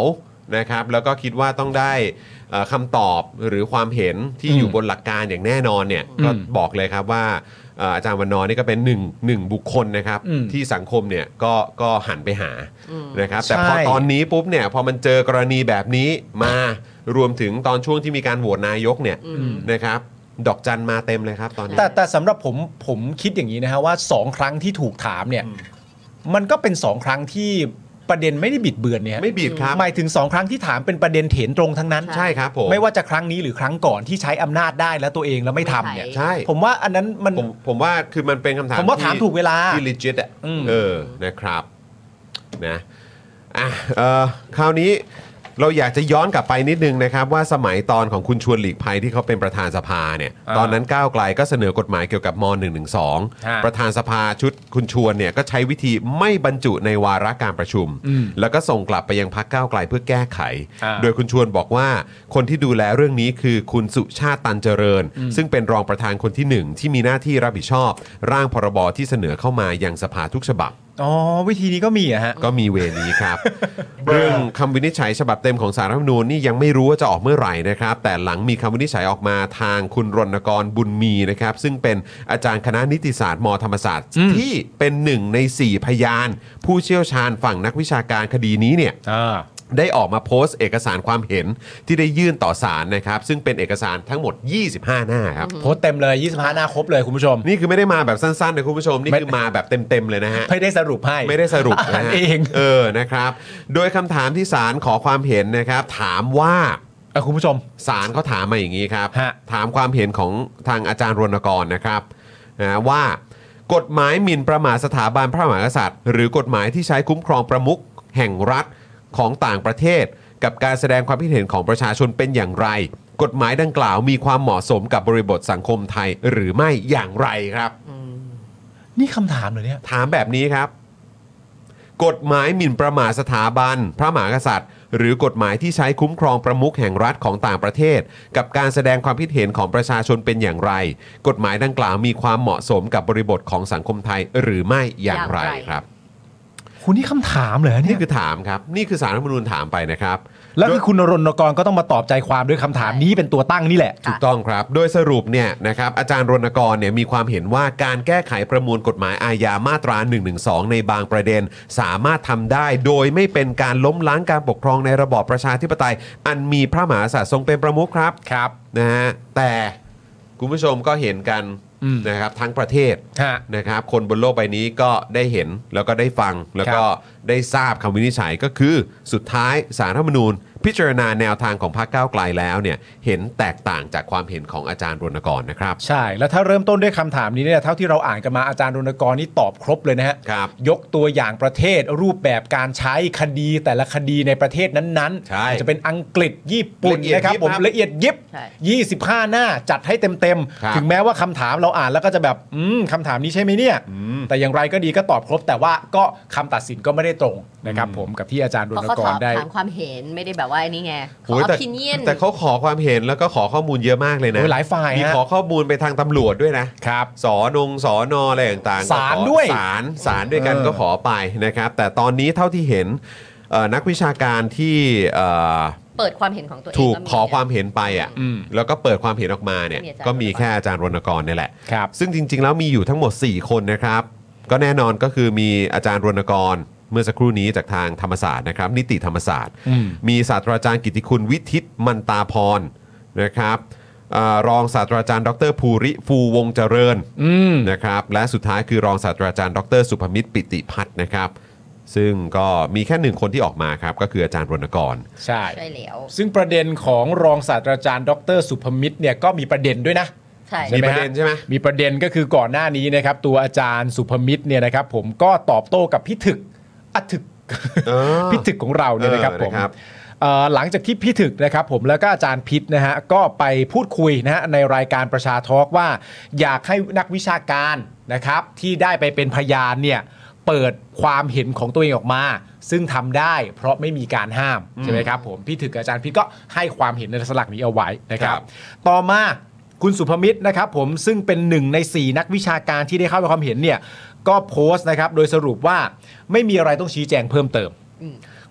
นะครับแล้วก็คิดว่าต้องได้คำตอบหรือความเห็นที่อยู่บนหลักการอย่างแน่นอนเนี่ยก็บอกเลยครับว่าอาจารย์วันนอร์นี่ก็เป็นหนึ่งหนึ่งบุคคลนะครับที่สังคมเนี่ยก็ก็หันไปหานะครับแต่พอตอนนี้ปุ๊บเนี่ยพอมันเจอกรณีแบบนี้มารวมถึงตอนช่วงที่มีการโหวตนายกเนี่ยนะครับดอกจันมาเต็มเลยครับตอนนี้แต่แต่สำหรับผมผมคิดอย่างนี้นะฮะว่าสองครั้งที่ถูกถามเนี่ยมันก็เป็นสองครั้งที่ประเด็นไม่ได้บิดเบือนเนี่ยไม่บิดครับหมายถึงสองครั้งที่ถามเป็นประเด็นเถนตรงทั้งนั้นใช่ครับผมไม่ว่าจะครั้งนี้หรือครั้งก่อนที่ใช้อำนาจได้แล้วตัวเองแล้วไม่ทำเนี่ยใช่ผมว่าอันนั้นมันผมผมว่าคือมันเป็นคำถามผมว่าถามถูกเวลาที่ legit อ่ะเออนะครับนะอ่ะเออคราวนี้เราอยากจะย้อนกลับไปนิดนึงนะครับว่าสมัยตอนของคุณชวนหลีกภัยที่เขาเป็นประธานสภาเนี่ยตอนนั้นก้าวไกลก็เสนอกฎหมายเกี่ยวกับม หนึ่งหนึ่งสอง ประธานสภาชุดคุณชวนเนี่ยก็ใช้วิธีไม่บรรจุในวาระการประชุมแล้วก็ส่งกลับไปยังพรรคก้าวไกลเพื่อแก้ไขโดยคุณชวนบอกว่าคนที่ดูแลเรื่องนี้คือคุณสุชาติตันเจริญซึ่งเป็นรองประธานคนที่หนึ่งที่มีหน้าที่รับผิดชอบร่างพรบที่เสนอเข้ามายังสภาทุกฉบับอ๋อวิธีนี้ก็มีอะฮะก็มีเวนี้ครับ เรื่องคำวินิจฉัยฉบับเต็มของศาลรัฐธรรมนูญนี่ยังไม่รู้ว่าจะออกเมื่อไหร่นะครับแต่หลังมีคำวินิจฉัยออกมาทางคุณรณกรบุญมีนะครับซึ่งเป็นอาจารย์คณะนิติศาสตร์มธรรมศาสตร์ที่เป็นหนึ่งในสี่พยานผู้เชี่ยวชาญฝั่งนักวิชาการคดีนี้เนี่ยได้ออกมาโพสต์เอกสารความเห็นที่ได้ยื่นต่อศาลนะครับซึ่งเป็นเอกสารทั้งหมดยี่สิบห้าหน้าครับโพสต์เต็มเลยยี่สิบห้าหน้าครบเลยคุณผู้ชมนี่คือไม่ได้มาแบบสั้นๆนะคุณผู้ชมนี่คือมาแบบเต็มๆเลยนะฮะไม่ได้สรุปให้ไม่ได้สรุปนะฮะเองเออนะครับโดยคำถามที่ศาลขอความเห็นนะครับถามว่าคุณผู้ชมศาลเขาถามมาอย่างนี้ครับถามความเห็นของทางอาจารย์รณกรนะครับนะว่ากฎหมายหมิ่นประมาทสถาบันพระมหากษัตริย์หรือกฎหมายที่ใช้คุ้มครองประมุขแห่งรัฐของต่างประเทศกับการแสดงความคิดเห็นของประชาชนเป็นอย่างไรกฎหมายดังกล่าวมีความเหมาะสมกับบริบทสังคมไทยหรือไม่อย่างไรครับนี่คำถามเหรอเนี่ยถามแบบนี้ครับกฎหมายหมิ่นประมาทสถาบันพระมหากษัตริย์หรือกฎหมายที่ใช้คุ้มครองประมุขแห่งรัฐของต่างประเทศกับการแสดงความคิดเห็นของประชาชนเป็นอย่างไรกฎหมายดังกล่าวมีความเหมาะสมกับบริบทของสังคมไทยหรือไม่อย่างไรครับคุณนี่คำถามเหรอเนี่ยนี่คือถามครับนี่คือศาลรัฐธรรมนูญถามไปนะครับแล้วคือคุณรณกรก็ต้องมาตอบใจความด้วยคำถามนี้เป็นตัวตั้งนี่แหละถูกต้องครับโดยสรุปเนี่ยนะครับอาจารย์รณกรเนี่ยมีความเห็นว่าการแก้ไขประมวลกฎหมายอาญามาตราหนึ่งหนึ่งสองในบางประเด็นสามารถทำได้โดยไม่เป็นการล้มล้างการปกครองในระบอบประชาธิปไตยอันมีพระมหากษัตริย์ทรงเป็นประมุขครับครับนะฮะแต่คุณผู้ชมก็เห็นกันนะครับทั้งประเทศนะครับคนบนโลกใบนี้ก็ได้เห็นแล้วก็ได้ฟังแล้วก็ได้ทราบคำวินิจฉัยก็คือสุดท้ายศาลรัฐธรรมนูญพิจารณาแนวทางของพรรคก้าวไกลแล้วเนี่ยเห็นแตกต่างจากความเห็นของอาจารย์รณกรนะครับใช่แล้วถ้าเริ่มต้นด้วยคำถามนี้เนี่ยเท่าที่เราอ่านกันมาอาจารย์รณกรนี่ตอบครบเลยนะฮะยกตัวอย่างประเทศรูปแบบการใช้คดีแต่ละคดีในประเทศนั้นๆจะเป็นอังกฤษญี่ปุ่นนะครับผมละเอียดยิบยี่สิบห้าหน้าจัดให้เต็มๆถึงแม้ว่าคำถามเราอ่านแล้วก็จะแบบอืมคำถามนี้ใช่ไหมเนี่ยแต่อย่างไรก็ดีก็ตอบครบแต่ว่าก็คำตัดสินก็ไม่ได้ตรงนะครับผมกับที่อาจารย์รณกรได้ถามความเห็นไม่ได้แบบว่าอันนี้ไงขอ opinion แต่เขาขอความเห็นแล้วก็ขอข้อมูลเยอะมากเลยนะหลายฝ่ายมีขอข้อมูลไปทางตำรวจด้วยนะครับสอนงสอนออะไรต่างๆศาลด้วยศาลศาลด้วยกันก็ขอไปนะครับแต่ตอนนี้เท่าที่เห็นนักวิชาการที่เปิดความเห็นของตัวเองถูกขอความเห็นไปอ่ะแล้วก็เปิดความเห็นออกมาเนี่ยก็มีแค่อาจารย์รณกรนี่แหละซึ่งจริงๆแล้วมีอยู่ทั้งหมดสี่คนนะครับก็แน่นอนก็คือมีอาจารย์รณกรเมื่อสักครู่นี้จากทางธรรมศาสตร์นะครับนิติธรรมศาสตร์มีศาสตราจารย์กิตติคุณวิทิตมันตาพรนะครับรองศาสตราจารย์ดรภูริฟูวงเจริญนะครับและสุดท้ายคือรองศาสตราจารย์ดรสุภมิตรปิติพัฒน์นะครับซึ่งก็มีแค่หนึ่งคนที่ออกมาครับก็คืออาจารย์รณกรใช่ใช่แล้วซึ่งประเด็นของรองศาสตราจารย์ดรสุภมิตรเนี่ยก็มีประเด็นด้วยนะมีประเด็นใช่ไหมมีประเด็นก็คือก่อนหน้านี้นะครับตัวอาจารย์สุภมิตรเนี่ยนะครับผมก็ตอบโต้กับพี่ถึกอถึกพี่ถึกของเราเนี่ยนะครับผมหลังจากที่พี่ถึกนะครับผมแล้วก็อาจารย์พิษนะฮะก็ไปพูดคุยนะฮะในรายการประชาทอล์กว่าอยากให้นักวิชาการนะครับที่ได้ไปเป็นพยานเนี่ยเปิดความเห็นของตัวเองออกมาซึ่งทำได้เพราะไม่มีการห้ามใช่ไหมครับผมพี่ถึกกับอาจารย์พิษก็ให้ความเห็นในลักษณะนี้เอาไว้นะครับต่อมาคุณสุภมิตรนะครับผมซึ่งเป็นหนึ่งในสี่นักวิชาการที่ได้เข้าไปความเห็นเนี่ยก็โพสต์นะครับโดยสรุปว่าไม่มีอะไรต้องชี้แจงเพิ่มเติม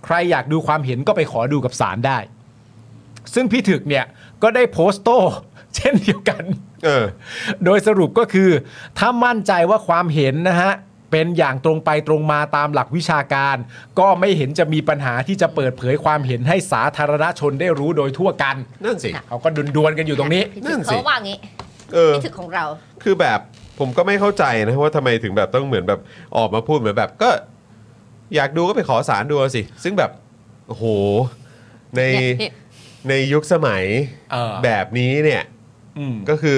ใครอยากดูความเห็นก็ไปขอดูกับศาลได้ซึ่งพี่ถึกเนี่ยก็ได้โพสต์โต้เช่นเดียวกันเออโดยสรุปก็คือถ้ามั่นใจว่าความเห็นนะฮะเป็นอย่างตรงไปตรงมาตามหลักวิชาการก็ไม่เห็นจะมีปัญหาที่จะเปิดเผยความเห็นให้สาธารณชนได้รู้โดยทั่วกันนั่นสิเขาก็ดวลๆกันอยู่ตรงนี้นั่นสิเขาว่างี้พี่ถึกของเราคือแบบผมก็ไม่เข้าใจนะว่าทำไมถึงแบบต้องเหมือนแบบออกมาพูดเหมือนแบบก็อยากดูก็ไปขอศาลดูสิซึ่งแบบโอ้โหในในยุคสมัยแบบนี้เนี่ยก็คือ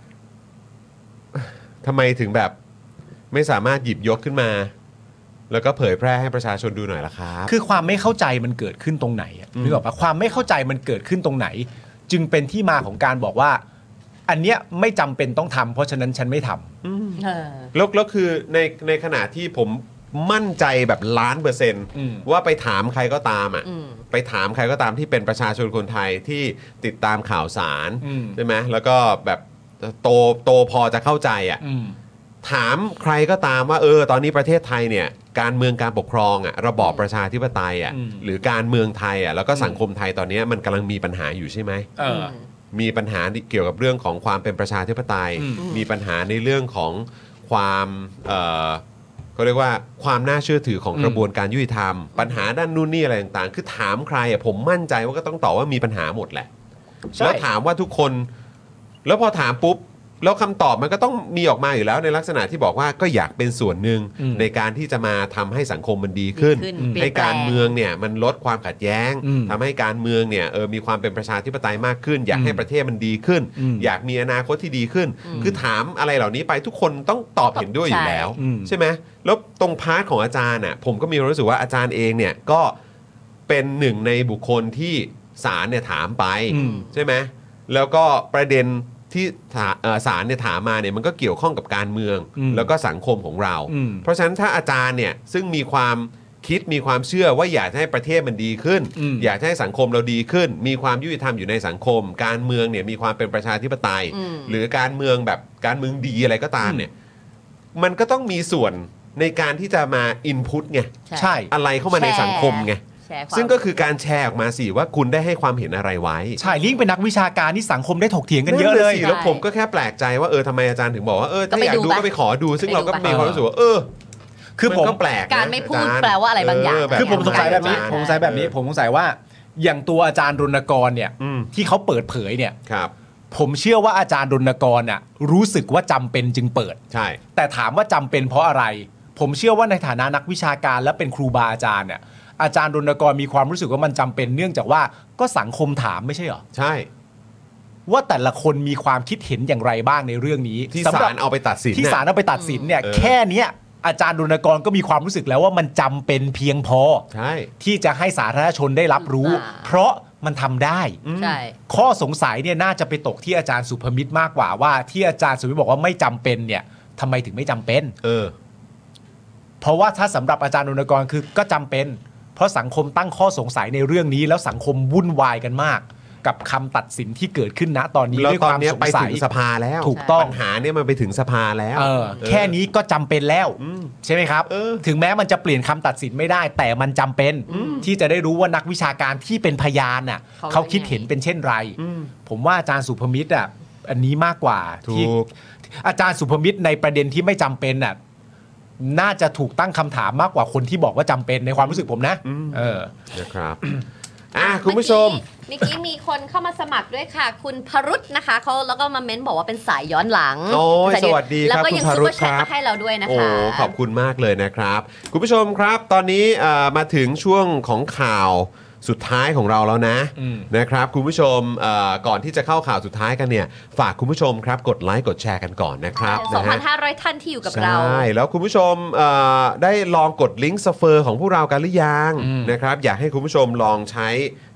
ทำไมถึงแบบไม่สามารถหยิบยกขึ้นมาแล้วก็เผยแพร่ให้ประชาชนดูหน่อยละครับคือความไม่เข้าใจมันเกิดขึ้นตรงไหนนึกออกปะความไม่เข้าใจมันเกิดขึ้นตรงไหนจึงเป็นที่มาของการบอกว่าอันเนี้ยไม่จำเป็นต้องทำเพราะฉะนั้นฉันไม่ทำแล้วแล้วคือในในขณะที่ผมมั่นใจแบบล้านเปอร์เซ็นต์ว่าไปถามใครก็ตามอ่ะไปถามใครก็ตามที่เป็นประชาชนคนไทยที่ติดตามข่าวสารใช่ไหมแล้วก็แบบโตโตพอจะเข้าใจอ่ะถามใครก็ตามว่าเออตอนนี้ประเทศไทยเนี่ยการเมืองการปกครองอ่ะระบอบประชาธิปไตยอ่ะหรือการเมืองไทยอ่ะแล้วก็สังคมไทยตอนนี้มันกำลังมีปัญหาอยู่ใช่ไหมมีปัญหาเกี่ยวกับเรื่องของความเป็นประชาธิปไตยมีปัญหาในเรื่องของความเอ่อเขาเรียกว่าความน่าเชื่อถือของกระบวนการยุติธรรมปัญหาด้านนู่นนี่อะไรต่างๆคือถามใครอ่ะผมมั่นใจว่าก็ต้องตอบว่ามีปัญหาหมดแหละแล้วถามว่าทุกคนแล้วพอถามปุ๊บแล้วคำตอบมันก็ต้องมีออกมาอยู่แล้วในลักษณะที่บอกว่าก็อยากเป็นส่วนหนึ่งในการที่จะมาทำให้สังคมมันดีขึ้นให้การเมืองเนี่ยมันลดความขัดแย้งทำให้การเมืองเนี่ยเออมีความเป็นประชาธิปไตยมากขึ้นอยากให้ประเทศมันดีขึ้นอยากมีอนาคตที่ดีขึ้นคือถามอะไรเหล่านี้ไปทุกคนต้องตอบเห็นด้วยอยู่แล้วใช่ไหมแล้วตรงพาร์ทของอาจารย์น่ะผมก็มีรู้สึกว่าอาจารย์เองเนี่ยก็เป็นหนึ่งในบุคคลที่ศาลเนี่ยถามไปใช่ไหมแล้วก็ประเด็นที่ศาลเนี่ยถามมาเนี่ยมันก็เกี่ยวข้องกับการเมืองแล้วก็สังคมของเราเพราะฉะนั้นถ้าอาจารย์เนี่ยซึ่งมีความคิดมีความเชื่อว่าอยากให้ประเทศมันดีขึ้นอยากให้สังคมเราดีขึ้นมีความยุติธรรมอยู่ในสังคมการเมืองเนี่ยมีความเป็นประชาธิปไตยหรือการเมืองแบบการเมืองดีอะไรก็ตามเนี่ยมันก็ต้องมีส่วนในการที่จะมาอินพุตไงใช่อะไรเข้ามาในสังคมไงซึ่งก็คือการแชร์ออกมาสิว่าคุณได้ให้ความเห็นอะไรไว้ใช่ลิงเป็นนักวิชาการที่สังคมได้ถกเถียงกันเยอะเลยแล้วผมก็แค่แปลกใจว่าเออทำไมอาจารย์ถึงบอกว่าเออถ้าอยากดูก็ไปขอดูซึ่งเราก็มีความรู้สึกว่าเออคือผมก็แปลกการไม่พูดแปลว่าอะไรบางอย่างคือผมสงสัยแบบนี้ผมสงสัยแบบนี้ผมสงสัยว่าอย่างตัวอาจารย์รณกรเนี่ยที่เขาเปิดเผยเนี่ยผมเชื่อว่าอาจารย์รณกรน่ะรู้สึกว่าจำเป็นจึงเปิดใช่แต่ถามว่าจำเป็นเพราะอะไรผมเชื่อว่าในฐานะนักวิชาการและเป็นครูบาอาจารย์เนี่ยอาจารย์รณกรมีความรู้สึกว่ามันจำเป็นเนื่องจากว่าก็สังคมถามไม่ใช่เหรอใช่ว่าแต่ละคนมีความคิดเห็นอย่างไรบ้างในเรื่องนี้ที่ศาลเอาไปตัดสินที่ศาลเอาไปตัดสินเนี่ยแค่เนี้ยอาจารย์รณกรก็มีความรู้สึกแล้วว่ามันจำเป็นเพียงพอใช่ที่จะให้สาธารณชนได้รับรู้เพราะมันทำได้ใช่ข้อสงสัยเนี่ยน่าจะไปตกที่อาจารย์สุภมิตรมากกว่าว่าที่อาจารย์สุภมิตรบอกว่าไม่จำเป็นเนี่ยทำไมถึงไม่จำเป็นเออเพราะว่าถ้าสำหรับอาจารย์รณกรคือก็จำเป็นเพราะสังคมตั้งข้อสงสัยในเรื่องนี้แล้วสังคมวุ่นวายกันมากกับคำตัดสินที่เกิดขึ้นณตอนนี้ด้วยความสงสัยไปถึงสภาแล้วถูกต้องปัญหาเนี่ยมันไปถึงสภาแล้วเออแค่นี้ก็จำเป็นแล้วใช่ไหมครับถึงแม้มันจะเปลี่ยนคำตัดสินไม่ได้แต่มันจำเป็นที่จะได้รู้ว่านักวิชาการที่เป็นพยานน่ะเขาคิดเห็นเป็นเช่นไรผมว่าอาจารย์สุภมิตรอ่ะอันนี้มากกว่าที่อาจารย์สุภมิตรในประเด็นที่ไม่จำเป็นน่ะน่าจะถูกตั้งคำถามมากกว่าคนที่บอกว่าจำเป็นในความรู้สึกผมนะเออนะครับอ่ะคุณผู้ชมเมื่อกี้มีคนเข้ามาสมัครด้วยค่ะคุณพรุษนะคะเขาแล้วก็มาเม้นบอกว่าเป็นสายย้อนหลังโอ้ยสวัสดีครับคุณพรุษครับแล้วก็ยังซุปเปอร์แชทมาให้เราด้วยนะคะโอ้ขอบคุณมากเลยนะครับคุณผู้ชมครับตอนนี้มาถึงช่วงของข่าวสุดท้ายของเราแล้วนะนะครับคุณผู้ชมก่อนที่จะเข้าข่าวสุดท้ายกันเนี่ยฝากคุณผู้ชมครับกดไลค์กดแชร์กันก่อนนะครับสองพันห้าร้อย ท่านที่อยู่กับเราใช่แล้วคุณผู้ชมได้ลองกดลิงก์สเฟอร์ของพวกเรากันหรือยังนะครับอยากให้คุณผู้ชมลองใช้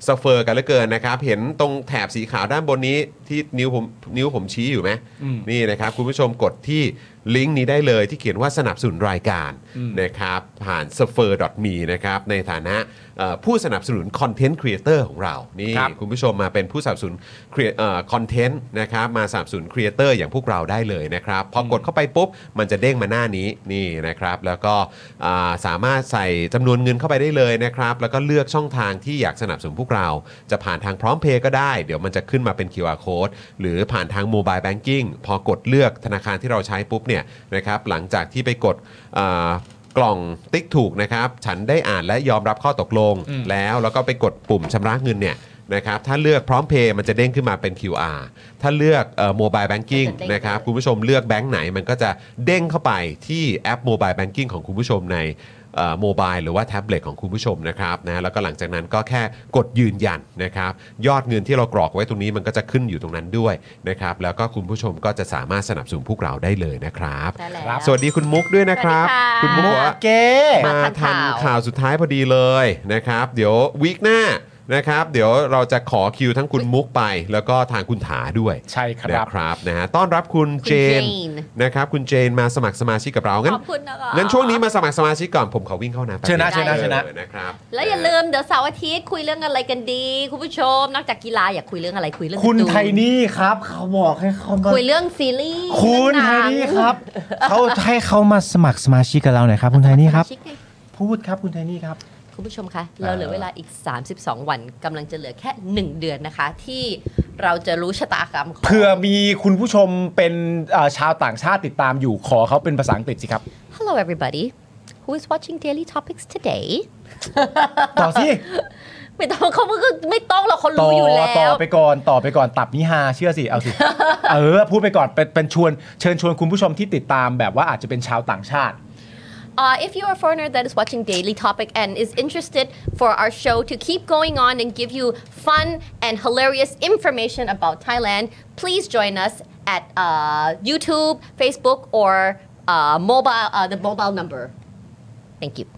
ซัฟเฟอร์กันเหลือเกินนะครับเห็นตรงแถบสีขาวด้านบนนี้ที่นิ้วผมนิ้วผมชี้อยู่ไหมนี่นะครับคุณผู้ชมกดที่ลิงก์นี้ได้เลยที่เขียนว่าสนับสนุนรายการนะครับผ่าน ซัฟเฟอร์ ดอท มี นะครับในฐานะผู้สนับสนุนคอนเทนต์ครีเอเตอร์ของเรานี่คุณผู้ชมมาเป็นผู้สนับสนุนคอนเทนต์นะครับมาสนับสนุนครีเอเตอร์อย่างพวกเราได้เลยนะครับพอกดเข้าไปปุ๊บมันจะเด้งมาหน้านี้นี่นะครับแล้วก็สามารถใส่จำนวนเงินเข้าไปได้เลยนะครับแล้วก็เลือกช่องทางที่อยากสนับสนุนพวกเราจะผ่านทางพร้อมเพย์ก็ได้เดี๋ยวมันจะขึ้นมาเป็น คิว อาร์ Code หรือผ่านทางโมบายแบงกิ้งพอกดเลือกธนาคารที่เราใช้ปุ๊บเนี่ยนะครับหลังจากที่ไปกดกล่องติ๊กถูกนะครับฉันได้อ่านและยอมรับข้อตกลงแล้วแล้วก็ไปกดปุ่มชำระเงินเนี่ยนะครับถ้าเลือกพร้อมเพย์มันจะเด้งขึ้นมาเป็น คิว อาร์ ถ้าเลือกโมบายแบงกิ้งนะครับคุณผู้ชมเลือกแบงค์ไหนมันก็จะเด้งเข้าไปที่แอปโมบายแบงกิ้งของคุณผู้ชมในโมบายหรือว่าแท็บเล็ตของคุณผู้ชมนะครับนะแล้วก็หลังจากนั้นก็แค่กดยืนยันนะครับยอดเงินที่เรากรอกไว้ตรงนี้มันก็จะขึ้นอยู่ตรงนั้นด้วยนะครับแล้วก็คุณผู้ชมก็จะสามารถสนับสนุนพวกเราได้เลยนะครับสวัสดีคุณมุกด้วยนะครับคุณมุกบอกว่าเก๋มาทันข่าวสุดท้ายพอดีเลยนะครับเดี๋ยววีคหน้านะครับเดี๋ยวเราจะขอคิวทั้งคุณมุกไปแล้วก็ทางคุณถาด้วยใช่ครับนะครับนะฮะต้อนรับคุณเจนนะครับคุณเจนมาสมัครสมาชิกกับเรางั้นงั้นช่วงนี้มาสมัครสมาชิกก่อนผมขอวิ่งเข้าน้ำเชิญนะเชิญนะเชิญนะนะครับแล้วอย่าลืมเดี๋ยวเสาร์อาทิตย์คุยเรื่องอะไรกันดีคุณผู้ชมนอกจากกีฬาอยากคุยเรื่องอะไรคุยเรื่องคุณไทนี่ครับเขาบอกให้เขาคุยเรื่องซีรีส์คุณไทนี่ครับเขาให้เขามาสมัครสมาชิกกับเราหน่อยครับคุณไทนี่ครับพูดครับคุณไทนี่ครับคุณผู้ชมคะเราเหลือเวลาอีกสามสิบสองวันกำลังจะเหลือแค่หนึ่งเดือนนะคะที่เราจะรู้ชะตากรรมเผื่อมีคุณผู้ชมเป็นชาวต่างชาติติดตามอยู่ขอเขาเป็นภาษาอังกฤษสิครับ Hello everybody who is watching Daily Topics today ต่อสิไม่ต้องเขาไม่ต้องเราเขารู้อยู่แล้วต่อไปก่อนต่อไปก่อนตับนิฮาเชื่อสิเอาสิเออพูดไปก่อนเป็นเป็นชวนเชิญชวนคุณผู้ชมที่ติดตามแบบว่าอาจจะเป็นชาวต่างชาติ Uh, if you're a foreigner that is watching Daily Topic and is interested for our show to keep going on and give you fun and hilarious information about Thailand, please join us at uh, YouTube, Facebook, or uh, mobile uh, the mobile number. Thank you.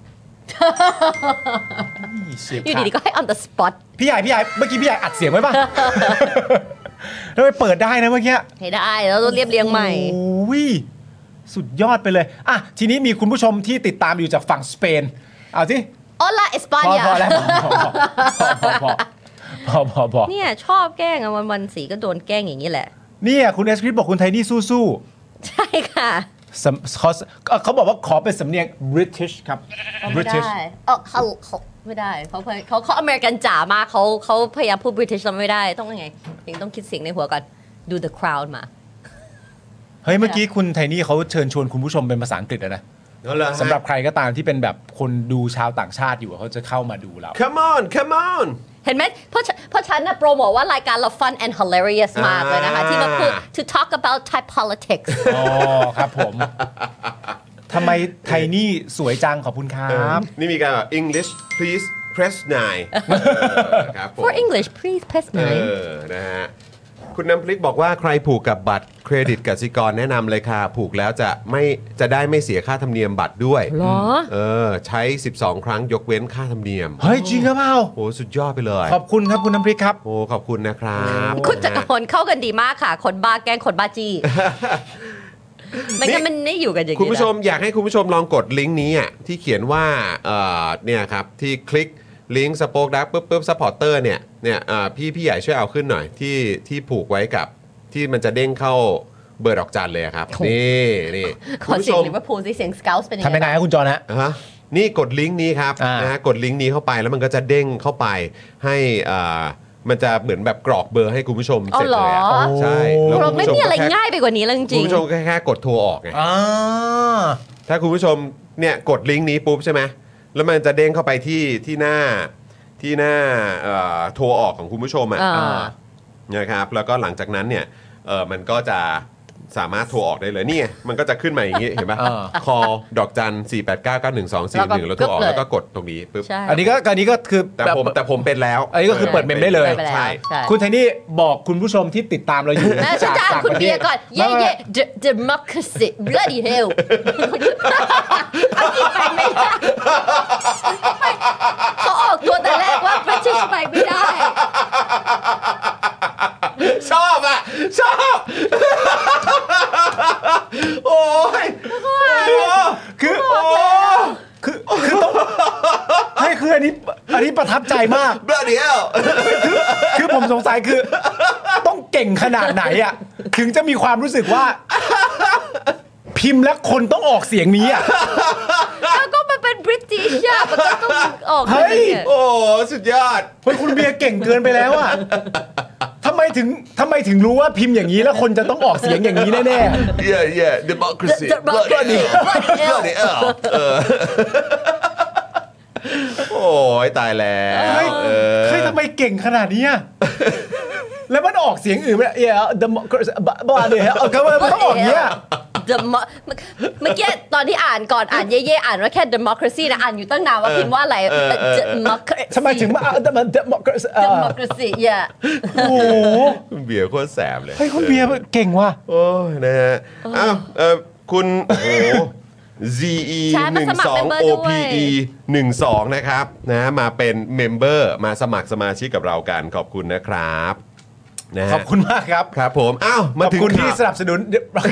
อยู่ดีๆก็ให้ on the spot พี่ใหญ่พี่ใหญ่เมื่อกี้พี่ใหญ่อัดเสียงไว้ป่ะแล้วไปเปิดได้นะเมื่อกี้ให้ได้แล้วเรียบเรียงใหม่โอ้ยสุดยอดไปเลยอ่ะทีนี้มีคุณผู้ชมที่ติดตามอยู่จากฝั่งสเปนเอาสิ Hola España พอแล้วพอพอพอพอเนี่ยชอบแกล้งอ่ะวันวันสีก็โดนแกล้งอย่างนี้แหละเนี่ยคุณเอสคริปบอกคุณไทนี่สู้ๆใช่ค่ะเขาเขาบอกว่าขอเป็นสำเนียง British ครับ British เออเขาเขาไม่ได้เขาเขาเขาอเมริกันจ๋ามากเขาเขาพยายามพูด British เราไม่ได้ต้องยังไงยังต้องคิดเสียงในหัวก่อนดู the crowd มาเฮ้ยเมื่อกี้คุณไทนี่เขาเชิญชวนคุณผู้ชมเป็นภาษาอังกฤษนะสำหรับใครก็ตามที่เป็นแบบคนดูชาวต่างชาติอยู่เขาจะเข้ามาดูเรา Come on Come on เห็นไหมเพราะเพราะฉันนะโปรโมทว่ารายการเรา fun and hilarious มากเลยนะคะที่มาพูด to talk about Thai politics อ๋อครับผมทำไมไทนี่สวยจังขอบคุณครับนี่มีการ English please press nine ครับ for English please press nine เออนะฮะคุณน้ำพริกบอกว่าใครผูกกับบัตรเครดิตกสิกรแนะนำเลยค่ะผูกแล้วจะไม่จะได้ไม่เสียค่าธรรมเนียมบัตรด้วยหรอเออใช้สิบสองครั้งยกเว้นค่าธรรมเนียมเฮ้ยจริงหรือเปล่าโอ้สุดยอดไปเลยขอบคุณครับคุณน้ำพริกครับโอ้ขอบคุณนะครับคุณจักรพลเข้ากันดีมากค่ะคนบ้าแกล้งคนบ้าจี้ไม่งั้นมันไม่อยู่กันอย่างนี้คุณผู้ชมอยากให้คุณผู้ชมลองกดลิงก์นี้อ่ะที่เขียนว่าเอ่อเนี่ยครับที่คลิกลิงก์สป็อคดักปุ๊บปุ๊บซัพพอร์เตอร์เนี่ยเนี่ยพี่พี่ใหญ่ช่วยเอาขึ้นหน่อยที่ที่ผูกไว้กับที่มันจะเด้งเข้าเบอร์ดอกจันเลยครับนี่นี่ขอเสียงลิเวอร์พูลสิเสียงสเกลส์เป็นยังไงทำยังไงครับคุณจอห์นฮะนี่กดลิงก์นี้ครับนะฮะกดลิงก์นี้เข้าไปแล้วมันก็จะเด้งเข้าไปให้อ่ามันจะเหมือนแบบกรอกเบอร์ให้คุณผู้ชมเสร็จเลยใช่แล้วคุณผู้ชมไม่มีอะไรง่ายไปกว่านี้แล้วจริงๆคุณผู้ชมแค่แค่กดโทรออกไงถ้าคุณผู้ชมเนี่ยกดลิงก์นี้ปุ๊บใช่ไหมแล้วมันจะเด้งเข้าไปที่ที่หน้าที่หน้าโทรออกของคุณผู้ชมอ่ะนะครับแล้วก็หลังจากนั้นเนี่ยเออมันก็จะสามารถโทรออกได้เลยนี่มันก็จะขึ้นมาอย่างนี้เห็นป่ะ call ดอกจันสี่แปดเก้าเก้าหนึ่งสองสี่หนึ่งแล้วโทรออกแล้วก็กดตรงนี้ปึ๊บอันนี้ก็อันนี้ก็คือแต่ผมแต่ผมเป็นแล้วอันนี้ก็คือเปิดเมมได้เลยใช่คุณไทนี่บอกคุณผู้ชมที่ติดตามเราอยู่จากต่างประเทศก่อนเย่เย่ democracy bloody hell อันนี้ไปไม่ได้เขาออกตัวแต่แรกว่า British ไปไม่ได้คืออันนี้อันนี้ประทับใจมากบลาเดียวคือผมสงสัยคือต้องเก่งขนาดไหนอ่ะถึงจะมีความรู้สึกว่า พิมพ์แล้วคนต้องออกเสียงนี้อ่ะแล้วก็มันเป็นบริติชอะมันก็ต้องออกเฮ้ยโอ้สุดยอดเฮ้ยคุณเบียร์เก่งเกินไปแล้วอ่ะทำไมถึงทำไมถึงรู้ว่าพิมพ์อย่างนี้แล้วคนจะต้องออกเสียงอย่างนี้แน่ๆ yeah yeah democracy bloody bloody hell เออโอ้ยตายแล้วเฮ้ยเออเฮ้ยทำไมเก่งขนาดนี้อะแล้วมันออกเสียงอื่นไม่ได้เออ democracy บ้าเลยฮะเอาก็มันต้องออกอย่างเงี้ย Demo- เมื่อกี้ตอนที่อ่านก่อนอ่านเย่ๆอ่านว่าแค่ democracy นะอ่านอยู่ตั้งนานว่าพิมพ์ว่าอะไร democracy ทำไมถึงมา democracy democracy yeah โอ้โหคุณเบียร์โคตรแสบเลยเฮ้ยคุณเบียร์เก่งว่ะโอ้ยนะฮะอ้าวเออคุณโอ้โห ซี อีใช่หมานึ่งสมัคสรอง member โอด้วยพี อี หนึ่งสองนะครับนะมาเป็นเมมเบอร์มาสมัครสมาชิกกับเรากันขอบคุณนะครับนะฮะขอบคุณมากครับครับผมอ้าวขมาอบถึงคุณที่ข่าวสนับสนุน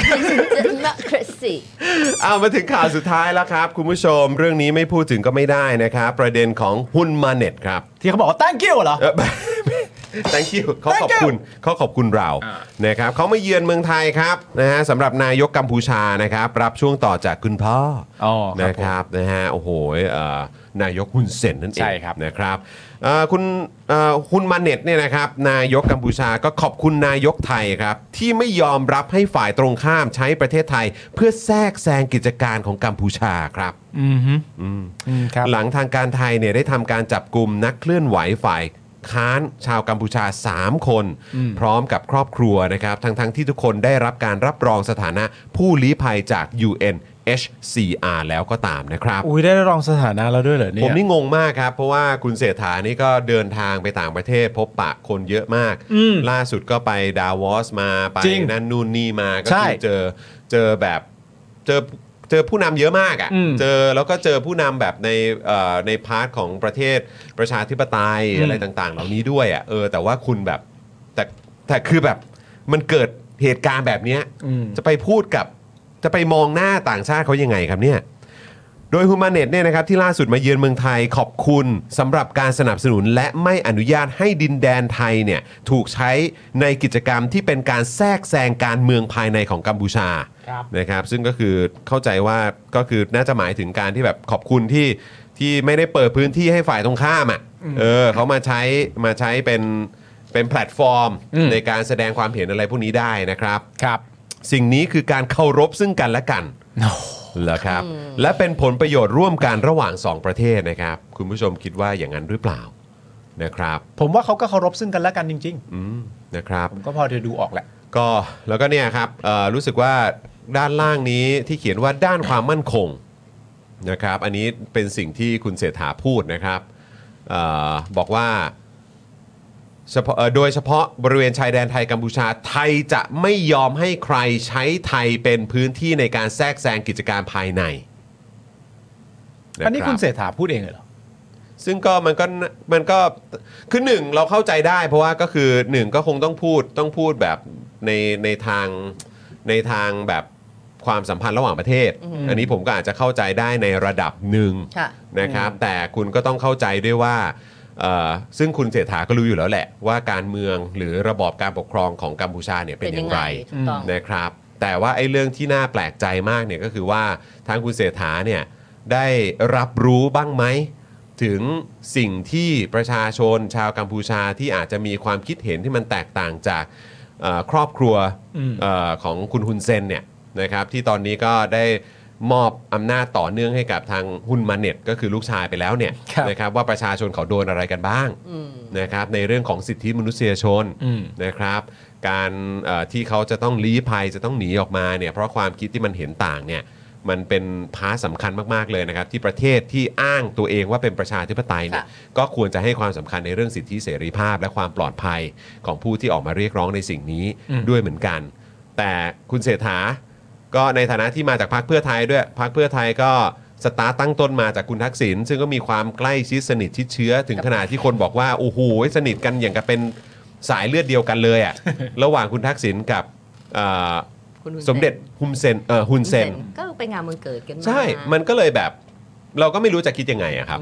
democracy อ้าวมาถึงข่าวสุดท้ายแล้วครับคุณผู้ชมเรื่องนี้ไม่พูดถึงก็ไม่ได้นะครับประเด็นของหุ้นมาเน็ตครับที่เขาบอกว่า thank you เหรอเอ่อ thank you เขาขอบคุณเขาขอบคุณเรานะครับเขามาเยือนเมืองไทยครับนะฮะสำหรับนายกกัมพูชานะครับรับช่วงต่อจากคุณพ่อออครับนะครับนะฮะโอ้โหเอ่อนายกฮุนเซนนั่นเองใช่ครับนะครับเอ่อคุณเอ่อฮุนมาเน็ตเนี่ยนะครับนายกกัมพูชาก็ขอบคุณนายกไทยครับที่ไม่ยอมรับให้ฝ่ายตรงข้ามใช้ประเทศไทย เพื่อแทรกแซงกิจการของกัมพูชาครับอืมฮึอืมครับหลังทางการไทยเนี่ยได้ทำการจับกลุ่มนักเคลื่อนไหวฝ่ายค้านชาวกัมพูชา สาม คน พร้อมกับครอบครัวนะครับทั้งๆทที่ทุกคนได้รับการรับรองสถานะผู้ลี้ภัยจาก ยู เอ็น เอช ซี อาร์ แล้วก็ตามนะครับอุ้ยได้รองสถานะแล้วด้วยเหรอเนี่ยผมนี่งงมากครับ เพราะว่าคุณเศรษฐานี่ก็เดินทางไปต่างประเทศพบปะคนเยอะมาก ล่าสุดก็ไปดาวอสมาไปจริงนั่นนู่นนี่มาก็ใช่คือเจอเจอแบบเจอเจอผู้นำเยอะมากอ่ะอืมเจอแล้วก็เจอผู้นำแบบในเอ่อในพาร์ทของประเทศประชาธิปไตยอืมอะไรต่างๆ เหล่านี้ด้วยอ่ะเออแต่ว่าคุณแบบแต่แต่คือแบบมันเกิดเหตุการณ์แบบเนี้ยอืมจะไปพูดกับจะไปมองหน้าต่างชาติเขายังไงครับเนี่ย โดยฮูมาเน็ตเนี่ยนะครับที่ล่าสุดมาเยือนเมืองไทยขอบคุณสำหรับการสนับสนุนและไม่อนุญาตให้ดินแดนไทยเนี่ยถูกใช้ในกิจกรรมที่เป็นการแทรกแซงการเมืองภายในของกัมพูชาครับนะครับซึ่งก็คือเข้าใจว่าก็คือน่าจะหมายถึงการที่แบบขอบคุณที่ที่ไม่ได้เปิดพื้นที่ให้ฝ่ายตรงข้ามอ่ะเออเขามาใช้มาใช้เป็นเป็นแพลตฟอร์มอืมในการแสดงความเห็นอะไรพวกนี้ได้นะครับครับสิ่งนี้คือการเคารพซึ่งกันและกันเหรอครับ และเป็นผลประโยชน์ร่วมกันระหว่างสองประเทศนะครับ คุณผู้ชมคิดว่าอย่างนั้นหรือเปล่านะครับผมว่าเขาก็เคารพซึ่งกันและกันจริงอืมนะครับๆ ผมก็พอจะดูออกแหละก็แล้วก็เนี่ยครับเอ่อรู้สึกว่าด้านล่างนี้ที่เขียนว่าด้านความมั่นคงนะครับ อันนี้เป็นสิ่งที่คุณเศรษฐาพูดนะครับเออบอกว่าเฉพาะเอ่อโดยเฉพาะบริเวณชายแดนไทยกัมพูชาไทยจะไม่ยอมให้ใครใช้ไทยเป็นพื้นที่ในการแทรกแซงกิจการภายในอันนี้ะรับคุณเศรษฐาพูดเองเหรอซึ่งก็มันก็มันก็คือหนึ่งเราเข้าใจได้ เพราะว่าก็คือหนึ่งก็คงต้องพูดต้องพูดแบบในในทางในทางแบบความสัมพันธ์ระหว่างประเทศ อันนี้ผมก็อาจจะเข้าใจได้ในระดับหนึ่งค่ะนะครับ แต่คุณก็ต้องเข้าใจด้วยว่าเอ่อซึ่งคุณเศรษฐาก็รู้อยู่แล้วแหละ ว่าการเมืองหรือระบอบการปกครองของกัมพูชาเนี่ยเป็นอย่างไรถูกต้องนะครับ แต่ว่าไอ้เรื่องที่น่าแปลกใจมากเนี่ยก็คือว่าทางคุณเศรษฐาเนี่ยได้รับรู้บ้างไหมถึงสิ่งที่ประชาชนชาวกัมพูชาที่อาจจะมีความคิดเห็นที่มันแตกต่างจากเอ่อครอบครัวอืมเออของคุณฮุนเซนเนี่ยนะครับที่ตอนนี้ก็ได้มอบอำนาจต่อเนื่องให้กับทางฮุนมาเน็ตก็คือลูกชายไปแล้วเนี่ยครับนะครับว่าประชาชนเขาโดนอะไรกันบ้างนะครับในเรื่องของสิทธิมนุษยชนอืมนะครับการเอ่อที่เขาจะต้องลี้ภัยจะต้องหนีออกมาเนี่ยเพราะความคิดที่มันเห็นต่างเนี่ยมันเป็นพาร์ทสำคัญมากๆเลยนะครับที่ประเทศที่อ้างตัวเองว่าเป็นประชาธิปไตยเนี่ยก็ควรจะให้ความสำคัญในเรื่องสิทธิเสรีภาพ และความปลอดภัยของผู้ที่ออกมาเรียกร้องในสิ่งนี้ด้วยเหมือนกัน แต่คุณเศรษฐาก็ในฐานะที่มาจากพรรคเพื่อไทยด้วยพรรคเพื่อไทยก็สตาร์ตตั้งต้นมาจากคุณทักษิณซึ่งก็มีความใกล้ชิดสนิทชิดเชื้อถึงขนาดที่คนบอกว่าโอ้โหสนิทกันอย่างกับเป็นสายเลือดเดียวกันเลยอะ ระหว่างคุณทักษิณกับเอ่อคุณฮุนเซนสมเด็จฮุนเซนเออฮุนเซนก็ไปงานวันเกิดกันมาใช่ มันก็เลยแบบเราก็ไม่รู้จะคิดยังไงอะครับ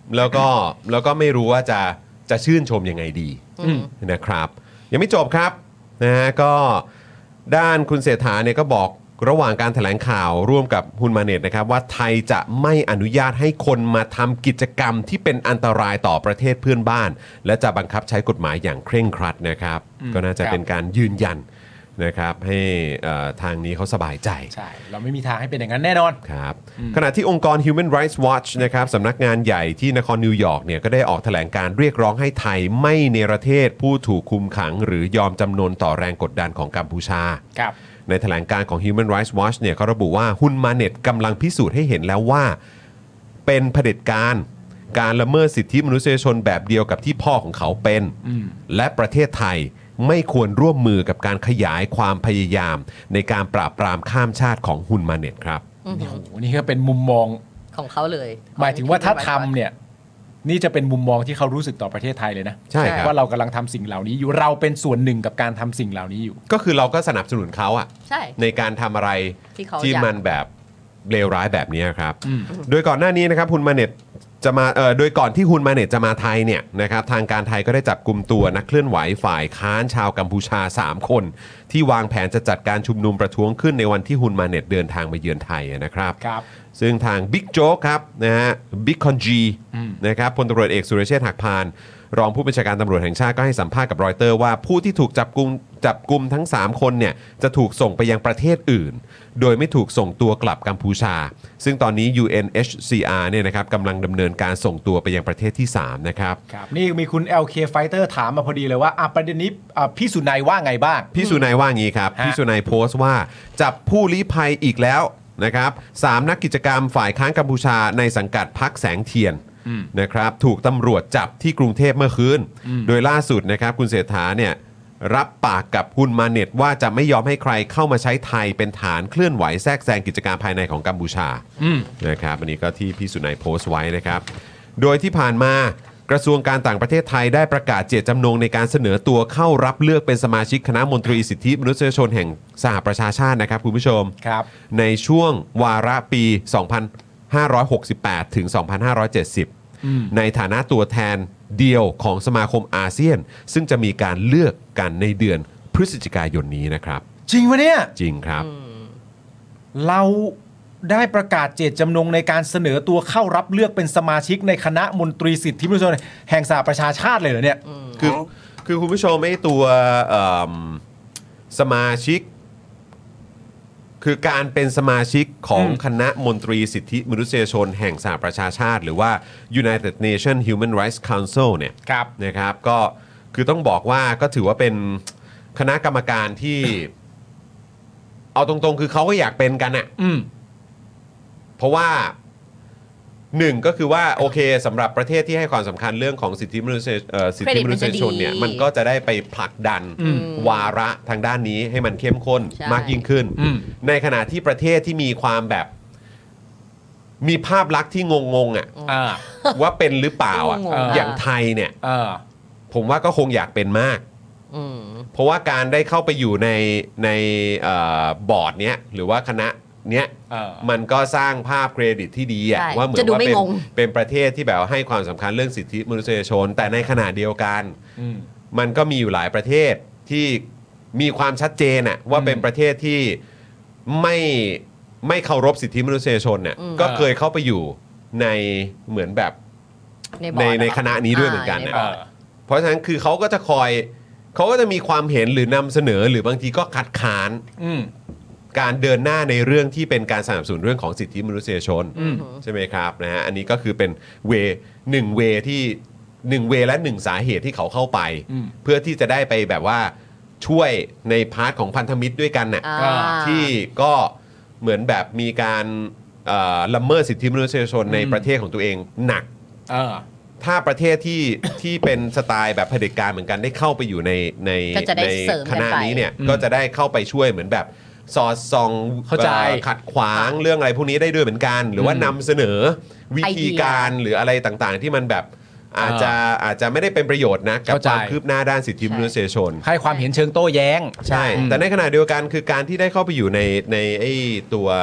แล้วก็แล้วก็ไม่รู้ว่าจะจะชื่นชมยังไงดีนะครับยังไม่จบครับนะฮะก็ด้านคุณเศรษฐาเนี่ยก็บอกระหว่างการแถลงข่าวร่วมกับฮุนมาเน็ตนะครับว่าไทยจะไม่อนุญาตให้คนมาทำกิจกรรมที่เป็นอันตรายต่อประเทศเพื่อนบ้านและจะบังคับใช้กฎหมายอย่างเคร่งครัดนะครับก็น่าจะเป็นการยืนยันนะครับให้ทางนี้เขาสบายใจใช่เราไม่มีทางให้เป็นอย่างนั้นแน่นอนครับขณะที่องค์กร Human Rights Watch นะครับสำนักงานใหญ่ที่นครนิวยอร์กเนี่ยก็ได้ออกแถลงการเรียกร้องให้ไทยไม่เนรเทศผู้ถูกคุมขังหรือยอมจำนนต่อแรงกดดันของกัมพูชาครับในแถลงการของ Human Rights Watch เนี่ยเขาระบุว่าฮุนมาเน็ตกำลังพิสูจน์ให้เห็นแล้วว่าเป็นเผด็จการการละเมิดสิทธิมนุษยชนแบบเดียวกับที่พ่อของเขาเป็นและประเทศไทยไม่ควรร่วมมือกับการขยายความพยายามในการปราบปรามข้ามชาติของฮุนมาเน็ตครับโอ้โหนี่ก็เป็นมุมมองของเขาเลยหมายถึงว่าถ้าทำเนี่ยนี่จะเป็นมุมมองที่เขารู้สึกต่อประเทศไทยเลยนะใช่ครับว่าเรากำลังทำสิ่งเหล่านี้อยู่เราเป็นส่วนหนึ่งกับการทำสิ่งเหล่านี้อยู่ก็คือเราก็สนับสนุนเขาอะใช่ในการทำอะไรที่ที่มันแบบเลวร้ายแบบนี้ครับโดยก่อนหน้านี้นะครับฮุนมาเน็ตจะมาเอ่อโดยก่อนที่ฮุนมาเน็ตจะมาไทยเนี่ยนะครับทางการไทยก็ได้จับกลุ่มตัวนักเคลื่อนไหวฝ่ายค้านชาวกัมพูชาสามคนที่วางแผนจะจัดการชุมนุมประท้วงขึ้นในวันที่ฮุนมาเน็ตเดินทางมาเยือนไทยนะครับครับซึ่งทางบิ๊กโจ๊กครับนะฮะบิ๊กคอนจีนะครับพลตำรวจเอกสุรเชษฐ์หักพานรองผู้บัญชาการตำรวจแห่งชาติก็ให้สัมภาษณ์กับรอยเตอร์ว่าผู้ที่ถูกจับกุมจับกุมทั้งสามคนเนี่ยจะถูกส่งไปยังประเทศอื่นโดยไม่ถูกส่งตัวกลับกัมพูชาซึ่งตอนนี้ ยู เอ็น เอช ซี อาร์ เนี่ยนะครับกำลังดำเนินการส่งตัวไปยังประเทศที่สามนะครับครับนี่มีคุณ แอล เค Fighter ถามมาพอดีเลยว่าอ่ะประเด็นนี้อ่ะพี่สุนัยว่าไงบ้างพี่สุนัยว่างี้ครับพี่สุนัยโพสต์ว่าจับผู้ลี้ภัยอีกแล้วนะครับสามนักกิจกรรมฝ่ายค้านกัมพูชาในสังกัดพรรคแสงเทียนนะครับถูกตำรวจจับที่กรุงเทพเมื่อคืนโดยล่าสุดนะครับคุณเศรษฐาเนี่ยรับปากกับฮุนมาเน็ตว่าจะไม่ยอมให้ใครเข้ามาใช้ไทยเป็นฐานเคลื่อนไหวแทรกแซงกิจการภายในของกัมพูชานะครับอันนี้ก็ที่พี่สุนัยโพสต์ไว้นะครับโดยที่ผ่านมากระทรวงการต่างประเทศไทยได้ประกาศเจตจำนงในการเสนอตัวเข้ารับเลือกเป็นสมาชิกคณะมนตรีสิทธิมนุษยชนแห่งสหประชาชาตินะครับคุณผู้ชมครับในช่วงวาระปี สองพันห้าร้อยหกสิบแปด ถึง สองพันห้าร้อยเจ็ดสิบ ในฐานะตัวแทนเดียวของสมาคมอาเซียนซึ่งจะมีการเลือกกันในเดือนพฤศจิกายนนี้นะครับจริงปะเนี่ยจริงครับเราได้ประกาศเจตจำนงในการเสนอตัวเข้ารับเลือกเป็นสมาชิกในคณะมนตรีสิทธิมนุษยชนแห่งสหประชาชาติเลยเหรอเนี่ยคือคือคุณผู้ชมไอ้ตัวสมาชิกคือการเป็นสมาชิกของคณะมนตรีสิทธิมนุษยชนแห่งสหประชาชาติหรือว่า United Nations Human Rights Council เนี่ยนะครับก็คือต้องบอกว่าก็ถือว่าเป็นคณะกรรมการที่เอาตรงๆคือเขาก็อยากเป็นกันอ่ะเพราะว่าหนึ่งก็คือว่าโอเคสำหรับประเทศที่ให้ความสำคัญเรื่องของสิทธิมนุษยสิทธิมนุษยชนเนี่ยมันก็จะได้ไปผลักดันวาระทางด้านนี้ให้มันเข้มข้นมากยิ่งขึ้นในขณะที่ประเทศที่มีความแบบมีภาพลักษณ์ที่งงๆอ่ะว่าเป็นหรือเปล่าอ่ะอย่างไทยเนี่ยผมว่าก็คงอยากเป็นมากเพราะว่าการได้เข้าไปอยู่ในในบอร์ดเนี้ยหรือว่าคณะเนี้ยมันก็สร้างภาพเครดิตที่ดีอ่ะว่าเหมือนว่าเป็นเป็นประเทศที่แบบให้ความสำคัญเรื่องสิทธิมนุษยชนแต่ในขณะเดียวกันมันก็มีอยู่หลายประเทศที่มีความชัดเจนอ่ะว่าเป็นประเทศที่ไม่ไม่เคารพสิทธิมนุษยชนเนี่ยก็เคยเข้าไปอยู่ในเหมือนแบบในในคณะนี้ด้วยเหมือนกันนะเพราะฉะนั้นคือเขาก็จะคอยเขาก็จะมีความเห็นหรือนำเสนอหรือบางทีก็คัดค้านการเดินหน้าในเรื่องที่เป็นการสนับสนุนเรื่องของสิทธิมนุษยชนใช่ไหมครับนะฮะอันนี้ก็คือเป็นเวหนึ่งเวที่หนึ่งเวและหนึ่งสาเหตุที่เขาเข้าไปเพื่อที่จะได้ไปแบบว่าช่วยในพาร์ทของพันธมิตรด้วยกันน่ะที่ก็เหมือนแบบมีการละเมิดสิทธิมนุษยชนในประเทศของตัวเองหนักถ้าประเทศที่ที่เป็นสไตล์แบบเผด็จการเหมือนกันได้เข้าไปอยู่ในในในคณะนี้เนี่ยก็จะได้เข้าไปช่วยเหมือนแบบสอดส่องเข้าใจขัดขวางเรื่องอะไรพวกนี้ได้ด้วยเหมือนกันหรือว่านำเสนอวิธีการหรืออะไรต่างๆที่มันแบบอาจจะอาจจะไม่ได้เป็นประโยชน์นะกับความคืบหน้าด้านสิทธิมนุษยชนให้ความเห็นเชิงโต้แย้งใช่แต่ในขณะเดียวกันคือการที่ได้เข้าไปอยู่ในในไอ้ตัว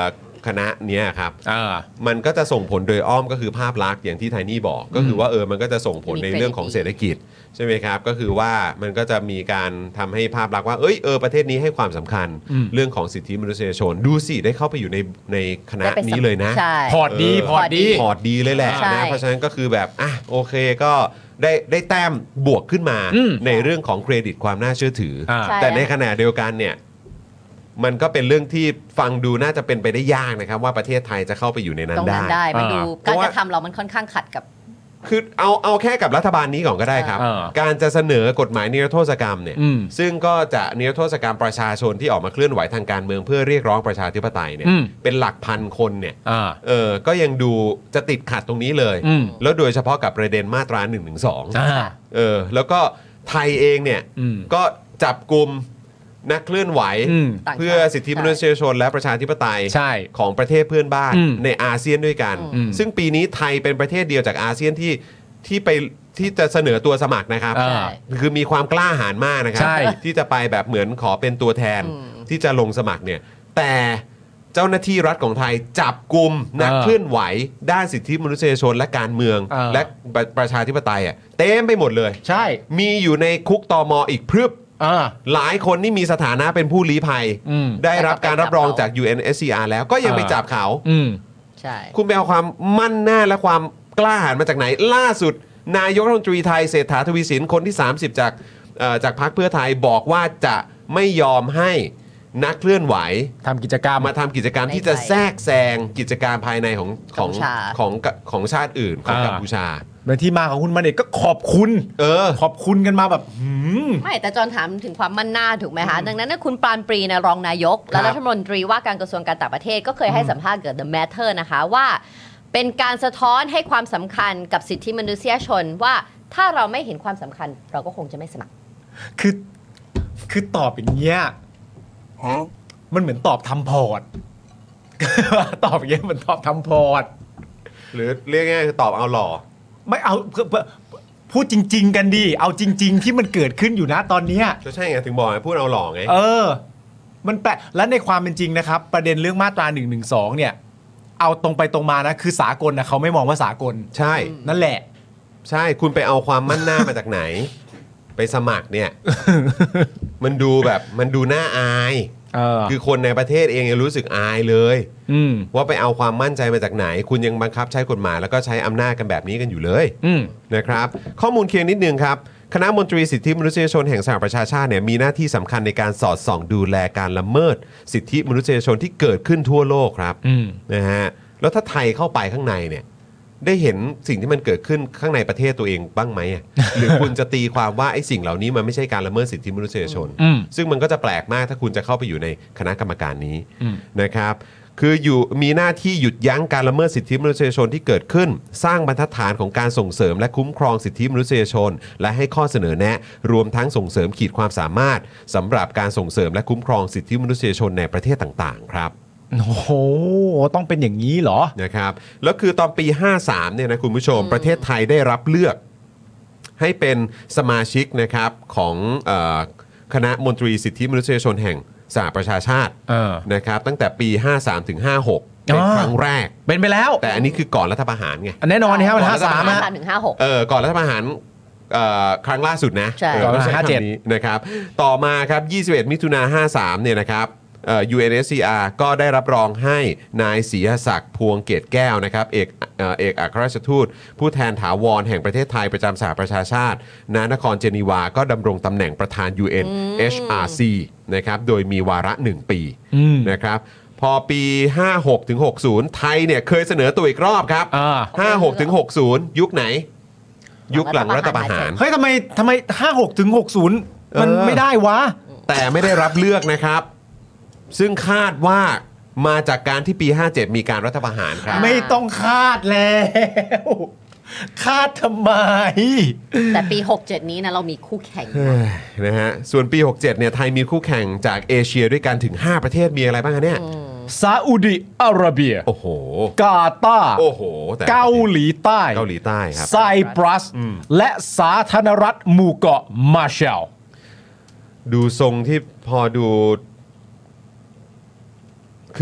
คณะเนี้ยครับมันก็จะส่งผลโดยอ้อมก็คือภาพลักษณ์อย่างที่ไทนี่บอกก็คือว่าเออมันก็จะส่งผลในเรื่องของเศรษฐกิจใช่ไหมครับก็คือว่ามันก็จะมีการทำให้ภาพลักษณ์ว่าเอ้ยเออประเทศนี้ให้ความสำคัญเรื่องของสิทธิมนุษยชนดูสิได้เข้าไปอยู่ในในคณะนี้เลยนะพอร์ตดีพอร์ตดีพอร์ตดีเลยแหละนะเพราะฉะนั้นก็คือแบบอ่ะโอเคก็ได้ได้แต้มบวกขึ้นมาในเรื่องของเครดิตความน่าเชื่อถือแต่ในขณะเดียวกันเนี่ยมันก็เป็นเรื่องที่ฟังดูน่าจะเป็นไปได้ยากนะครับว่าประเทศไทยจะเข้าไปอยู่ในนั้นได้ได้มันดูการกระทำเรามันค่อนข้างขัดกับคือเอาเอาแค่กับรัฐบาลนี้ก่อนก็ได้ครับการจะเสนอกฎหมายนิรโทษกรรมเนี่ยซึ่งก็จะนิรโทษกรรมประชาชนที่ออกมาเคลื่อนไหวทางการเมืองเพื่อเรียกร้องประชาธิปไตยเนี่ยเป็นหลักพันคนเนี่ยเออก็ยังดูจะติดขัดตรงนี้เลยแล้วโดยเฉพาะกับประเด็นมาตราหนึ่งหนึ่งสองเออแล้วก็ไทยเองเนี่ยก็จับกลุ่มนักเคลื่อนไหวเพื่อสิทธิมนุษยชนและประชาธิปไตยของประเทศเพื่อนบ้านในอาเซียนด้วยกันซึ่งปีนี้ไทยเป็นประเทศเดียวจากอาเซียนที่ที่ไปที่จะเสนอตัวสมัครนะครับคือมีความกล้าหาญมากนะครับที่จะไปแบบเหมือนขอเป็นตัวแทนที่จะลงสมัครเนี่ยแต่เจ้าหน้าที่รัฐของไทยจับกลุ่มนักเคลื่อนไหวด้านสิทธิมนุษยชนและการเมืองและประชาธิปไตยอ่ะเต็มไปหมดเลยใช่มีอยู่ในคุกตม.อีกพรึบหลายคนนี่มีสถานะเป็นผู้ลี้ภัยได้รับการรับรองจาก ยู เอ็น เอส ซี อาร์ แล้วก็ยังไปจับเขาใช่คุณไปเอาความมั่นหน้าและความกล้าหาญมาจากไหนล่าสุดนายกรัฐมนตรีไทยเศรษฐาทวีสินคนที่สามสิบจากจากพรรคเพื่อไทยบอกว่าจะไม่ยอมให้นักเคลื่อนไหวทำกิจกรรมมาทำกิจกรรมที่จะแทรกแซงกิจการภายในของของของของชาติอื่นของกัมพูชาเป็นที่มาของคุณมันเอกก็ขอบคุณเออขอบคุณกันมาแบบไม่แต่จอนถามถึงความมั่นหน้าถูกไหมคะดังนั้นคุณปราณปรีนะรองนายกและรัฐมนตรีว่าการกระทรวงการต่างประเทศก็เคยให้สัมภาษณ์เกี่ยวกับ The Matter นะคะว่าเป็นการสะท้อนให้ความสำคัญกับสิทธิมนุษยชนว่าถ้าเราไม่เห็นความสำคัญเราก็คงจะไม่สมัครคือคือตอบอย่างเงี้ยมันเหมือนตอบทำพอร์ตตอบอย่างเงี้ยมันตอบทำพอร์ตหรือเรียกง่ายคือตอบเอาหล่อไม่เอาพูดจริงๆกันดิเอาจริงๆที่มันเกิดขึ้นอยู่นะตอนนี้ก็ใช่ไงถึงบอกพูดเอาหล่อไงเออมันแปลและในความเป็นจริงนะครับประเด็นเรื่องมาตราหนึ่งหนึ่งสองเนี่ยเอาตรงไปตรงมานะคือสากลนะเขาไม่มองว่าสากลใช่นั่นแหละใช่คุณไปเอาความมั่นหน้ามาจากไหนไปสมัครเนี่ยมันดูแบบมันดูน่าอายคือคนในประเทศเองยังรู้สึกอายเลยว่าไปเอาความมั่นใจมาจากไหนคุณยังบังคับใช้กฎหมายแล้วก็ใช้อำนาจกันแบบนี้กันอยู่เลยนะครับข้อมูลเคียงนิดนึงครับคณะมนตรีสิทธิมนุษยชนแห่งสหประชาชาติเนี่ยมีหน้าที่สำคัญในการสอดส่องดูแลการละเมิดสิทธิมนุษยชนที่เกิดขึ้นทั่วโลกครับนะฮะแล้วถ้าไทยเข้าไปข้างในเนี่ยได้เห็นสิ่งที่มันเกิดขึ้นข้างในประเทศตัวเองบ้างไหม หรือคุณจะตีความว่าไอ้สิ่งเหล่านี้มันไม่ใช่การละเมิดสิทธิมนุษยชนซึ่งมันก็จะแปลกมากถ้าคุณจะเข้าไปอยู่ในคณะกรรมการนี้นะครับคืออยู่มีหน้าที่หยุดยั้งการละเมิดสิทธิมนุษยชนที่เกิดขึ้นสร้างบรรทัดฐานของการส่งเสริมและคุ้มครองสิทธิมนุษยชนและให้ข้อเสนอแนะรวมทั้งส่งเสริมขีดความสามารถสำหรับการส่งเสริมและคุ้มครองสิทธิมนุษยชนในประเทศต่างๆครับโอ้โหต้องเป็นอย่างนี้เหรอนะครับแล้วคือตอนปีห้าสามเนี่ยนะคุณผู้ชมประเทศไทยได้รับเลือกให้เป็นสมาชิกนะครับของเอ่อคณะมนตรีสิทธิมนุษยชนแห่งสหประชาชาตินะครับตั้งแต่ปีห้าสามถึงห้าหกเป็นครั้งแรกเป็นไปแล้วแต่อันนี้คือก่อนรัฐประหารไงแน่นอนนะครับห้าสามถึงห้าหกเออก่อนรัฐประหารครั้งล่าสุดนะก่อนห้าเจ็ดนะครับต่อมาครับยี่สิบเอ็ดมิถุนายนห้าสามเนี่ยนะครับยู เอ็น เอส ซี อาร์ ก็ได้รับรองให้นายศรีศักดิ์พวงเกตแก้วนะครับเอกเอกอัครราชทูตผู้แทนถาวรแห่งประเทศไทยประจำสหประชาชาติณนครเจนีวาก็ดำรงตำแหน่งประธาน ยู เอ็น เอช อาร์ ซี นะครับโดยมีวาระหนึ่งปีนะครับพอปีห้าหกถึงหกสิบไทยเนี่ยเคยเสนอตัวอีกรอบครับห้าหกถึงหกสิบยุคไหนยุคหลังรัฐประหารเฮ้ยทำไมทำไมห้าหกถึงหกสิบมันไม่ได้วะแต่ไม่ได้รับเลือกนะครับซึ่งคาดว่ามาจากการที่ปีห้าเจ็ดมีการรัฐประหารครับไม่ต้องคาดแล้วคาดทำไมแต่ปีหกสิบเจ็ดนี้นะเรามีคู่แข่งนะฮะส่วนปีหกสิบเจ็ดเนี่ยไทยมีคู่แข่งจากเอเชียด้วยกันถึงห้าประเทศมีอะไรบ้างคะเนี่ยซาอุดิอาระเบียโอ้โหกาตาร์โอ้โหเกาหลีใต้เกาหลีใต้ครับไซปรัสและสาธารณรัฐหมู่เกาะมาร์แชลดูทรงที่พอดูคือ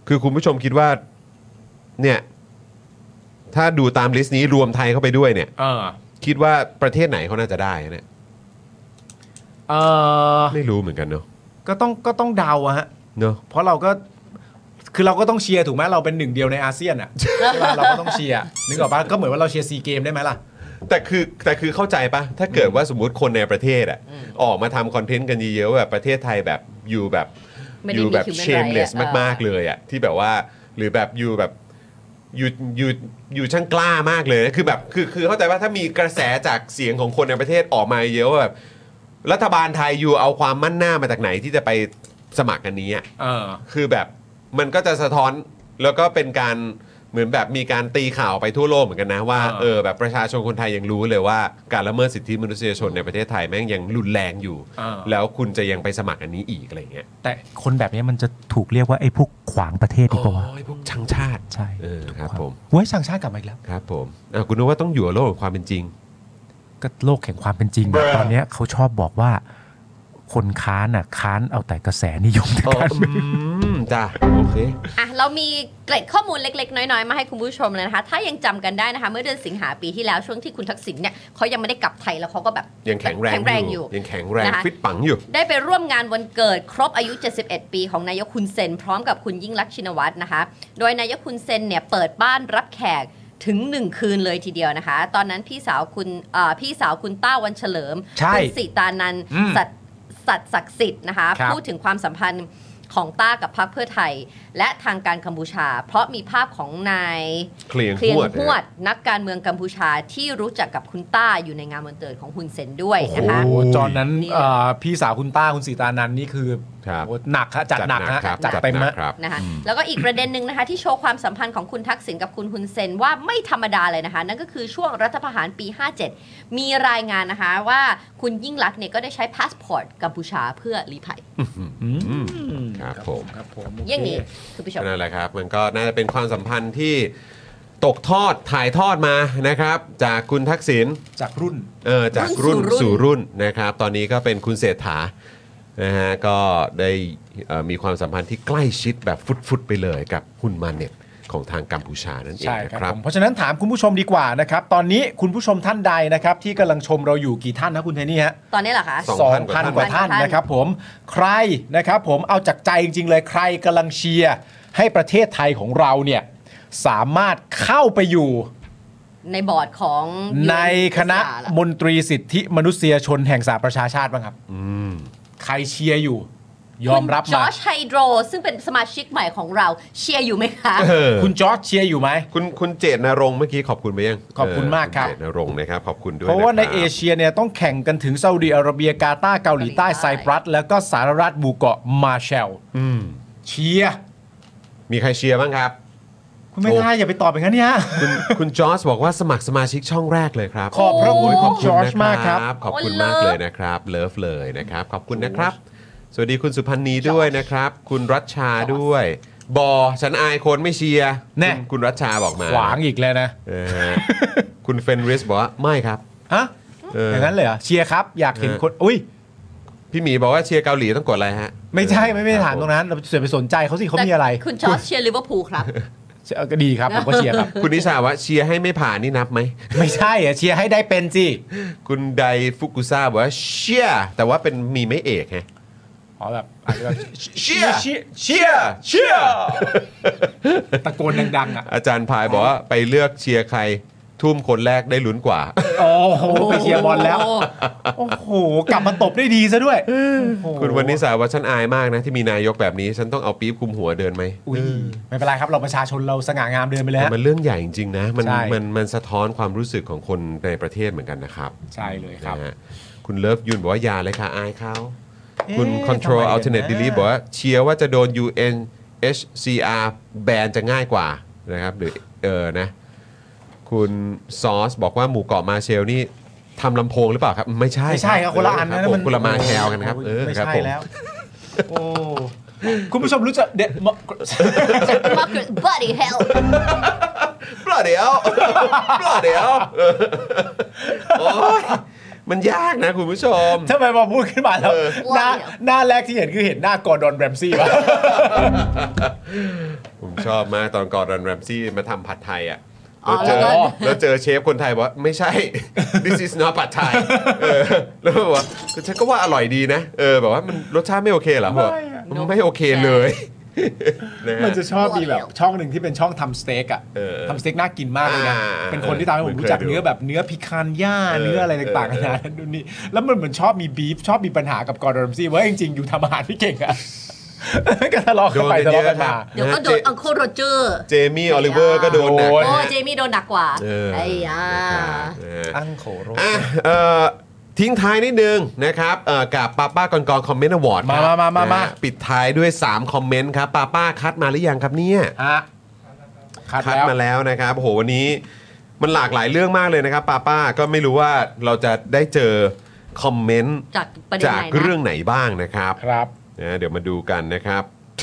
คือคุณผู้ชมคิดว่าเนี่ยถ้าดูตามลิสต์นี้รวมไทยเข้าไปด้วยเนี่ยคิดว่าประเทศไหนเขาน่าจะได้เนี่ยเออไม่รู้เหมือนกันเนาะก็ต้องก็ต้องเดาอะฮะเนาะเพราะเราก็คือเราก็ต้องเชียร์ถูกไหมเราเป็นหนึ่งเดียวในอาเซียนอ่ะ เราก็ต้องเชียร์นึกออกปะก็เหมือนว่าเราเชียร์ซีเกมได้ไหมล่ะแต่คือแต่คือเข้าใจปะถ้าเกิดว่าสมมุติคนในประเทศอ่ะออกมาทำคอนเทนต์กันเยอะๆแบบประเทศไทยแบบอยู่แบบอยู่แบบเชมเลสมากๆเลยอ่ะที่แบบว่าหรือแบบอยู่แบบอยู่อยู่อยู่ช่างกล้ามากเลยคือแบบคือคือเข้าใจว่าถ้ามีกระแสจากเสียงของคนในประเทศออกมาเยอะว่าแบบรัฐบาลไทยอยู่เอาความมั่นหน้ามาจากไหนที่จะไปสมัครกันนี้อ่ะคือแบบมันก็จะสะท้อนแล้วก็เป็นการเหมือนแบบมีการตีข่าวไปทั่วโลกเหมือนกันนะว่าเออแบบประชาชนคนไทยยังรู้เลยว่าการละเมิดสิทธิมนุษยชนในประเทศไทยแม่งยังรุนแรงอยู่แล้วคุณจะยังไปสมัครอันนี้อีกอะไรเงี้ยแต่คนแบบนี้มันจะถูกเรียกว่าไอ้พวกขวางประเทศดีกว่าไอ้พวกชังชาติใช่เออครับผมเว้ยชังชาติกลับมาอีกแล้วครับผมอ่ะคุณนึกว่าต้องอยู่กับโลกของความเป็นจริงก็โลกแห่งความเป็นจริงตอนนี้เขาชอบบอกว่าคนค้านอ่ะค้านเอาแต่กระแสนิยมกันจ้าโอเคอ่ะเรามีเกร็ดข้อมูลเล็กๆน้อยๆมาให้คุณผู้ชมเลยนะคะถ้ายังจำกันได้นะคะเมื่อเดือนสิงหาปีที่แล้วช่วงที่คุณทักษิณเนี่ยเขายังไม่ได้กลับไทยแล้วเขาก็แบบยังแข็งแรงแรงอยู่ยังแข็งแรงฟิตปังอยู่ได้ไปร่วมงานวันเกิดครบอายุเจ็ดสิบเอ็ดปีของนายกฮุนเซนพร้อมกับคุณยิ่งลักษณ์ชินวัตรนะคะโดยนายกฮุนเซนเนี่ยเปิดบ้านรับแขกถึงหนึ่งคืนเลยทีเดียวนะคะตอนนั้นพี่สาวคุณพี่สาวคุณต้าวันเฉลิมคุณสิตานันท์สัตสัตศักดิ์สิทธิ์นะคะพูดถึงความสัมพันธ์ของต้ากับพรรคเพื่อไทยและทางการกัมพูชาเพราะมีภาพของนายเคลียงหวดนักการเมืองกัมพูชาที่รู้จักกับคุณต้าอยู่ในงานวันเกิดของฮุนเซนด้วยนะคะโอ้จอนนั้นพี่สาวคุณต้าคุณสีตานันนี่คือหนักฮะจัดหนักฮะจัดเต็มนะคะแล้วก็อีกประเด็นหนึ่งนะคะที่โชว์ความสัมพันธ์ของคุณทักษิณกับคุณฮุนเซนว่าไม่ธรรมดาเลยนะคะนั่นก็คือช่วงรัฐประหารปีห้าเจ็ดมีรายงานนะคะว่าคุณยิ่งลักษณ์เนี่ยก็ได้ใช้พาสปอร์ตกัมพูชาเพื่อลี้ภัยครับผมครับผมอย่างนี้คือผู้ชมนั่นแหละครับมันก็น่าจะเป็นความสัมพันธ์ที่ตกทอดถ่ายทอดมานะครับจากคุณทักษิณจากรุ่นเออจากรุ่นสู่รุ่นนะครับตอนนี้ก็เป็นคุณเศรษฐานะฮะก็ได้มีความสัมพันธ์ที่ใกล้ชิดแบบฟุดๆไปเลยกับฮุนมาเน็ตของทางกัมพูชานั่นเองนะครับเพราะฉะนั้นถามคุณผู้ชมดีกว่านะครับตอนนี้คุณผู้ชมท่านใดนะครับที่กำลังชมเราอยู่กี่ท่านนะคุณเทนี่ฮะตอนนี้เหรอคะสองพัน กว่าท่านนะครับผมใครนะครับผมเอาจากใจจริงๆเลยใครกำลังเชียร์ให้ประเทศไทยของเราเนี่ยสามารถเข้าไปอยู่ในบอร์ดของในคณะมนตรีสิทธิมนุษยชนแห่งสหประชาชาติบ้างครับใครเชียร์อยู่ยอมรับมาคุณจอร์จไฮโดรซึ่งเป็นสมาชิกใหม่ของเราเชียร์อยู่ไหมคะคุณจอร์จเชียร์อยู่ไหมคุณคุณเจตนรงค์เมื่อกี้ขอบคุณไปยังขอบคุณมากครับเจตนรงค์นะครับขอบคุณด้วยเพราะว่าในเอเชียเนี่ยต้องแข่งกันถึงซาอุดิอาระเบียกาตาร์เกาหลีใต้ไซปรัสแล้วก็สหรัฐหมู่เกาะมาร์แชลเชียร์มีใครเชียร์บ้างครับคุณไม่ได้อย่าไปตอบอย่างนั้นเนี่ยคุณคุณจอร์จบอกว่าสมัครสมาชิกช่องแรกเลยครับขอบพระคุณคุณจอร์จมากครับขอบคุณมากเลยนะครับเลิฟเลยนะครับขอบคุณนะครับสวัสดีคุณสุพันธ์นีด้วยนะครับคุณรัชชาด้วยบอฉันอายคนไม่เชียร์แน่คุณรัชชาบอกมาขวางอีกแล้วนะคุณเฟนริสบอกว่าไม่ครับฮะอย่างนั้นเลยเหรอเชียร์ครับอยากเห็นคนอุ้ยพี่หมีบอกว่าเชียร์เกาหลีต้องกดอะไรฮะไม่ใช่ไม่ไม่ถามตรงนั้นเราเสียไปสนใจเขาสิเขามีอะไรคุณจอร์จเชียร์ลิเวอร์พูลครับก็ดีครับผมก็เชียร์ครับคุณนิชาว่าเชียร์ให้ไม่ผ่านนี่นับไหมไม่ใช่อ่ะเชียร์ให้ได้เป็นสิคุณไดฟุกุซ่าบอกว่าเชียร์แต่ว่าเป็นมีไม่เอกไงอ๋อแบบอาจจะเชียร์เชียร์เชียร์เชียร์ตะโกนดังๆอ่ะอาจารย์พายบอกว่าไปเลือกเชียร์ใครทุ่มคนแรกได้ลุ้นกว่าโอ้โหไปเชียร์บอลแล้วโอ้โหกลับมาตบได้ดีซะด้วยคุณวันนิสาว่าฉันอายมากนะที่มีนายกแบบนี้ฉันต้องเอาปี๊บคุมหัวเดินไหมอุ้ยไม่เป็นไรครับเราประชาชนเราสง่างามเดินไปเลยมันเรื่องใหญ่จริงๆนะมันมันมันสะท้อนความรู้สึกของคนในประเทศเหมือนกันนะครับใช่เลยครับคุณเลิฟยุนบอกว่าอย่าเลยค่ะอายเขาคุณ Control Alternate Delete บอกว่าเชียร์ว่าจะโดน ยู เอ็น เอช ซี อาร์ แบนจะง่ายกว่านะครับหรือเออนะคุณซอสบอกว่าหมู่เกาะมาเชลนี่ทำลำโพงหรือเปล่าครับไม่ใช่ไม่ใช่ครับคนละอันนะมันคนละมาแชลกันครับเออไม่ใช่แล้วโอ้คุณผู้ชมรู้จักเด็ดมาร์กบอดี้เฮลปลาเดียวปลาเดียวโอ้ยมันยากนะคุณผู้ชมทำไมมาพูดขึ้นมาแล้วหน้าหน้าแรกที่เห็นคือเห็นหน้ากอร์ดอนแรมซี่วะโชอบมากตอนกอร์ดอนแรมซี่มาทำผัดไทยอ่ะอ๋อแล้วเจอแล้วก็แล้วเจอเชฟคนไทยบอกว่าไม่ใช่ this is not ผัดไทยเออแล้วบอกว่าฉันก็ว่าอร่อยดีนะเออแบบว่ามันรสชาติไม่โอเคเหรอบอกมันไม่โอเคเลยนะฮะมันจะชอบมีแบบช่องหนึ่งที่เป็นช่องทำสเต็กอ่ะเออทำสเต็กน่ากินมากเลยนะอ่าเป็นคนที่ทำให้ผมรู้จักเคยดูเนื้อแบบเนื้อพิคานย่าเออเนื้ออะไรต่างๆเออนานาดูนี่แล้วมันเหมือนชอบมีบีฟชอบมีปัญหากับกอร์ดอนแรมซี่ว่าจริงๆอยู่ทำอาหารไม่เก่งอ่ะ ก็ทะเลาะกันไปทะเลาะกันมาเดี๋ยวก็โดนอังโคโรเจอร์เจมี่ออลิเวอร์ก็โดนหนักโอ้ยโอ้เจมี่โดนหนักกว่าเออไอ้ยานะฮะอังโคโรอ่ะเอ่อทิ้งท้ายนิดนึงนะครับเอ่อกับป้าป้ากอนกอนคอมเมนต์อวอร์ดมามามามามาปิดท้ายด้วยสามคอมเมนต์ครับป้าป้าคัดมาหรือยังครับเนี่ยฮะคัดคัดแล้วมาแล้วนะครับโอ้โหวันนี้มันหลากหลายเรื่องมากเลยนะครับป้าป้าก็ไม่รู้ว่าเราจะได้เจอคอมเมนต์จากประเด็นจากไหนนะเรื่องไหนบ้างนะครับครับนะเดี๋ยวมาดูกันนะครับ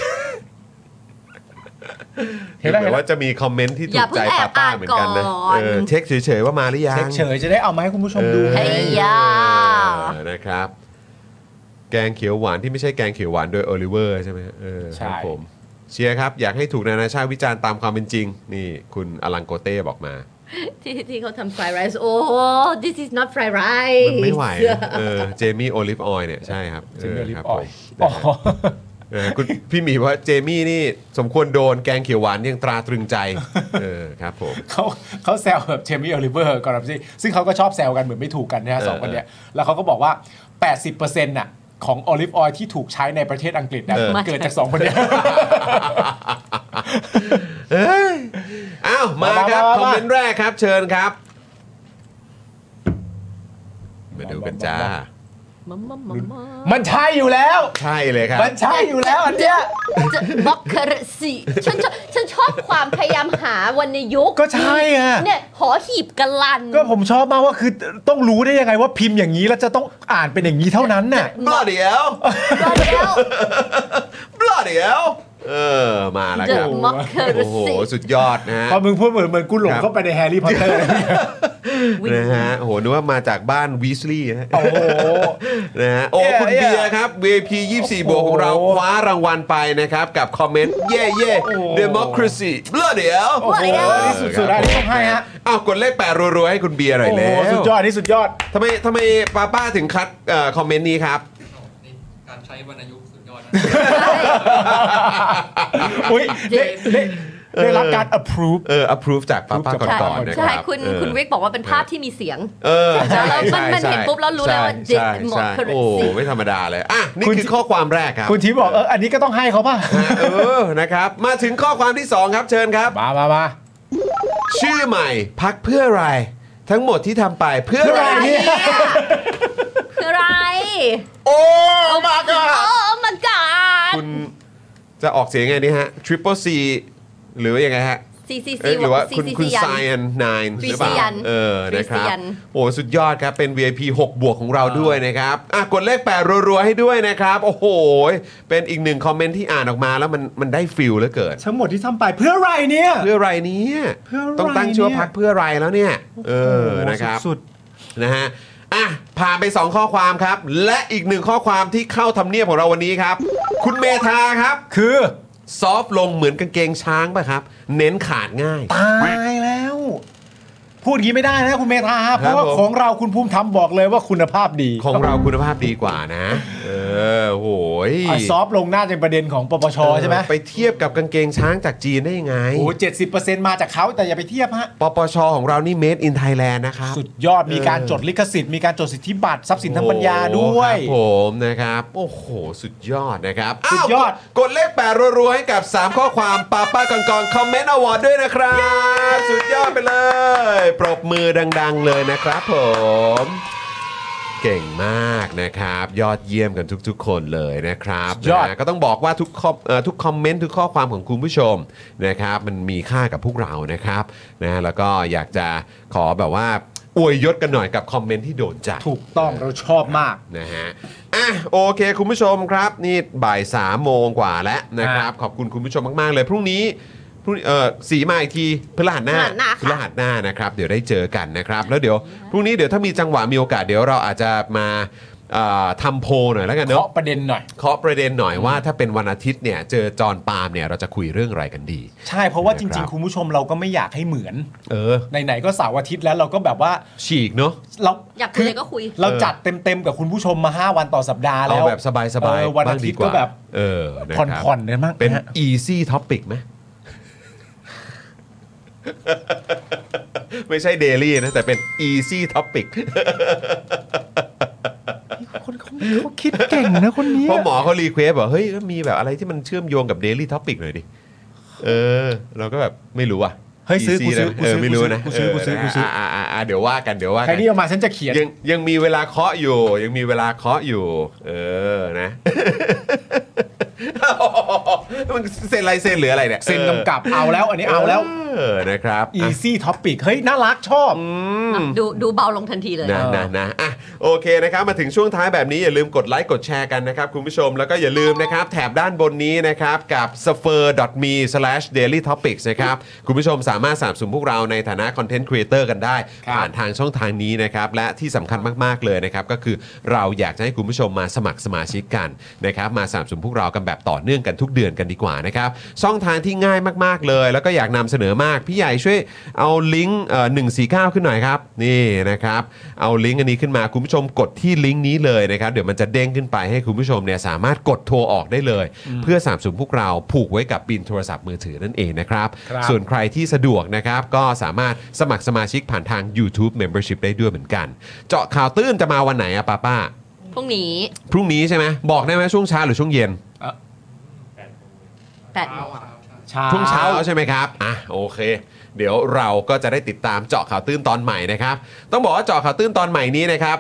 เห็นแล้วหมือว่าจะมีคอมเมนต์ที่ถูกใจป้าป้าเหมือนกันนะอย่าเพิ่งแอบอ่านก่อนเออเช็คเฉยๆว่ามาหรือยังเช็คเฉยจะได้เอามาให้คุณผู้ชมดูเออไอ้ยาเออนะครับ แกงเขียวหวานที่ไม่ใช่แกงเขียวหวานโดยโอลิเวอร์ใช่ไหมเออใช่ครับผมเชียร์ครับ อยากให้ถูกนานาชาติวิจารณ์ตามความเป็นจริง นี่คุณอลังโกเต้บอกมาที่ที่เขาทำ fried rice โอ้ this is not fried rice มันไม่ไหวนะเออเจมี่โอลิฟออยล์เนี่ยใช่ครับเจมี่โอลิฟครับออยล์ผมอ๋อเออคุณพี่หมีว่าเจมี่นี่สมควรโดนแกงเขียวหวานยังตราตรึงใจเออครับผมเขาเขาแซวแบบเจมี่โอลิเวอร์กอร์ดอนแรมซี่ซึ่งเขาก็ชอบแซวกันเหมือนไม่ถูกกันนะฮะสองคนเนี้ยแล้วเขาก็บอกว่า แปดสิบเปอร์เซ็นต์ น่ะของโอลิฟออยล์ที่ถูกใช้ในประเทศอังกฤษนะเออเกิดจากสองคนเนี้ยเอ้ยอ้าวมาครับมามามาคอมเมนต์แรกครับ เชิญครับ มาดูกันจ้ามัมมัมมัมมัมมันใช่อยู่แล้วใช่เลยครับมันใช่อยู่แล้วอันเนี้ยจะบ็อกเคอร์ซีฉันชอบฉันชอบความพยายามหาวรรณยุกต์ก็ใช่อะเนี่ยหอหีบกะลันก็ผมชอบมากว่าคือต้องรู้ได้ยังไงว่าพิมพ์อย่างนี้แล้วจะต้องอ่านเป็นอย่างนี้เท่านั้นน่ะ bloody hell ก็เดียว bloody hell เออมาแล้วครับ The Mockery โอ้โห สุดยอดนะฮะพอมึงพูดเหมือนเหมือนกูหลงครับเข้าไปในแฮร์รี่พอตเตอร์นะฮะโอ้โหนึกว่ามาจากบ้านวีสลีย์ฮะโอ้โหนะฮะโอ้เย้คุณเย้เบียร์ครับ วี ไอ พี ยี่สิบสี่ บวกของเราโอ้โหคว้ารางวัลไปนะครับ กับคอมเมนต์ เย่เย่โอ้โห democracy bloody hell โอ้โหนี่สุดๆได้ที่ต้องให้ฮะอ้าวกดเลขแปดรัวๆให้คุณเบียร์หน่อยโอ้แล้โหวสุดยอดนี่สุดยอดทำไมทำไมป้าป้าถึงคัดเอ่อคอมเมนต์นี้ครับการใช้วรรณยุกต์สุดยอดนะอุ้ยได้ได้ได้รับการ approve เออ approve จากป้าป้า approve จากก่อนๆนะคใช่รับคุณเออคุณวิกบอกว่าเป็นภาพที่มีเสียงเออใช่แล้วมันใช่มันเห็นใช่ปุ๊บแล้วรู้เลยว่าใช่ democracy ใช่โอ้ไม่ธรรมดาเลยอ่ะนี่คุณคือข้อความแรกครับคุณทีบอกเอออันนี้ก็ต้องให้เขาป่ะฮะเออนะครับมาถึงข้อความที่สองครับเชิญครับมามามาชื่อใหม่พักเพื่ออะไร ทั้งหมดที่ทำไปเพื่ออะไรเพื่ออะไรเนี่เนี่ยเนี่ยคืออะไรโอ้มาก่อนโอ้ my god คุณจะออกเสียงไงนี่ฮะ triple C หรือว่ายังไงฮะซีซีเอ้ซียหรือว่าคุณซีคุณซียันไซแอนนายหรือเปล่า Christian เออนะครับ Christian โอ้สุดยอดครับเป็น วี ไอ พี หก บวกของเราด้วยนะครับอ่ะกดเลขแปดรัวๆให้ด้วยนะครับโอ้โหเป็นอีกหนึ่งคอมเมนต์ที่อ่านออกมาแล้วมันมันได้ฟิลเหลือเกินทั้งหมดที่ทำไปเพื่ออะไรเนี่ยเพื่ออะไรเนี้เพื่ออะไรต้องตั้งชื่อว่าเนี่ยพักเพื่ออะไรแล้วเนี่ยเออนะครับสุดนะฮะอ่ะผ่านไปสองข้อความครับ และอีกหนึ่งข้อความที่เข้าทำเนียบของเราวันนี้ครับ คุณเมธาครับๆคือซอฟต์ลงเหมือนกางเกงช้างป่ะครับ เน้นขาดง่ายตายแล้ว พูดอย่างนี้ไม่ได้นะคุณเมธาเพราะว่าผมของเราคุณภูมิธรรมบอกเลยว่าคุณภาพดีของเราคุณภาพดีกว่านะ เออโหยอ่ะซอฟต์ลงน่าจะเป็นประเด็นของปปชใช่ไหมไปเทียบกับกางเกงช้างจากจีนได้ยังไงโอ้เจ็ดสิบเปอร์เซ็นต์มาจากเขาแต่อย่าไปเทียบฮะปปชของเรานี่ made in Thailand นะครับสุดยอดมีการจดลิขสิทธิ์มีการจดสิทธิบัตรทรัพย์สินทางปัญญาด้วยโอ้โหครับผมนะครับ โอ้โห สุดยอดนะครับสุดยอดาวกกดเลขแปดรัวๆให้กับ สาม ข้อความป้าป้ากองๆคอมเมนต์อวอร์ดด้วยนะครับ สุดยอดไปเลย ปรบมือดังๆเลยนะครับผม เก่งมากนะครับ ยอดเยี่ยมกันทุกๆ คนเลยนะครับยอดนะก็ต้องบอกว่าทุกคอมเอ่อทุกคอมเมนต์ทุกข้อความของคุณผู้ชมนะครับมันมีค่ากับพวกเรานะครับนะแล้วก็อยากจะขอแบบว่าอวยยศกันหน่อยกับคอมเมนต์ที่โดนใจถูกต้องเราชอบมากนะฮะอ่ะโอเคคุณผู้ชมครับ นี่บ่ายสามโมงกว่าแล้วนะครับ ขอบคุณคุณผู้ชมมาก ๆ เลย พรุ่งนี้พรุ่งนี้เอ่อสีมาอีกทีพฤหัสหน้าพฤหัสหน้าค่ะพฤหัสหน้านะครับ เดี๋ยวได้เจอกันนะครับ แล้วเดี๋ยวพรุ่งนี้เดี๋ยวถ้ามีจังหวะมีโอกาสเดี๋ยวเราอาจจะมาทำโพลหน่อยแล้วกันเนาะเคาะประเด็นหน่อยเคาะประเด็นหน่อยว่าถ้าเป็นวันอาทิตย์เนี่ยเจอจอห์นปาล์มเนี่ยเราจะคุยเรื่องอะไรกันดีใช่เพราะว่าจริงๆคุณผู้ชมเราก็ไม่อยากให้เหมือนเออไหนๆก็เสาร์อาทิตย์แล้วเราก็แบบว่าฉีกเนาะเราอยากคุยก็คุยเราจัดเต็มๆกับคุณผู้ชมมาห้าวันต่อสัปดาห์แล้วเอาแบบสบายๆวันอาทิตย์ก็แบบเออผ่อนๆเนี่ยมากเป็น easy topic ไหมไม่ใช่ daily นะแต่เป็น easy topic คนเขาเขาคิดเก่งนะคนนี้เพราะหมอเขารีเควสบอกเฮ้ยมีแบบอะไรที่มันเชื่อมโยงกับ daily topic หน่อยดิเออเราก็แบบไม่รู้อ่ะเฮ้ยซื้อกูซื้อกูซื้อไม่รู้นะกูซื้อกูซื้อกูซื้ออ่าเดี๋ยวว่ากันเดี๋ยวว่ากันใครที่เอามาฉันจะเขียนยังยังมีเวลาเคาะอยู่ยังมีเวลาเคาะอยู่เออนะมันเซ็นลายเซ็นหรืออะไรเนี่ยเซ็นกำกับเอาแล้วอันนี้เอาแล้วเออนะครับ easy topic เฮ้ยน่ารักชอบดูดูเบาลงทันทีเลยนะนะนะอ่ะโอเคนะครับมาถึงช่วงท้ายแบบนี้อย่าลืมกดไลค์กดแชร์กันนะครับคุณผู้ชมแล้วก็อย่าลืมนะครับแถบด้านบนนี้นะครับกับ สเฟอร์ ดอท มี สแลช เดลี่ ท็อปิกส์ นะครับคุณผู้ชมสามารถสนับสนุนพวกเราในฐานะคอนเทนต์ครีเอเตอร์กันได้ผ่านทางช่องทางนี้นะครับและที่สำคัญมากๆเลยนะครับก็คือเราอยากจะให้คุณผู้ชมมาสมัครสมาชิกกันนะครับมาสนับสนุนพวกเรากันแบบต่อเนื่องกันทุกเดือนกันดีกว่านะครับช่องทางที่ง่ายมากๆเลยแล้วก็อยากนำเสนอมากพี่ใหญ่ช่วยเอาลิงก์เอ่อหนึ่งสี่เก้าขึ้นหน่อยครับนี่นะครับเอาลิงก์อันนี้ขึ้นมาคุณผู้ชมกดที่ลิงก์นี้เลยนะครับเดี๋ยวมันจะเด้งขึ้นไปให้คุณผู้ชมเนี่ยสามารถกดโทรออกได้เลยเพื่อสนับสนุนพวกเราผูกไว้กับบิลโทรศัพท์มือถือนั่นเองนะครับส่วนใครที่สะดวกนะครับก็สามารถสมัครสมาชิกผ่านทาง YouTube Membership ได้ด้วยเหมือนกันเจาะข่าวตื้นจะมาวันไหนอะป้าป้าพรุ่งนี้พรุ่งนี้ใช่ไหมบอกได้ไหมช่วงเช้าหรือช่วงเย็นแปดโมงช่วงเช้าใช่ไหมครับอ่ะโอเคเดี๋ยวเราก็จะได้ติดตามเจาะข่าวตื้นตอนใหม่นะครับต้องบอกว่าเจาะข่าวตื้นตอนใหม่นี้นะครับ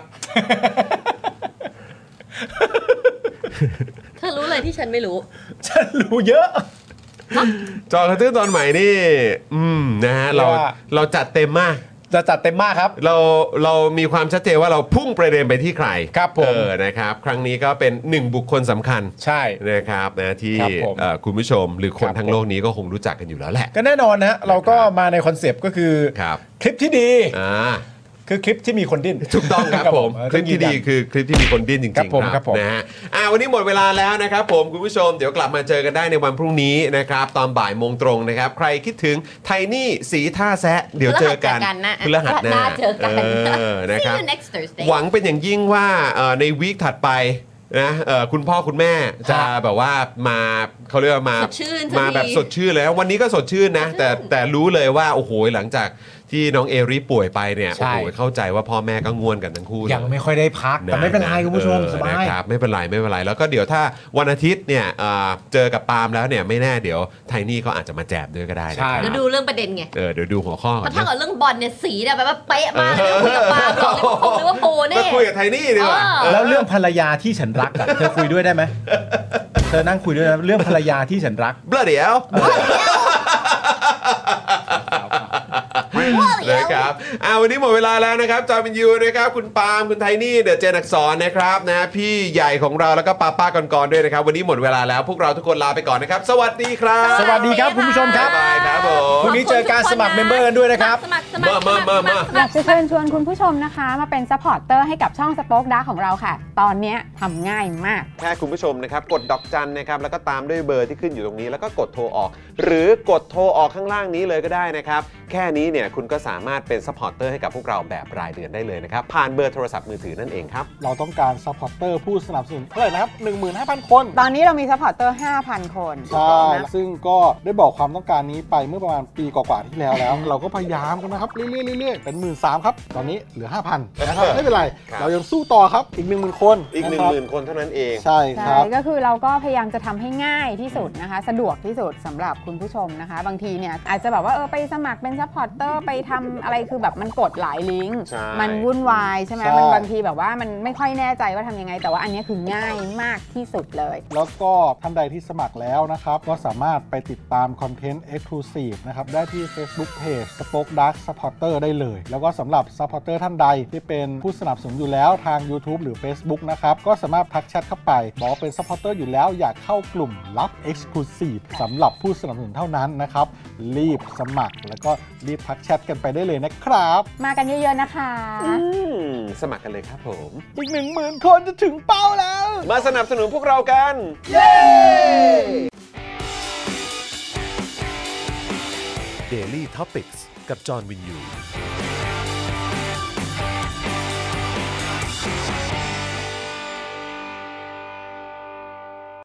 เธอรู้เลยที่ฉันไม่รู้ฉันรู้เยอะเจาะข่าวตื้นตอนใหม่นี่อืมนะฮะเราเราจัดเต็มมากจะจัดเต็มมากครับเราเรามีความชัดเจนว่าเราพุ่งประเด็นไปที่ใครครับผมเออนะครับครั้งนี้ก็เป็นหนึ่งบุคคลสำคัญใช่นะครับนะที่คุณผู้ชมหรือคนทั้งโลกนี้ก็คงรู้จักกันอยู่แล้วแหละก็แน่นอนนะเราก็มาในคอนเซปต์ก็คือคลิปที่ดีอ่าคือคลิปที่มีคนดิ้นถูกต้องครับผมคลิปที่ดีคือคลิปที่มีคนดิ้นจริงๆครับนะฮะอ่าวันนี้หมดเวลาแล้วนะครับผมคุณผู้ชมเดี๋ยวกลับมาเจอกันได้ในวันพรุ่งนี้นะครับตอนบ่ายโมงตรงนะครับใครคิดถึงไทนี่สีท่าแซะเดี๋ยวเจอกันพฤหัสหน้าเจอกันนะครับหวังเป็นอย่างยิ่งว่าในวีคถัดไปนะคุณพ่อคุณแม่จะแบบว่ามาเขาเรียกว่ามามาแบบสดชื่นเลยวันนี้ก็สดชื่นนะแต่แต่รู้เลยว่าโอ้โหหลังจากที่น้องเอริป่วยไปเนี่ยโอ้โหเข้าใจว่าพ่อแม่ก็ง่วนกันทั้งคู่ยังไม่ค่อยได้พักแต่ไม่เป็นไรคุณผู้ชมสบายครับไม่เป็นไรไม่เป็นไรแล้วก็เดี๋ยวถ้าวันอาทิตย์เนี่ยเจอกับปาล์มแล้วเนี่ยไม่แน่เดี๋ยวไทนี่เขาอาจจะมาแจมด้วยก็ได้เดี๋ยวดูเรื่องประเด็นไงเออเดี๋ยวดูหัวข้อก่อนถ้าเกิดเรื่องบอลเนี่ยสีเนี่ยแบบว่าเป๊ะมากเลยคุยกับปาล์มบอกเลยว่าผมหรือว่าปูเนี่ยมาคุยกับไทนี่ดีกว่าแล้วเรื่องภรรยาที่ฉันรักเธอคุยด้วยได้ไหมเธอนั่งคุยด้วยเรื่องภรรยาที่ฉันรักเบลเดียวนะครับอ่าวันนี้หมดเวลาแล้วนะครับจอมินยูนะครับคุณปาล์มคุณไทนี่เดอะเจนอักษรนะครับนะพี่ใหญ่ของเราแล้วก็ป้าป้าก่อนๆด้วยนะครับวันนี้หมดเวลาแล้วพวกเราทุกคนลาไปก่อนนะครับสวัสดีครับสวัสดีครับคุณผู้ชมครับบ๊ายบายครับผมพรุ่งนี้เจอการสมัครเมมเบอร์กันด้วยนะครับมามามามาอยากจะเชิญชวนคุณผู้ชมนะคะมาเป็นซัพพอร์ตเตอร์ให้กับช่องสป็อคดาร์กของเราค่ะตอนนี้ทำง่ายมากแค่คุณผู้ชมนะครับกดดอกจันนะครับแล้วก็ตามด้วยเบอร์ที่ขึ้นอยู่ตรงนี้แล้วก็กดโทรออกหรือกดโทรออกข้างล่างนี้เลยก็ได้นะครับแค่นี้เนี่ยคุณก็สามารถเป็นซัพพอร์ตเตอร์ให้กับพวกเราแบบรายเดือนได้เลยนะครับผ่านเบอร์โทรศัพท์มือถือนั่นเองครับเราต้องการซัพพอร์ตเตอร์ผู้สนับสนุนเท่าไหร่นะครับ หนึ่งหมื่นห้าพัน คนตอนนี้เรามีซัพพอร์ตเตอร์ ห้าพัน คนใช่ซึ่งก็ได้บอกความต้องการนี้ไปเมื่อประมาณปีกว่าๆที่แล้วแล้ว เราก็พยายามกันนะครับเรื่อยๆๆเป็น หนึ่งหมื่นสามพัน ครับตอนนี้เหลือ ห้าพัน นะครับไม่เป็นไรเรายังสู้ต่อครับอีก หนึ่งหมื่น คนอีก หนึ่งหมื่น คนเท่านั้นเองใช่ครับก็คือเราก็พยายามจะทำให้ง่ายที่สุดนะคะสะดวกที่สุดสำหรับคุณผู้ชมนะคะบางทีเนี่ยอาจจะแบบว่าเออไปสมัครเป็นซัพพอร์ตเตอร์ไปทำอะไรคือแบบมันกดหลายลิงก์มันวุ่นวายใช่ไหมมันบางทีแบบว่ามันไม่ค่อยแน่ใจว่าทำยังไงแต่ว่าอันนี้คือง่ายมากที่สุดเลยแล้วก็ท่านใดที่สมัครแล้วนะครับก็สามารถไปติดตามคอนเทนต์ Exclusive นะครับได้ที่ Facebook Page Spoke Dark Supporter ได้เลยแล้วก็สำหรับ Supporter ท่านใดที่เป็นผู้สนับสนุนอยู่แล้วทาง YouTube หรือ Facebook นะครับก็สามารถทักแชทเข้าไปบอกว่าเป็น Supporter อยู่แล้วอยากเข้ากลุ่มลับ Exclusive สำหรับผู้สนับสนุนเท่านั้นนะครับรีบสมัครแล้วก็รีบทักแชทกันไปได้เลยนะครับมากันเยอะๆนะคะสมัครกันเลยครับผมอีกหนึ่งหมื่นคนจะถึงเป้าแล้วมาสนับสนุนพวกเรากันเย้ Daily Topics กับจอห์นวินยู